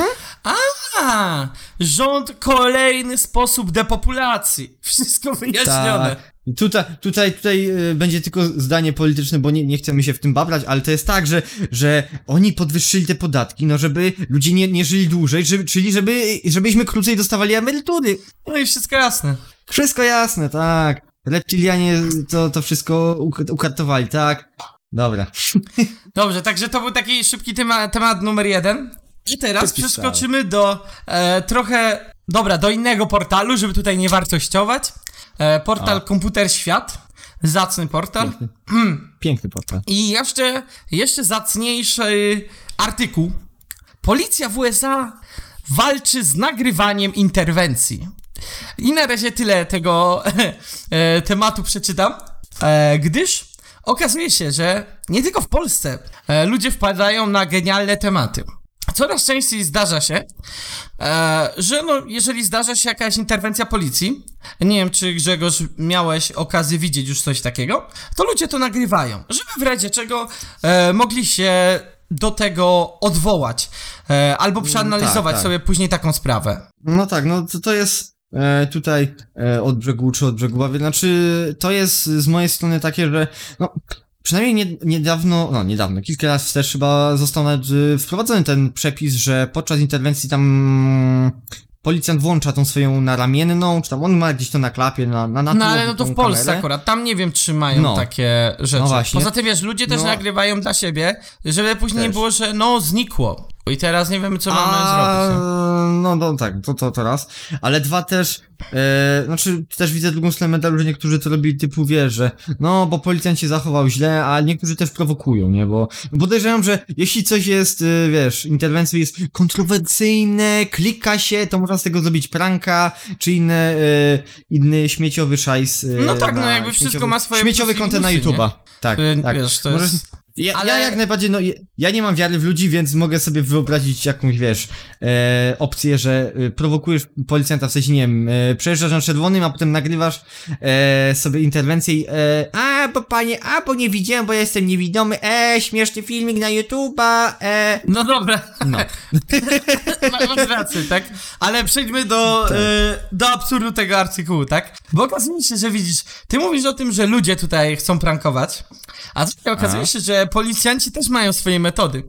A, rząd kolejny sposób depopulacji. Wszystko wyjaśnione. Tak. Tutaj, tutaj, tutaj y, będzie tylko zdanie polityczne, bo nie, nie chcemy się w tym babrać, ale to jest tak, że, że oni podwyższyli te podatki, no żeby ludzie nie, nie żyli dłużej, żeby, czyli żeby, żebyśmy krócej dostawali emerytury. No i wszystko jasne. Wszystko jasne, tak. Reptilianie to, to wszystko uk- ukartowali, tak. Dobra. Dobrze, także to był taki szybki tema, temat numer jeden. I teraz Szybki przeskoczymy do e, trochę, dobra, do innego portalu, żeby tutaj nie wartościować. E, portal A. Komputer Świat. Zacny portal. Piękny, Piękny portal. I jeszcze, jeszcze zacniejszy artykuł. Policja w U S A walczy z nagrywaniem interwencji. I na razie tyle tego e, tematu przeczytam, e, gdyż okazuje się, że nie tylko w Polsce e, ludzie wpadają na genialne tematy. Coraz częściej zdarza się, e, że no, jeżeli zdarza się jakaś interwencja policji, nie wiem, czy Grzegorz miałeś okazję widzieć już coś takiego, to ludzie to nagrywają, żeby w razie czego e, mogli się do tego odwołać, e, albo przeanalizować tak, tak. sobie później taką sprawę. No tak, no to, to jest e, tutaj e, od brzegu czy od brzegu ławy, znaczy to jest z mojej strony takie, że no przynajmniej nie, niedawno, no niedawno, kilka lat wstecz chyba został nawet y, wprowadzony ten przepis, że podczas interwencji tam policjant włącza tą swoją naramienną, czy tam on ma gdzieś to na klapie, na na, na No ale no to w Polsce kamerę. akurat, tam nie wiem, czy mają No. takie rzeczy. No właśnie. Poza tym wiesz, ludzie też No. nagrywają dla siebie, żeby później nie Też. było, że no znikło. I teraz nie wiemy, co mamy A, zrobić. Nie? No, no tak, to, to, to raz. Ale dwa też, e, znaczy też widzę drugą stronę medalu, że niektórzy to robili typu, wiesz, że no, bo policjant się zachował źle, a niektórzy też prowokują, nie, bo podejrzewam, że jeśli coś jest, e, wiesz, interwencja jest kontrowersyjne, klika się, to można z tego zrobić pranka, czy inne, e, inny śmieciowy szajs. E, No tak, na no jakby wszystko śmieciowy, ma swoje Śmieciowy plusy i content na minusy, YouTube'a. Tak, Y, tak. Wiesz, to Możesz- jest... Ja, Ale- ja jak najbardziej, no ja, ja nie mam wiary w ludzi, więc mogę sobie wyobrazić jakąś, wiesz, e, opcję, że e, prowokujesz policjanta, w sensie, nie wiem, e, przejeżdżasz na czerwonym, a potem nagrywasz e, sobie interwencję i e, a, bo panie, a, bo nie widziałem, bo ja jestem niewidomy, e, śmieszny filmik na YouTube'a, e. No dobra, No. Ma- masz rację, tak? Ale przejdźmy do, Tak. y, do absurdu tego artykułu, tak? Bo okazuje się, że widzisz, ty mówisz o tym, że ludzie tutaj chcą prankować, a tutaj okazuje Aha. się, że policjanci też mają swoje metody.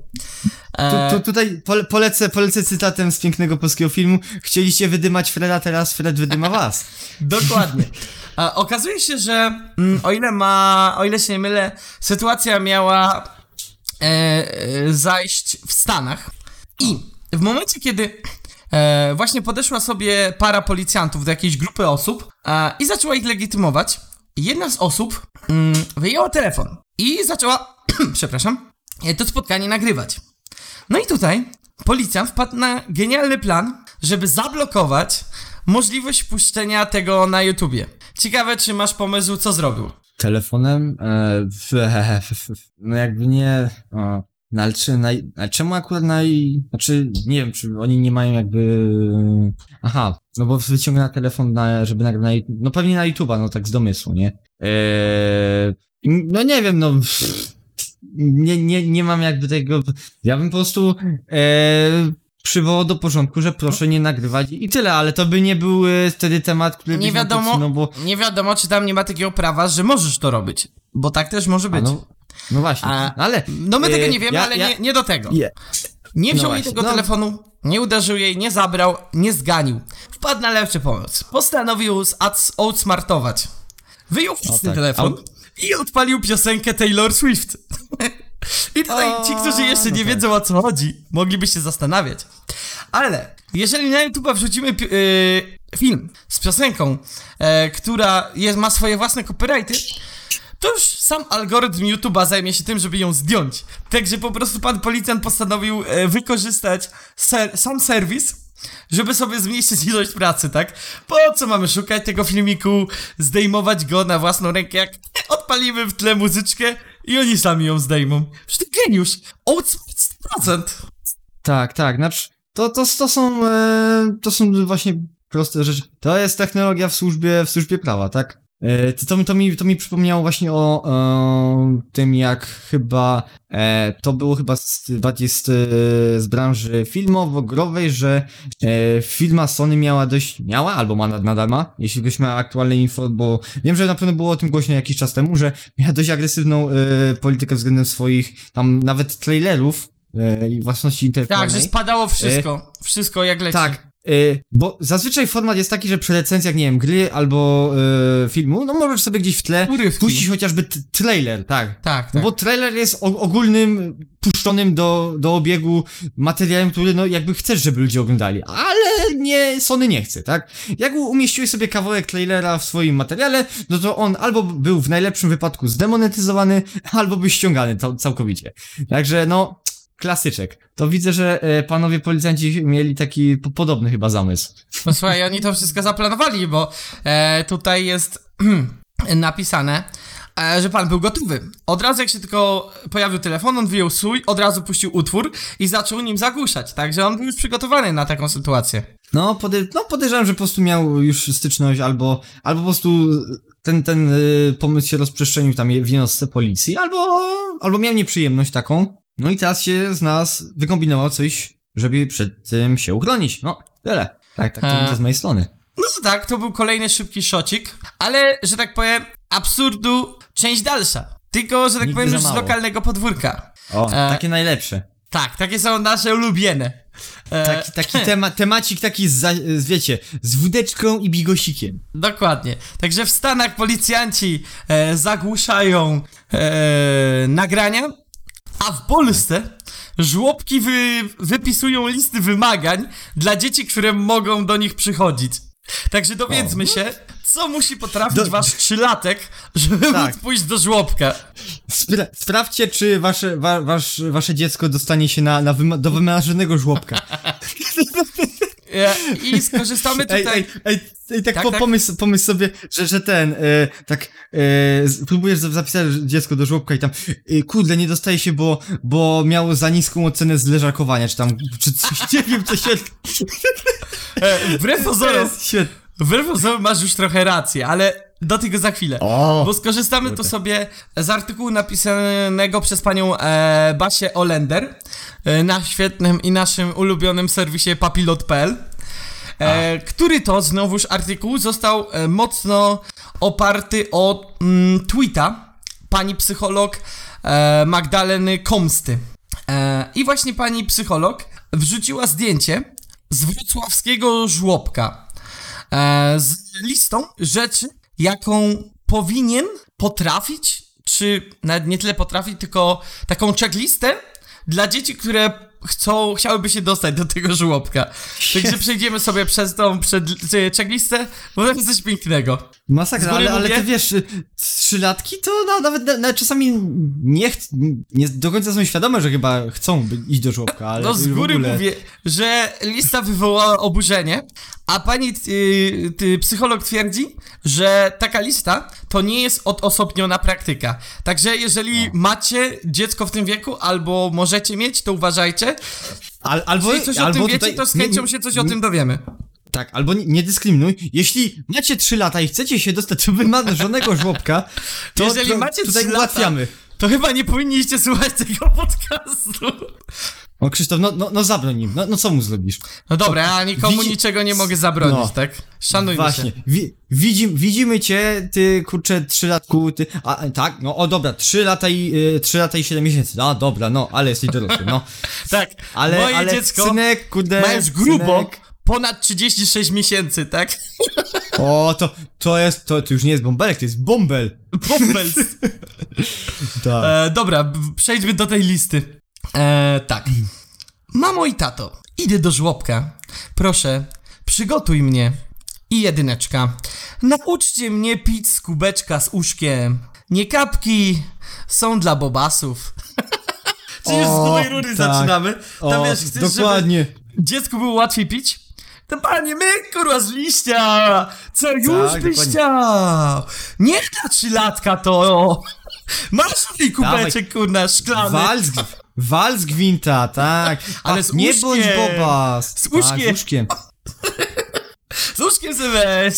E, Tu, tu, tutaj pole, polecę, polecę cytatem z pięknego polskiego filmu. Chcieliście wydymać Freda, teraz Fred wydyma was. Dokładnie. A okazuje się, że mm, o ile ma, o ile się nie mylę, sytuacja miała e, e, zajść w Stanach i w momencie, kiedy e, właśnie podeszła sobie para policjantów do jakiejś grupy osób e, i zaczęła ich legitymować, jedna z osób mm, wyjęła telefon i zaczęła, przepraszam, e, to spotkanie nagrywać. No i tutaj policjant wpadł na genialny plan, żeby zablokować możliwość puszczenia tego na YouTubie. Ciekawe, czy masz pomysł, co zrobił? Telefonem? E, f, f, f, f, no jakby nie... O, no ale, czy, na, ale czemu akurat na... Znaczy, nie wiem, czy oni nie mają jakby... Aha, no bo wyciąga telefon, na, żeby nagrać na... No pewnie na YouTube'a, no tak z domysłu, nie? Eee, no nie wiem, no... Nie, nie, nie mam jakby tego... Ja bym po prostu... Eee, przywołał do porządku, że proszę nie nagrywać i tyle, ale to by nie był e, wtedy temat, który Nie byś nam wiadomo, podsunął, bo... nie wiadomo, czy tam nie ma takiego prawa, że możesz to robić. Bo tak też może A być. no, no właśnie, A- no ale... No my tego e, nie wiemy, ja- ale ja- nie, nie do tego. Je- Nie No wziął jej właśnie, tego no. telefonu, nie uderzył jej, nie zabrał, nie zganił. Wpadł na lepszy pomysł. Postanowił z- outsmartować. Wyjął własny tak. telefon Au- i odpalił piosenkę Taylor Swift. I tutaj O, ci, którzy jeszcze no nie tak. wiedzą, o co chodzi, mogliby się zastanawiać. Ale jeżeli na YouTube wrzucimy pi- yy, film z piosenką, e, która jest, ma swoje własne copyrighty, to już sam algorytm YouTube'a zajmie się tym, żeby ją zdjąć. Także po prostu pan policjant postanowił e, wykorzystać ser- sam serwis, żeby sobie zmniejszyć ilość pracy, tak? Po co mamy szukać tego filmiku, zdejmować go na własną rękę, jak odpalimy w tle muzyczkę i oni sami ją zdejmą. Przecież to geniusz! Outsmart sto procent! Tak, tak, znaczy, to, to, to są, e, to są właśnie proste rzeczy. To jest technologia w służbie, w służbie prawa, tak? E, to, to, mi- to, mi, to mi przypomniało właśnie o e, tym, jak chyba, e, to było chyba z, bardziej z, z branży filmowo-growej, że e, firma Sony miała dość, miała, albo ma nad- nadal ma, jeśli ktoś ma aktualne info, bo wiem, że na pewno było o tym głośno jakiś czas temu, że miała dość agresywną e, politykę względem swoich, tam nawet trailerów, e, i własności Tak, intelektualnej. że spadało wszystko. Wszystko jak leci. Tak, y, bo zazwyczaj format jest taki, że przy recenzjach, nie wiem, gry albo y, filmu, no możesz sobie gdzieś w tle Urywki. puścić chociażby t- trailer, tak. Tak, tak. No bo trailer jest o- ogólnym, puszczonym do, do obiegu materiałem, który no jakby chcesz, żeby ludzie oglądali, ale nie, Sony nie chce, tak? Jak u- umieściłeś sobie kawałek trailera w swoim materiale, no to on albo był w najlepszym wypadku zdemonetyzowany, albo był ściągany cał- całkowicie. Także no... Klasyczek. To widzę, że e, panowie policjanci mieli taki po, podobny chyba zamysł. No słuchaj, oni to wszystko zaplanowali, bo e, tutaj jest napisane e, że pan był gotowy. Od razu jak się tylko pojawił telefon, on wyjął swój, od razu puścił utwór i zaczął nim zagłuszać, także on był już przygotowany na taką sytuację. No, pode- no podejrzewam, że po prostu miał już styczność albo, albo po prostu ten, ten y, pomysł się rozprzestrzenił tam w jednostce policji, albo, albo miał nieprzyjemność taką. No i teraz się z nas wykombinował coś, żeby przed tym się uchronić. No, tyle. Tak, tak to A. będzie z mojej strony. No to tak, to był kolejny szybki szocik, ale, że tak powiem, absurdu część dalsza. Tylko, że tak Nigdy powiem, za już z mało. lokalnego podwórka. O, E. takie najlepsze. Tak, takie są nasze ulubione. E, Taki, taki tema, temacik taki z, za- z, wiecie, z wódeczką i bigosikiem. Dokładnie. Także w Stanach policjanci e, zagłuszają e, nagrania, a w Polsce żłobki wy, wypisują listy wymagań dla dzieci, które mogą do nich przychodzić. Także dowiedzmy się, co musi potrafić Do- wasz trzylatek, żeby Tak. móc pójść do żłobka. Spra- sprawdźcie, czy wasze, wa- wasz, wasze dziecko dostanie się na, na wyma- do wymarzonego żłobka. E, I skorzystamy Ej, tutaj... ej, ej, ej, tak, Tak, po, tak. Pomyśl, pomyśl sobie, że, że ten, e, tak, e, z- próbujesz za- zapisać dziecko do żłobka i tam, e, kurde, nie dostaje się, bo, bo miało za niską ocenę z leżakowania, czy tam, czy coś, nie wiem, co się... E, wbrew To pozorom, jest świetne. wbrew pozorom masz już trochę rację, ale do tego za chwilę. O, Bo skorzystamy kurde. tu sobie z artykułu napisanego przez panią e, Basię Olender e, na świetnym i naszym ulubionym serwisie papilot kropka p l, e, który to znowuż artykuł został e, mocno oparty o mm, tweeta pani psycholog e, Magdaleny Komsty. E, I właśnie pani psycholog wrzuciła zdjęcie z wrocławskiego żłobka e, z listą rzeczy, jaką powinien potrafić, czy nawet nie tyle potrafić, tylko taką checklistę dla dzieci, które chcą, chciałyby się dostać do tego żłobka. Także przejdziemy sobie przez tą przed, checklistę, bo to jest coś pięknego. Z Masakra, góry ale, ale mówię- ty wiesz, y, trzylatki to no, nawet, nawet czasami nie, ch- nie do końca są świadome, że chyba chcą by iść do żłobka, ale No z w góry ogóle... mówię, że lista wywołała oburzenie, a pani ty, ty, psycholog twierdzi, że taka lista to nie jest odosobniona praktyka. Także jeżeli macie dziecko w tym wieku, albo możecie mieć, to uważajcie. Al, albo, Jeżeli coś albo o tym wiecie, tutaj, to z chęcią nie- się coś o tym dowiemy. Tak, albo nie, nie dyskryminuj. Jeśli macie trzy lata i chcecie się dostać do wymarzonego żłobka, to, Jeżeli to macie tutaj trzy lata, ułatwiamy. to chyba nie powinniście słuchać tego podcastu. O Krzysztof, no, no, no zabroń im, no, no co mu zrobisz? No dobra, ja nikomu Widzi- niczego nie mogę zabronić, No. tak? Szanujmy Właśnie, się. wi- widzim, widzimy cię, ty kurczę, trzylatku, ty, a, tak, no o dobra, trzy lata i, y, trzy lata i siedem miesięcy, no dobra, no, ale jesteś dorosły, no. Tak, Ale, moje ale dziecko synek, kurde, ma już grubo synek, ponad trzydzieści sześć miesięcy, tak? o, to, to jest, to, to już nie jest bąbelek, to jest bąbel. Bąbels. Tak. E, dobra, b- przejdźmy do tej listy. E, tak. Mamo i tato, idę do żłobka. Proszę, przygotuj mnie. I jedyneczka. Nauczcie mnie pić z kubeczka z uszkiem. Nie kapki są dla bobasów. Czy już z O, nowej rury tak. zaczynamy? Tam O, wiesz, chcesz, dokładnie. żeby dziecku było łatwiej pić? To panie, my kurwa z liścia! Co już Tak, byś dokładnie. chciał? Nie dla trzylatka to! Masz tutaj kubeczek, kurna, szklany. Wal z, wal z gwinta, tak. Ale A, z nie uszkiem. bądź bobas. Z Tak, uszkiem. z uszkiem. Z łóżkiem se weź.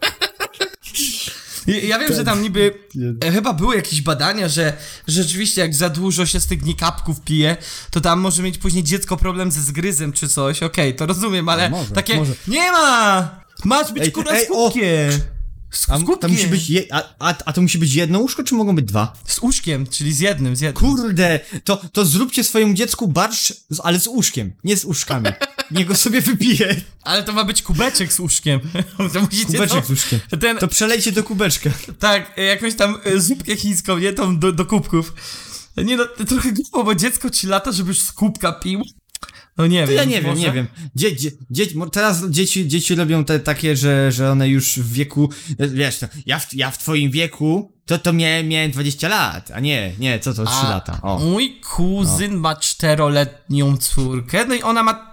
Ja wiem, że tam niby e, chyba były jakieś badania, że rzeczywiście jak za dużo się z tych niekapków pije, to tam może mieć później dziecko problem ze zgryzem czy coś. Okej, to rozumiem, ale Może, takie może. nie ma! Masz być Ej, kurwa ej, z kubkiem. Z, A, z kubkiem. to musi być je, a, a, a to musi być jedno łóżko, czy mogą być dwa? Z uszkiem, czyli z jednym, z jednym. Kurde, to, to zróbcie swojemu dziecku barszcz, z- ale z uszkiem, nie z uszkami. Niech go sobie wypije. Ale to ma być kubeczek z uszkiem. To musicie Kubeczek to, z uszkiem. ten, To przelejcie do kubeczka. Tak, jakąś tam e, zupkę chińską, nie? Tą do, do kubków. Nie no, to trochę grubo, bo dziecko trzy lata, żeby już z kubka pił. No nie To wiem. ja nie wiem, może? nie wiem. Dzie, dzie, dzie, mo- teraz dzieci, dzieci robią te takie, że, że one już w wieku, wiesz, to, ja, w, ja w twoim wieku, to to miałem, miałem dwadzieścia lat, a nie, nie, co to, trzy A lata. O. Mój kuzyn ma czteroletnią córkę, no i ona ma...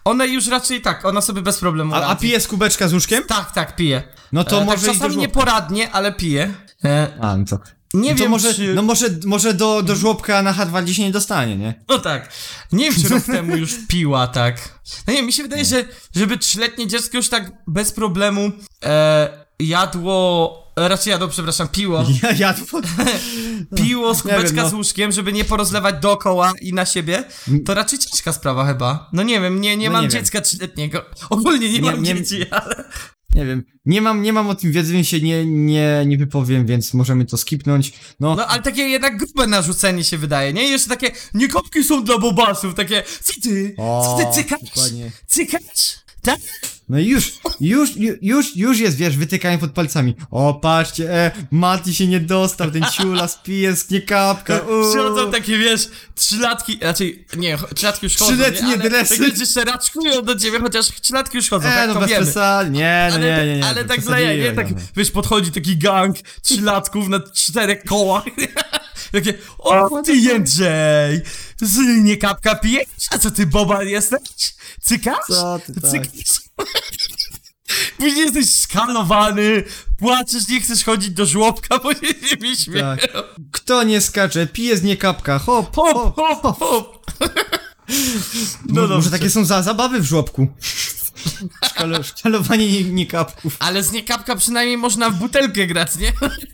Ona już raczej tak, ona sobie bez problemu A, a radzi. pije z kubeczka z łóżkiem? Tak, tak, pije. No to e, może tak i do czasami żłobka. nieporadnie, ale pije. E, A, no to... nie no to wiem, może, czy... no może, może do, do żłobka na H dwadzieścia nie dostanie, nie? No tak. Nie wiem, czy rok temu już piła, tak. No nie, mi się wydaje, że żeby trzyletnie dziecko już tak bez problemu e, jadło, e, raczej jadło, przepraszam, piło, Ja jadł pod... piło z Nie wiem, kubeczka no. z łóżkiem, żeby nie porozlewać dookoła i na siebie, to raczej ciężka sprawa chyba. No nie wiem, nie, nie No mam nie wiem. dziecka trzyletniego. Ogólnie nie, Nie- mam nie- dzieci, ale... Nie wiem, nie mam, nie mam o tym wiedzy, więc się nie, nie, nie wypowiem, więc możemy to skipnąć. No, No ale takie jednak grube narzucenie się wydaje, nie? Jeszcze takie, niekopki są dla bobasów, takie, co ty? O, Co ty cykasz? dokładnie. Cykasz? Tak? no i już, już, ju- już, już jest, wiesz, wytykanie pod palcami. O, patrzcie, e, Mati się nie dostał, ten ciulas pije z nie kapka. uuu. Przychodzą takie, wiesz, trzylatki, raczej, nie, cho- trzylatki już chodzą, Trzyletnie nie? Ale dresy. tak wiesz, jeszcze raczkują do ciebie, chociaż trzylatki już chodzą, E, tak no to bez wiemy. przesady, nie, no Ale, nie, nie, nie. ale to tak dla ja, nie? przesadziłem, Tak, no. wiesz, podchodzi taki gang trzylatków na czterech kołach. Takie, o ty Jędrzej, z nie kapka pijesz? A co ty, boba jesteś? Cykasz? Co ty, tak. Cykasz? Później jesteś skanowany, płaczesz, nie chcesz chodzić do żłobka, bo się nie śmieją. Tak. Kto nie skacze, pije z nie kapka, hop, Hop, hop, hop. No Mo- Może dobrze. takie są za zabawy w żłobku. Szkalo, szkalowanie nie, nie kapków. Ale z niekapka przynajmniej można w butelkę grać, nie?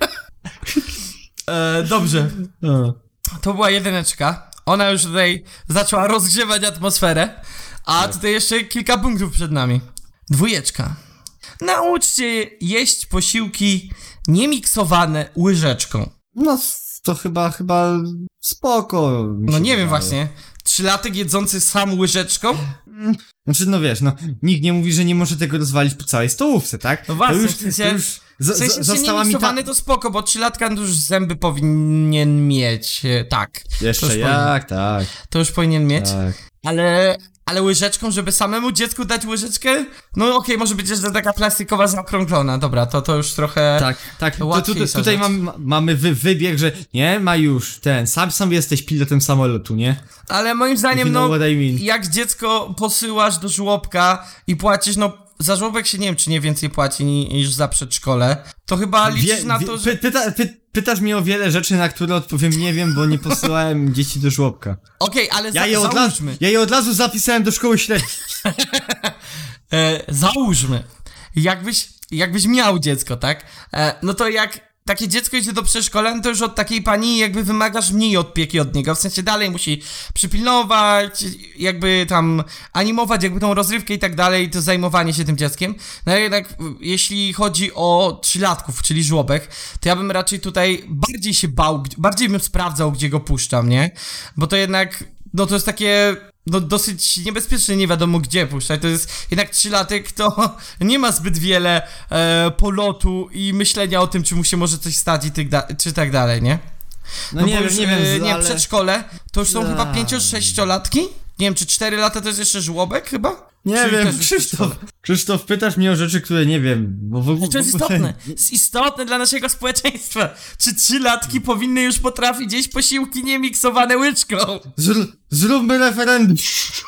e, dobrze. O. To była jedyneczka. Ona już tutaj zaczęła rozgrzewać atmosferę. A tutaj jeszcze kilka punktów przed nami. Dwójeczka. Nauczcie jeść posiłki niemiksowane łyżeczką. No, to chyba, chyba spoko. mi No się nie wiem wydaje. właśnie. Trzylatek jedzący sam łyżeczką? Znaczy, no wiesz, no, nikt nie mówi, że nie może tego rozwalić po całej stołówce, tak? No właśnie, to już, w sensie- to już z, W sensie, z, że została mi ta... niemiksowany to spoko, bo trzylatka to już zęby powinien mieć. e, Tak. To już Jeszcze powinien- jak, tak, To już powinien mieć. tak. Ale, ale łyżeczką, żeby samemu dziecku dać łyżeczkę? No okej, może być jeszcze taka plastikowa zaokrąglona. Dobra, to to już trochę... Tak, tak, to, łatwiej tu, są tutaj rzeczy. mam, mamy wy, wybieg, że nie, ma już ten, sam sam jesteś pilotem samolotu, nie? Ale moim If zdaniem, you no, know what I mean. jak dziecko posyłasz do żłobka i płacisz, no, za żłobek się nie wiem, czy nie więcej płaci ni- niż za przedszkole, to chyba liczysz Wie- na wie- to, że... py, pyta, py, pytasz mnie o wiele rzeczy, na które odpowiem nie wiem, bo nie posyłałem dzieci do żłobka. Okej, ale Ja za, je, od razu, załóżmy, ja je od razu zapisałem do szkoły średniej. e, załóżmy, jakbyś, jakbyś miał dziecko, tak? E, no to jak takie dziecko idzie do przedszkola, no to już od takiej pani jakby wymagasz mniej opieki od niego, w sensie dalej musi przypilnować, jakby tam animować jakby tą rozrywkę i tak dalej, to zajmowanie się tym dzieckiem. No ale jednak jeśli chodzi o trzylatków, czyli żłobek, to ja bym raczej tutaj bardziej się bał, g- bardziej bym sprawdzał, gdzie go puszczam, nie? Bo to jednak, no to jest takie... No, dosyć niebezpieczne, nie wiadomo gdzie puszczać. To jest jednak trzylatek, to nie ma zbyt wiele e, polotu i myślenia o tym, czy mu się może coś stać i tak da- czy tak dalej, nie? No, No nie bo wiem, już, nie wiem, e, z- nie, ale... przedszkole to już są Ja. chyba pięcio-sześciolatki? Nie wiem, czy cztery lata to jest jeszcze żłobek chyba? Nie Czy wiem, też jest Krzysztof, przedszkole? Krzysztof, pytasz mnie o rzeczy, które nie wiem, bo w ogóle... To jest w ogóle- istotne. Jest istotne dla naszego społeczeństwa. Czy trzylatki powinny już potrafić jeść posiłki niemiksowane łyczką? Zr zróbmy referendum.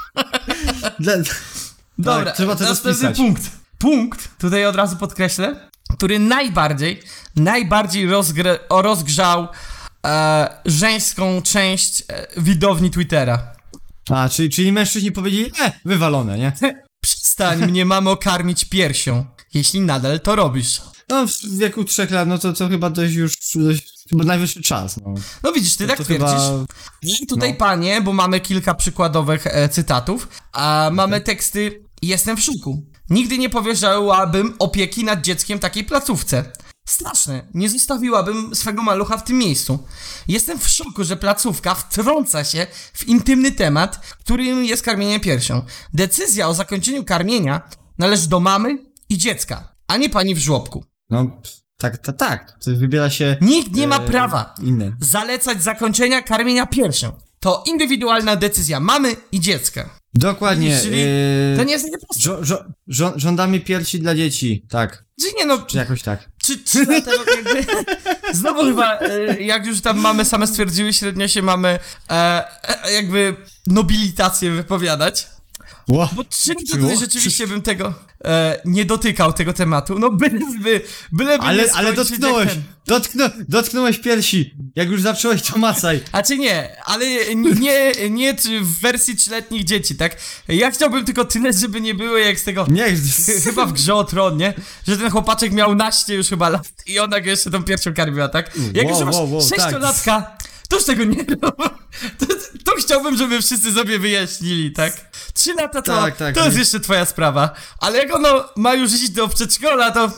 Dla... Dobra, tak, trzeba to następny rozpisać. punkt. Punkt, tutaj od razu podkreślę, który najbardziej, najbardziej rozgr- o, rozgrzał e, żeńską część e, widowni Twittera. A, czyli, czyli mężczyźni powiedzieli, e, wywalone, nie? Przestań mnie, mamo, karmić piersią, jeśli nadal to robisz. No, w wieku trzech lat, no to, to chyba dość już, dość, chyba najwyższy czas, no. No widzisz, ty To, tak to twierdzisz. chyba... I tutaj, no. panie, bo mamy kilka przykładowych e, cytatów, a mamy teksty jestem w szoku. Nigdy nie powierzałabym opieki nad dzieckiem takiej placówce. Straszne, nie zostawiłabym swego malucha w tym miejscu. Jestem w szoku, że placówka wtrąca się w intymny temat, którym jest karmienie piersią. Decyzja o zakończeniu karmienia należy do mamy i dziecka, a nie pani w żłobku. No, tak, tak, tak, to wybiera się... Nikt nie ma e, prawa Inne. zalecać zakończenia karmienia piersią. To indywidualna decyzja mamy i dziecka. Dokładnie, Czyli e, To nie jest takie proste. żo żo żo żądamy piersi dla dzieci, tak, Czy nie no, czy jakoś tak. czy, czy dlatego jakby... Znowu chyba, e, jak już tam mamy same stwierdziły, średnio się mamy e, e, jakby nobilitację wypowiadać. Ło. Bo trzy lata Było? to rzeczywiście bym tego e, nie dotykał tego tematu. No byleby, byleby Ale, nie ale skończyć dotknąłeś, jak ten. dotknę, dotknąłeś piersi. Jak już zacząłeś, to macaj. A czy nie, ale nie, nie w wersji trzyletnich dzieci, tak? Ja chciałbym tylko tyle, żeby nie było jak z tego... Nie, Chyba w Grze o Tron, nie? Że ten chłopaczek miał naście już chyba lat i ona go jeszcze tą piersią karmiła, tak? Jak Wow, już masz wow, wow, sześciolatka, to już tego nie robię. To, to chciałbym, żeby wszyscy sobie wyjaśnili, tak? Trzy lata to, Tak, tak, to jest nie. jeszcze twoja sprawa. Ale jak ono ma już iść do przedszkola, to...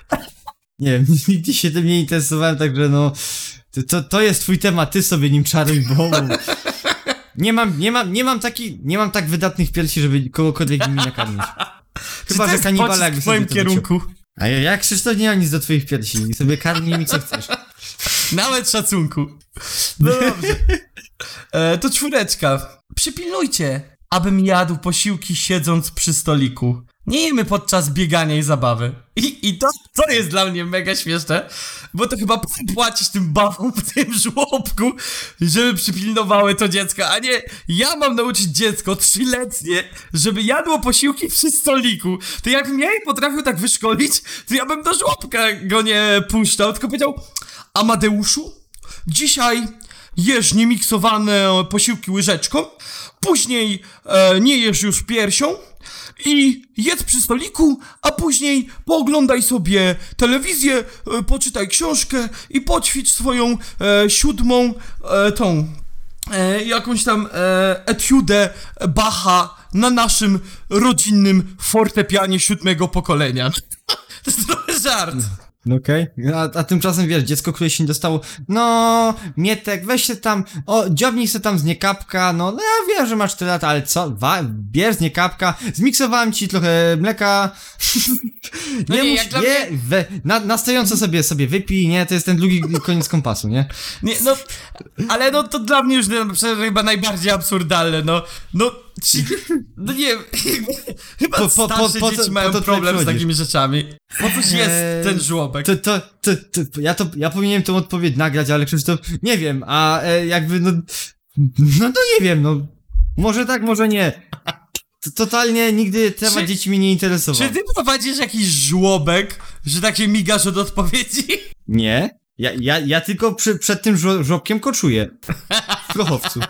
Nie wiem, nigdy się tym nie interesowałem, także no... To, to, to jest twój temat, ty sobie nim czaruj, bo... Nie mam, nie mam, nie mam taki, nie mam tak wydatnych piersi, żeby kogokolwiek nimi nakarmić. Chyba, że kanibala jakby w twoim sobie to kierunku. wyciął. A ja, ja Krzysztof nie mam nic do twoich piersi i sobie karmi mi co chcesz. Nawet szacunku. No dobrze. E, to czwóreczka. Przypilnujcie, abym jadł posiłki siedząc przy stoliku. Nie jemy podczas biegania i zabawy. I, i to, to jest dla mnie mega śmieszne, bo to chyba płacisz tym babom w tym żłobku, żeby przypilnowały to dziecko, a nie ja mam nauczyć dziecko trzyletnie, żeby jadło posiłki przy stoliku. To jak mnie potrafił tak wyszkolić, to ja bym do żłobka go nie puszczał, tylko powiedział: Amadeuszu, dzisiaj jesz niemiksowane posiłki łyżeczką, później e, nie jesz już piersią i jedz przy stoliku, a później pooglądaj sobie telewizję, e, poczytaj książkę i poćwicz swoją e, siódmą e, tą e, jakąś tam e, etiudę Bacha na naszym rodzinnym fortepianie siódmego pokolenia. To jest trochę żart. No okej, okay. a, a tymczasem wiesz, dziecko, które się nie dostało, no, Mietek, weź się tam, o, dziobnij się tam z niekapka, no, no ja wiem, że masz tyle lat, ale co, wa, bierz z niekapka, zmiksowałem ci trochę mleka, No nie, nie, muś, jak dla nie, mnie- we, na, na stojąco sobie, sobie wypij, nie, to jest ten drugi koniec kompasu, nie? Nie, no, ale no to dla mnie już na przykład chyba najbardziej absurdalne, no, no, ci, no nie wiem, chyba Po- po- po- starsze po co- dzieci po mają to tutaj problem z przychodzisz? takimi rzeczami. Po coś jest Eee, ten żłobek? To, to, to, to, ja to, ja powinienem tą odpowiedź nagrać, ale Krzysztof, nie wiem, a e, jakby, no, no to nie wiem, no, może tak, może nie. T- Totalnie nigdy temat Czy- dzieci mnie nie interesował. Czy ty prowadzisz jakiś żłobek, że tak się migasz od odpowiedzi? Nie, ja, ja, ja tylko przy, przed tym żo- żłobkiem koczuję. W Prochowcu.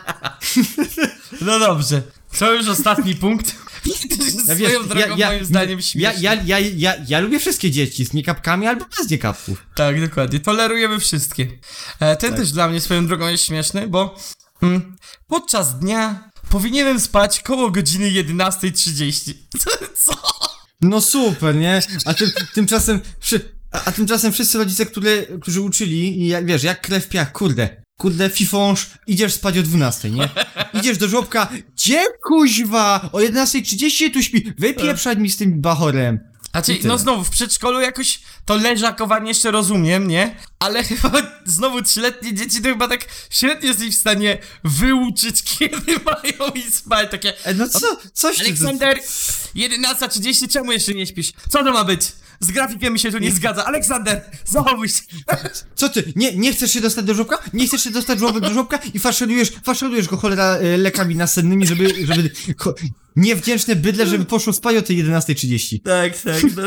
No dobrze, to już ostatni punkt. To jest Ja, wiesz, swoją drogą moim zdaniem ja, śmieszne. ja, ja, ja, ja lubię wszystkie dzieci, z niekapkami albo bez niekapków. Tak, dokładnie. Tolerujemy wszystkie. E, ten Tak. też dla mnie swoją drogą jest śmieszny, bo mm, podczas dnia powinienem spać koło godziny jedenastej trzydzieści. Co? No super, nie? A tym, tymczasem, wszy, a, a tymczasem wszyscy rodzice, które, którzy uczyli i jak wiesz, jak krew w piach, kurde, kurde, fifonż, idziesz spać o dwunastej, nie? Idziesz do żłobka, gdzie kuźwa? O jedenastej trzydzieści tu śpi, wypieprzać mi z tym bachorem. A I czyli, tyle. no znowu, w przedszkolu jakoś to leżakowanie jeszcze rozumiem, nie? Ale chyba znowu trzyletnie dzieci to chyba tak średnio jesteś w stanie wyuczyć, kiedy mają i spać. Takie, E, no co, coś ty... Aleksander, jedenasta trzydzieści, czemu jeszcze nie śpisz? Co to ma być? Z grafikiem mi się tu nie zgadza. Aleksander, zachowuj się. Co ty, nie, nie chcesz się dostać do żłobka? Nie chcesz się dostać żłobek do żłobka i faszerujesz, faszerujesz go cholera e, lekami nasennymi, żeby, żeby, cho, niewdzięczne bydle, żeby poszło spać o tej jedenastej trzydzieści. Tak, tak, no.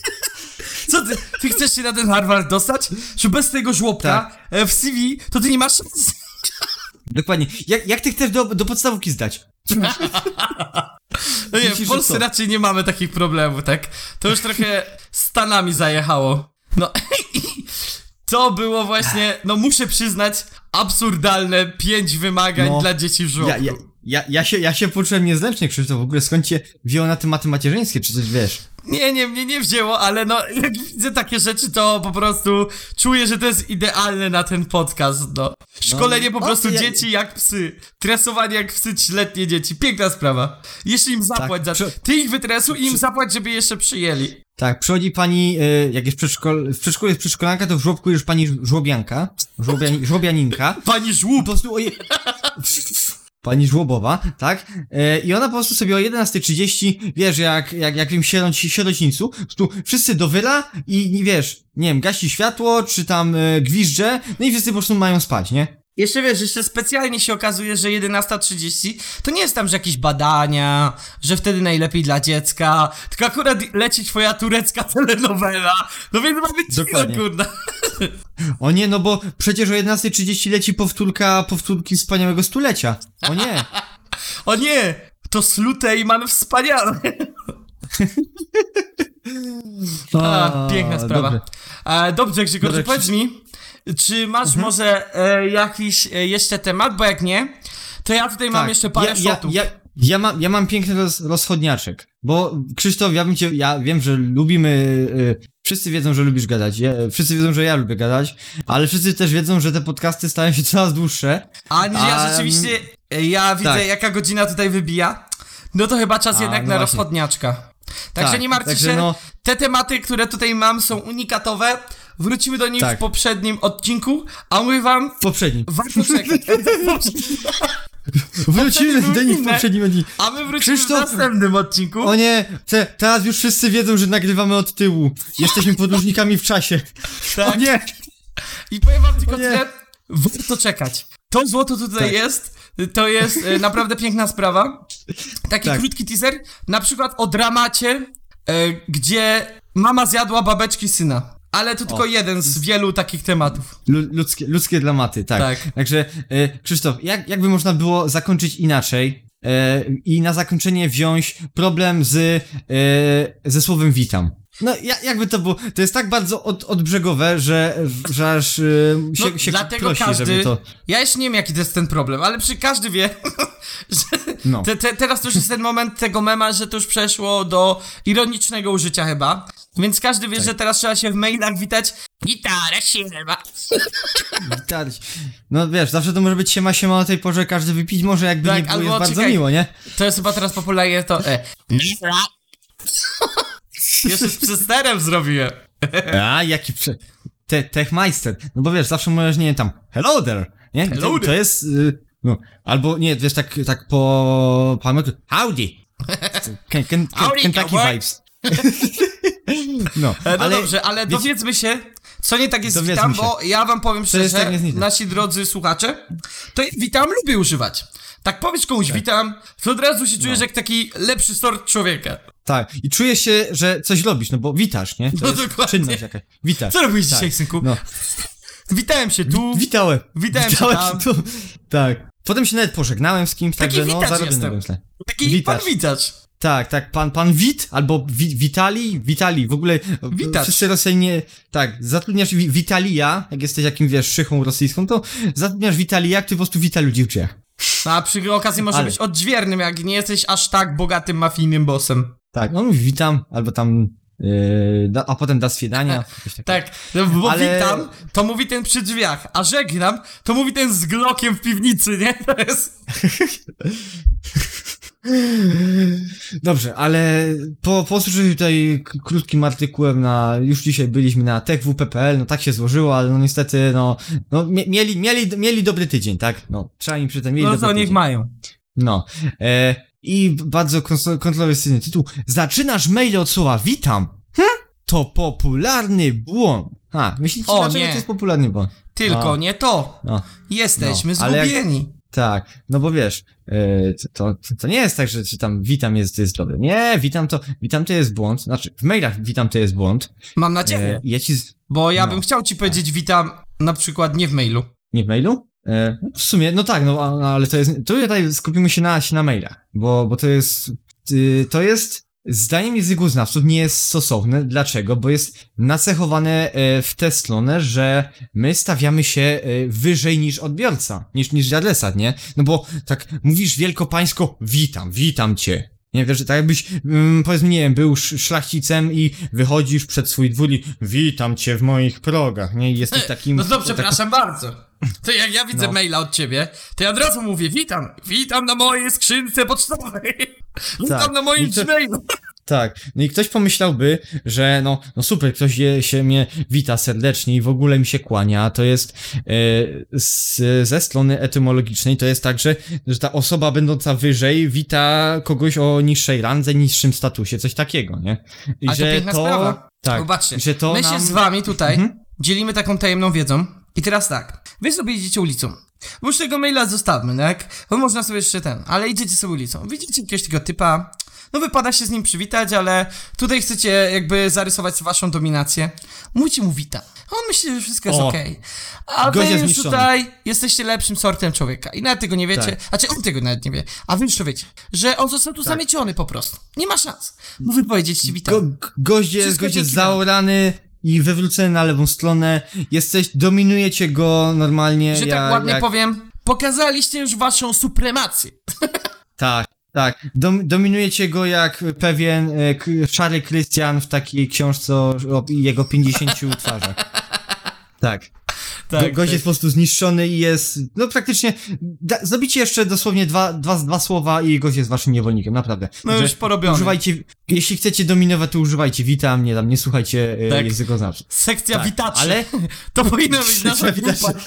Co ty, ty chcesz się na ten Harvard dostać? Że bez tego żłobka e, w C V to ty nie masz szans. Dokładnie. Jak, jak ty chcesz do, do podstawówki zdać? No nie, Myślisz, w że Polsce co? raczej nie mamy takich problemów, tak? To już trochę Stanami zajechało. No i to było właśnie, no muszę przyznać, absurdalne pięć wymagań No. dla dzieci w żłobku. Ja, ja, ja, ja, się, ja się poczułem niezręcznie, Krzysztof, w ogóle skąd cię wzięło na tematy macierzyńskie, czy coś wiesz? Nie, nie, mnie nie wzięło, ale no jak widzę takie rzeczy, to po prostu czuję, że to jest idealne na ten podcast, no. Szkolenie po no, prostu to ja- dzieci jak psy. Tresowanie jak psy trzyletnie dzieci. Piękna sprawa. Jeszcze im zapłać Tak, za to. przy- Ty ich wytresuj i im przy- zapłać, żeby jeszcze przyjęli. Tak, przychodzi pani, y, jak jest przedszkol, w przedszkolu jest przedszkolanka, to w żłobku już pani żłobianka, żłobiani, żłobianinka. Pani Po żłób. prostu oje... Pani żłobowa, tak? E, I ona po prostu sobie o jedenastej trzydzieści, wiesz, jak, jak, jak wiem, sieroc, sierocińcu, po prostu wszyscy do wyla i, i wiesz, nie wiem, gasi światło, czy tam e, gwizdże, no i wszyscy po prostu mają spać, nie? jeszcze wiesz, jeszcze specjalnie się okazuje, że jedenasta trzydzieści to nie jest tam, że jakieś badania, że wtedy najlepiej dla dziecka, tylko akurat leci twoja turecka telenowela, no więc ma być Dokładnie. cicho, kurna. O nie, no bo przecież o jedenasta trzydzieści leci powtórka, powtórki wspaniałego stulecia. O nie. O nie, to Slutejman wspaniale. A, piękna sprawa. Dobrze. E, dobrze, Grzegorz, Dobrze, powiedz mi, czy masz mhm. może e, jakiś e, jeszcze temat, bo jak nie, to ja tutaj mam Tak, jeszcze parę ja, shotów. Ja, ja, ja, mam, ja mam piękny roz, rozchodniaczek, bo Krzysztof, ja bym cię, ja wiem, że lubimy, y, wszyscy wiedzą, że lubisz gadać, ja, wszyscy wiedzą, że ja lubię gadać, ale wszyscy też wiedzą, że te podcasty stają się coraz dłuższe. A nie, ja rzeczywiście, e, ja widzę tak. jaka godzina tutaj wybija, no to chyba czas A, jednak no na właśnie. rozchodniaczka. Także Tak, nie martwcie także się, no- te tematy, które tutaj mam, są unikatowe. Wrócimy do nich Tak. w poprzednim odcinku, a mówię wam, W poprzednim. warto czekać. Wrócimy były do nich w inne. poprzednim odcinku. A my wrócimy Krzysztof- w następnym odcinku. O nie, te, teraz już wszyscy wiedzą, że nagrywamy od tyłu. Jesteśmy podróżnikami w czasie. Tak. O nie! I powiem wam tylko O nie. tyle, warto czekać. To złoto tutaj Tak. jest, to jest e, naprawdę piękna sprawa. Taki Tak. krótki teaser, na przykład o dramacie, e, gdzie mama zjadła babeczki syna. Ale to tylko O. jeden z wielu takich tematów. Lu- ludzkie, ludzkie dramaty, tak. Tak. Także, e, Krzysztof, jak, jakby można było zakończyć inaczej e, i na zakończenie wziąć problem z, e, ze słowem witam. No, ja, jakby to było, to jest tak bardzo od, odbrzegowe, że, że aż e, się, No, się dlatego prosi, każdy, żeby to... ja jeszcze nie wiem jaki to jest ten problem, ale przy każdy wie, że No. te, te, teraz to już jest ten moment tego mema, że to już przeszło do ironicznego użycia chyba, więc każdy wie, Tak. że teraz trzeba się w mailach witać. Gitara siema. Witać. No wiesz, zawsze to może być siema siema o tej porze, każdy wypić może, jakby Tak, nie było, albo jest bardzo czekaj. miło, nie? To jest chyba teraz popularnie to e. Jeszcze z przysterem zrobiłem. A, jaki prze... Te, techmeister. No bo wiesz, zawsze możesz, nie wiem, tam hello there, nie? Hello to, to there. jest... Y, no, albo, nie, wiesz, tak, tak po... po amerykańsku, howdy. Ken, ken, ken, Howdy, Kentucky cowboy. vibes. No, E, no ale... dobrze, ale wiecie- dowiedzmy się, co nie tak jest z Dowiedzmy witam, się. bo ja wam powiem jest szczerze, tak nie z nitem. nasi drodzy słuchacze, to witam lubię używać. Tak powiedz komuś witam, to od razu się czujesz No. jak taki lepszy sort człowieka. Tak, i czujesz się, że coś robisz, no bo witasz, nie? To No jest dokładnie. czynność jakaś. Witasz. Co robisz tak. dzisiaj, synku? No. Witałem się tu. Witałem. Witałem się tam. tu. Tak. Potem się nawet pożegnałem z kimś, Taki także no, witacz zarobię jestem. na myślę. Taki Witacz. pan witacz. Tak, tak, pan, pan Wit, albo wi, Witali, Witali, w ogóle Witacz. wszyscy Rosjanie, tak, zatrudniasz wi, Witalia, jak jesteś jakim, wiesz, szychą rosyjską, to zatrudniasz Witalia, jak ty po prostu wita ludzi w drzwiach. A przy okazji może Ale- być odźwiernym, jak nie jesteś aż tak bogatym, mafijnym bossem. Tak, on mówi witam, albo tam, yy, da, a potem da swiadania. coś takiego. Tak, no bo Ale- witam, to mówi ten przy drzwiach, a żegnam, to mówi ten z glokiem w piwnicy, nie? To jest... Dobrze, ale po, po usłyszeniu tutaj k- krótkim artykułem na, już dzisiaj byliśmy na techw kropka p l, no tak się złożyło, ale no niestety, no, no mie, mieli, mieli, mieli dobry tydzień, tak? No, trzeba im przy tym mieli No dobry to niech tydzień. mają. No, e, i bardzo kons- kontrowersyjny tytuł. Zaczynasz maile od słowa witam. Hm? To popularny błąd. A, myślicie, O, dlaczego nie. to jest popularny błąd? Tylko No. nie to. No, Jesteśmy No, ale jak- zgubieni. tak, no bo wiesz, e, to, to nie jest tak, że, że tam witam jest, to jest dobre. Nie, witam to, witam to jest błąd. Znaczy, w mailach witam to jest błąd. Mam nadzieję. E, ja ci, z- Bo ja no. bym chciał ci powiedzieć witam na przykład nie w mailu. nie w mailu? E, w sumie, no tak, no a- ale to jest, tutaj skupimy się na, się na mailach, bo, bo to jest, y, to jest, zdaniem językoznawców nie jest stosowne. Dlaczego? Bo jest nacechowane e, w tę stronę, że my stawiamy się e, wyżej niż odbiorca, niż, niż adresat, nie? No bo tak mówisz wielkopańsko, witam, witam cię. Nie wiesz, tak jakbyś, mm, powiedzmy, nie wiem, był sz- szlachcicem i wychodzisz przed swój dwór i witam cię w moich progach, nie? I jesteś takim... No to tak- przepraszam bardzo. To jak ja widzę No. maila od ciebie, to ja od razu mówię witam, witam na mojej skrzynce pocztowej. Witam Tak. na moim I to- Gmailu. Tak, no i ktoś pomyślałby, że no, no super, ktoś je, się mnie wita serdecznie i w ogóle mi się kłania, to jest e, z, ze strony etymologicznej, to jest tak, że, że ta osoba będąca wyżej wita kogoś o niższej randze, niższym statusie, coś takiego, nie? I Ale to piękna sprawa. tak, Zobaczcie, że to my nam... się z wami tutaj Mhm. dzielimy taką tajemną wiedzą i teraz tak, wy sobie idziecie ulicą. Bo już tego maila zostawmy, tak? Bo można sobie jeszcze ten, ale idziecie sobie ulicą. Widzicie jakiegoś tego typa, no wypada się z nim przywitać, ale tutaj chcecie jakby zarysować waszą dominację. Mówicie mu witam. A on myśli, że wszystko jest O, okej. A wy gość jest już zniszczony. tutaj jesteście lepszym sortem człowieka. I nawet tego nie wiecie. Tak. Znaczy on tego nawet nie wie. A wy już to wiecie. Że on został tu zamieciony po prostu. Nie ma szans. Bo wy powiedzieliście witam. Go, go- gość jest, Wszystko gość jest dzięki nam. zaorany i wywrócony na lewą stronę. Jesteś, dominujecie go normalnie. Że ja, tak ładnie jak, powiem, pokazaliście już waszą supremację. Tak, tak. Dom, dominujecie go jak pewien e, k, szary Krystian w takiej książce o, o jego pięćdziesięciu twarzach. Tak. Tak, Go, gość jest po prostu zniszczony i jest, no praktycznie, da, zrobicie jeszcze dosłownie dwa, dwa, dwa słowa i gość jest waszym niewolnikiem, naprawdę. No Także już porobiony. Używajcie, jeśli chcecie dominować, to używajcie witam, nie tam, nie słuchajcie e, Tak. językoznawców. Sekcja Tak, witaczy. ale- To powinno być Sekcja nasza witaczy. grupa.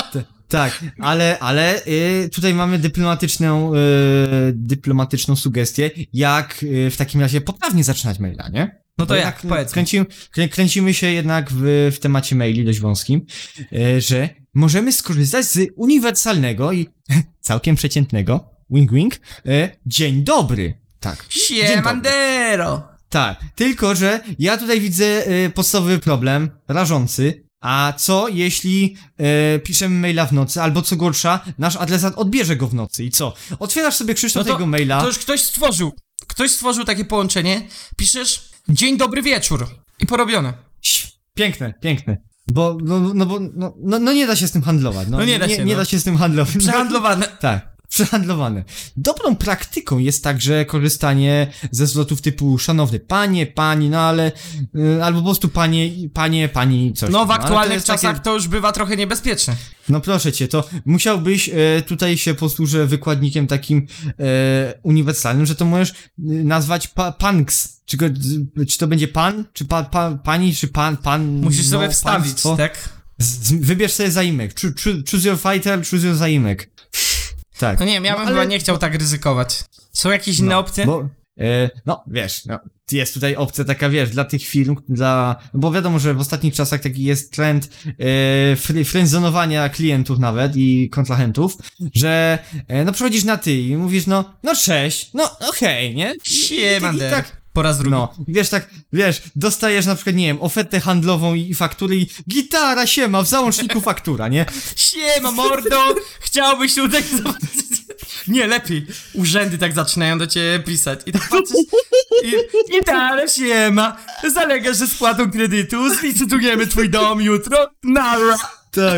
Tak, ale, ale y, tutaj mamy dyplomatyczną, y, dyplomatyczną sugestię, jak y, w takim razie poprawnie zaczynać maila, nie? No to Bo jak? jednak, y, Powiedz mi. Kręcimy, krę, kręcimy się jednak w, w temacie maili dość wąskim, y, że możemy skorzystać z uniwersalnego i całkiem przeciętnego, wing wing, y, dzień dobry. Tak. Dzień dobry. Siemandero. Tak, tylko że ja tutaj widzę y, podstawowy problem, rażący. A co jeśli e, piszemy maila w nocy, albo co gorsza, nasz adresat odbierze go w nocy i co? Otwierasz sobie Krzysztof No to, tego maila. to już ktoś stworzył. Ktoś stworzył takie połączenie. Piszesz dzień dobry wieczór. I porobione. Ś, Piękne, piękne. Bo, no, no, bo, no, no, no nie da się z tym handlować. No, No nie da się, Nie no. da się z tym handlować. Przehandlowane. Tak. Przehandlowane. Dobrą praktyką jest także korzystanie ze zwrotów typu szanowny panie, pani, no ale y, albo po prostu panie, panie, pani, coś. No tam. w Ale to aktualnych jest czasach takie- to już bywa trochę niebezpieczne. No proszę cię, to musiałbyś e, tutaj się posłużę wykładnikiem takim e, uniwersalnym, że to możesz e, nazwać pa, panks. Czy, go, czy to będzie pan, czy pa, pa, pani, czy pan, pan. Musisz no, sobie wstawić, państwo. tak? Z, z, wybierz sobie zaimek. Cho- cho- Choose your fighter, choose your zaimek. Tak. No nie wiem, ja bym ale- chyba nie chciał tak ryzykować. Są jakieś inne opcje? Bo, e, no, wiesz, no, jest tutaj opcja taka, wiesz, dla tych firm, dla, no bo wiadomo, że w ostatnich czasach taki jest trend e, fr, friendzonowania klientów nawet i kontrahentów, że e, no przychodzisz na ty i mówisz, no, no cześć, no okej, okay, nie? I- i- i Siemander. tak, Po raz drugi. no, wiesz, tak, wiesz, dostajesz na przykład, nie wiem, ofertę handlową i faktury i gitara, siema, w załączniku faktura, nie? Siema mordo! Chciałbyś tutaj zobaczyć... Nie, lepiej. Urzędy tak zaczynają do ciebie pisać. I tak patrzysz... I, i dalej siema. Zalegasz ze spłatą kredytu. Zlicytujemy twój dom jutro. Nara. Tak.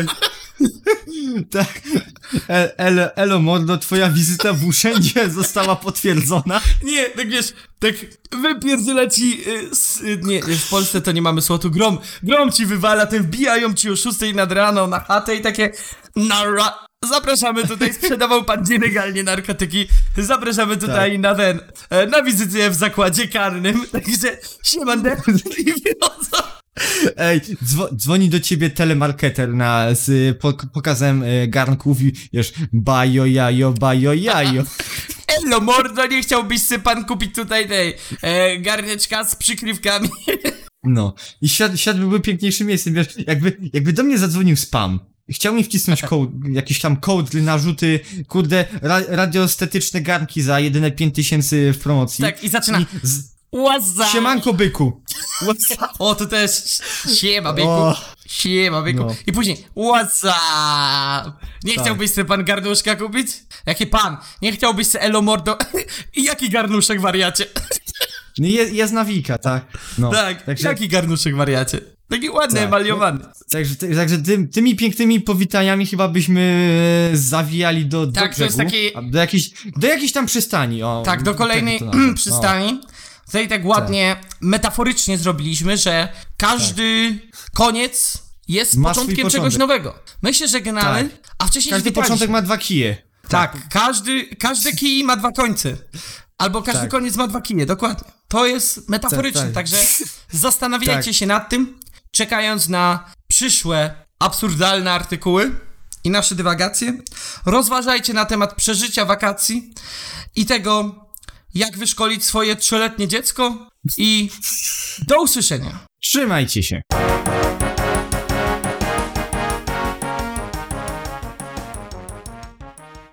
Tak. El, elo, elo mordo, twoja wizyta w urzędzie została potwierdzona. Nie, tak wiesz, tak wypierdziela ci... Y, s, y, nie, w Polsce to nie mamy słotu. Grom. Grom ci wywala, ten wbijają ci o szóstej nad rano na chatę i takie... Nara. Zapraszamy tutaj, sprzedawał pan nielegalnie narkotyki. Zapraszamy tutaj Tak. na ten, e, na wizytę w zakładzie karnym. Także siemander i wychodzą. Ej, dzwo, dzwoni do ciebie telemarketer na, z po, pokazem e, garnków i wiesz, bajo jajo, bajo jajo. Elo mordo, nie chciałbyś sobie pan kupić tutaj tej e, garnieczka z przykrywkami? No. I świat, świat byłby piękniejszym miejscem, wiesz, jakby, jakby do mnie zadzwonił spam. Chciał mi wcisnąć kołd, jakiś tam kołd, narzuty, kurde, ra, radioestetyczne garnki za jedyne pięć tysięcy w promocji. Tak, i zaczyna. I z, What's up? siemanko byku. O, to też siema byku. O. Siema byku. No. I później what's up? Nie Tak. chciałbyś sobie pan garnuszka kupić? Jaki pan? Nie chciałbyś sobie elo mordo? I jaki garnuszek wariacie? Jest, jest nawika, tak? No. Tak, Także, jaki garnuszek wariacie? Taki ładny, Tak. emaliowany. także, ty- także tym, tymi pięknymi powitaniami chyba byśmy e, zawijali do, do Tak, to jest brzegu. taki- A do jakiejś, do jakiejś tam przystani, o. Tak, do kolejnej tak to nazwę. przystani. Tutaj tak ładnie, metaforycznie zrobiliśmy, że każdy koniec jest Ma swój początkiem czegoś początek. nowego. My się żegnamy, Tak. a wcześniej Każdy się witaliśmy. początek ma dwa kije. Tak, każdy, każdy kij ma dwa końce. Albo każdy Tak. koniec ma dwa kije, dokładnie. To jest metaforyczne, Tak, tak. także zastanawiajcie Tak. się nad tym, czekając na przyszłe absurdalne artykuły i nasze dywagacje. Rozważajcie na temat przeżycia wakacji i tego, jak wyszkolić swoje trzyletnie dziecko i do usłyszenia. Trzymajcie się.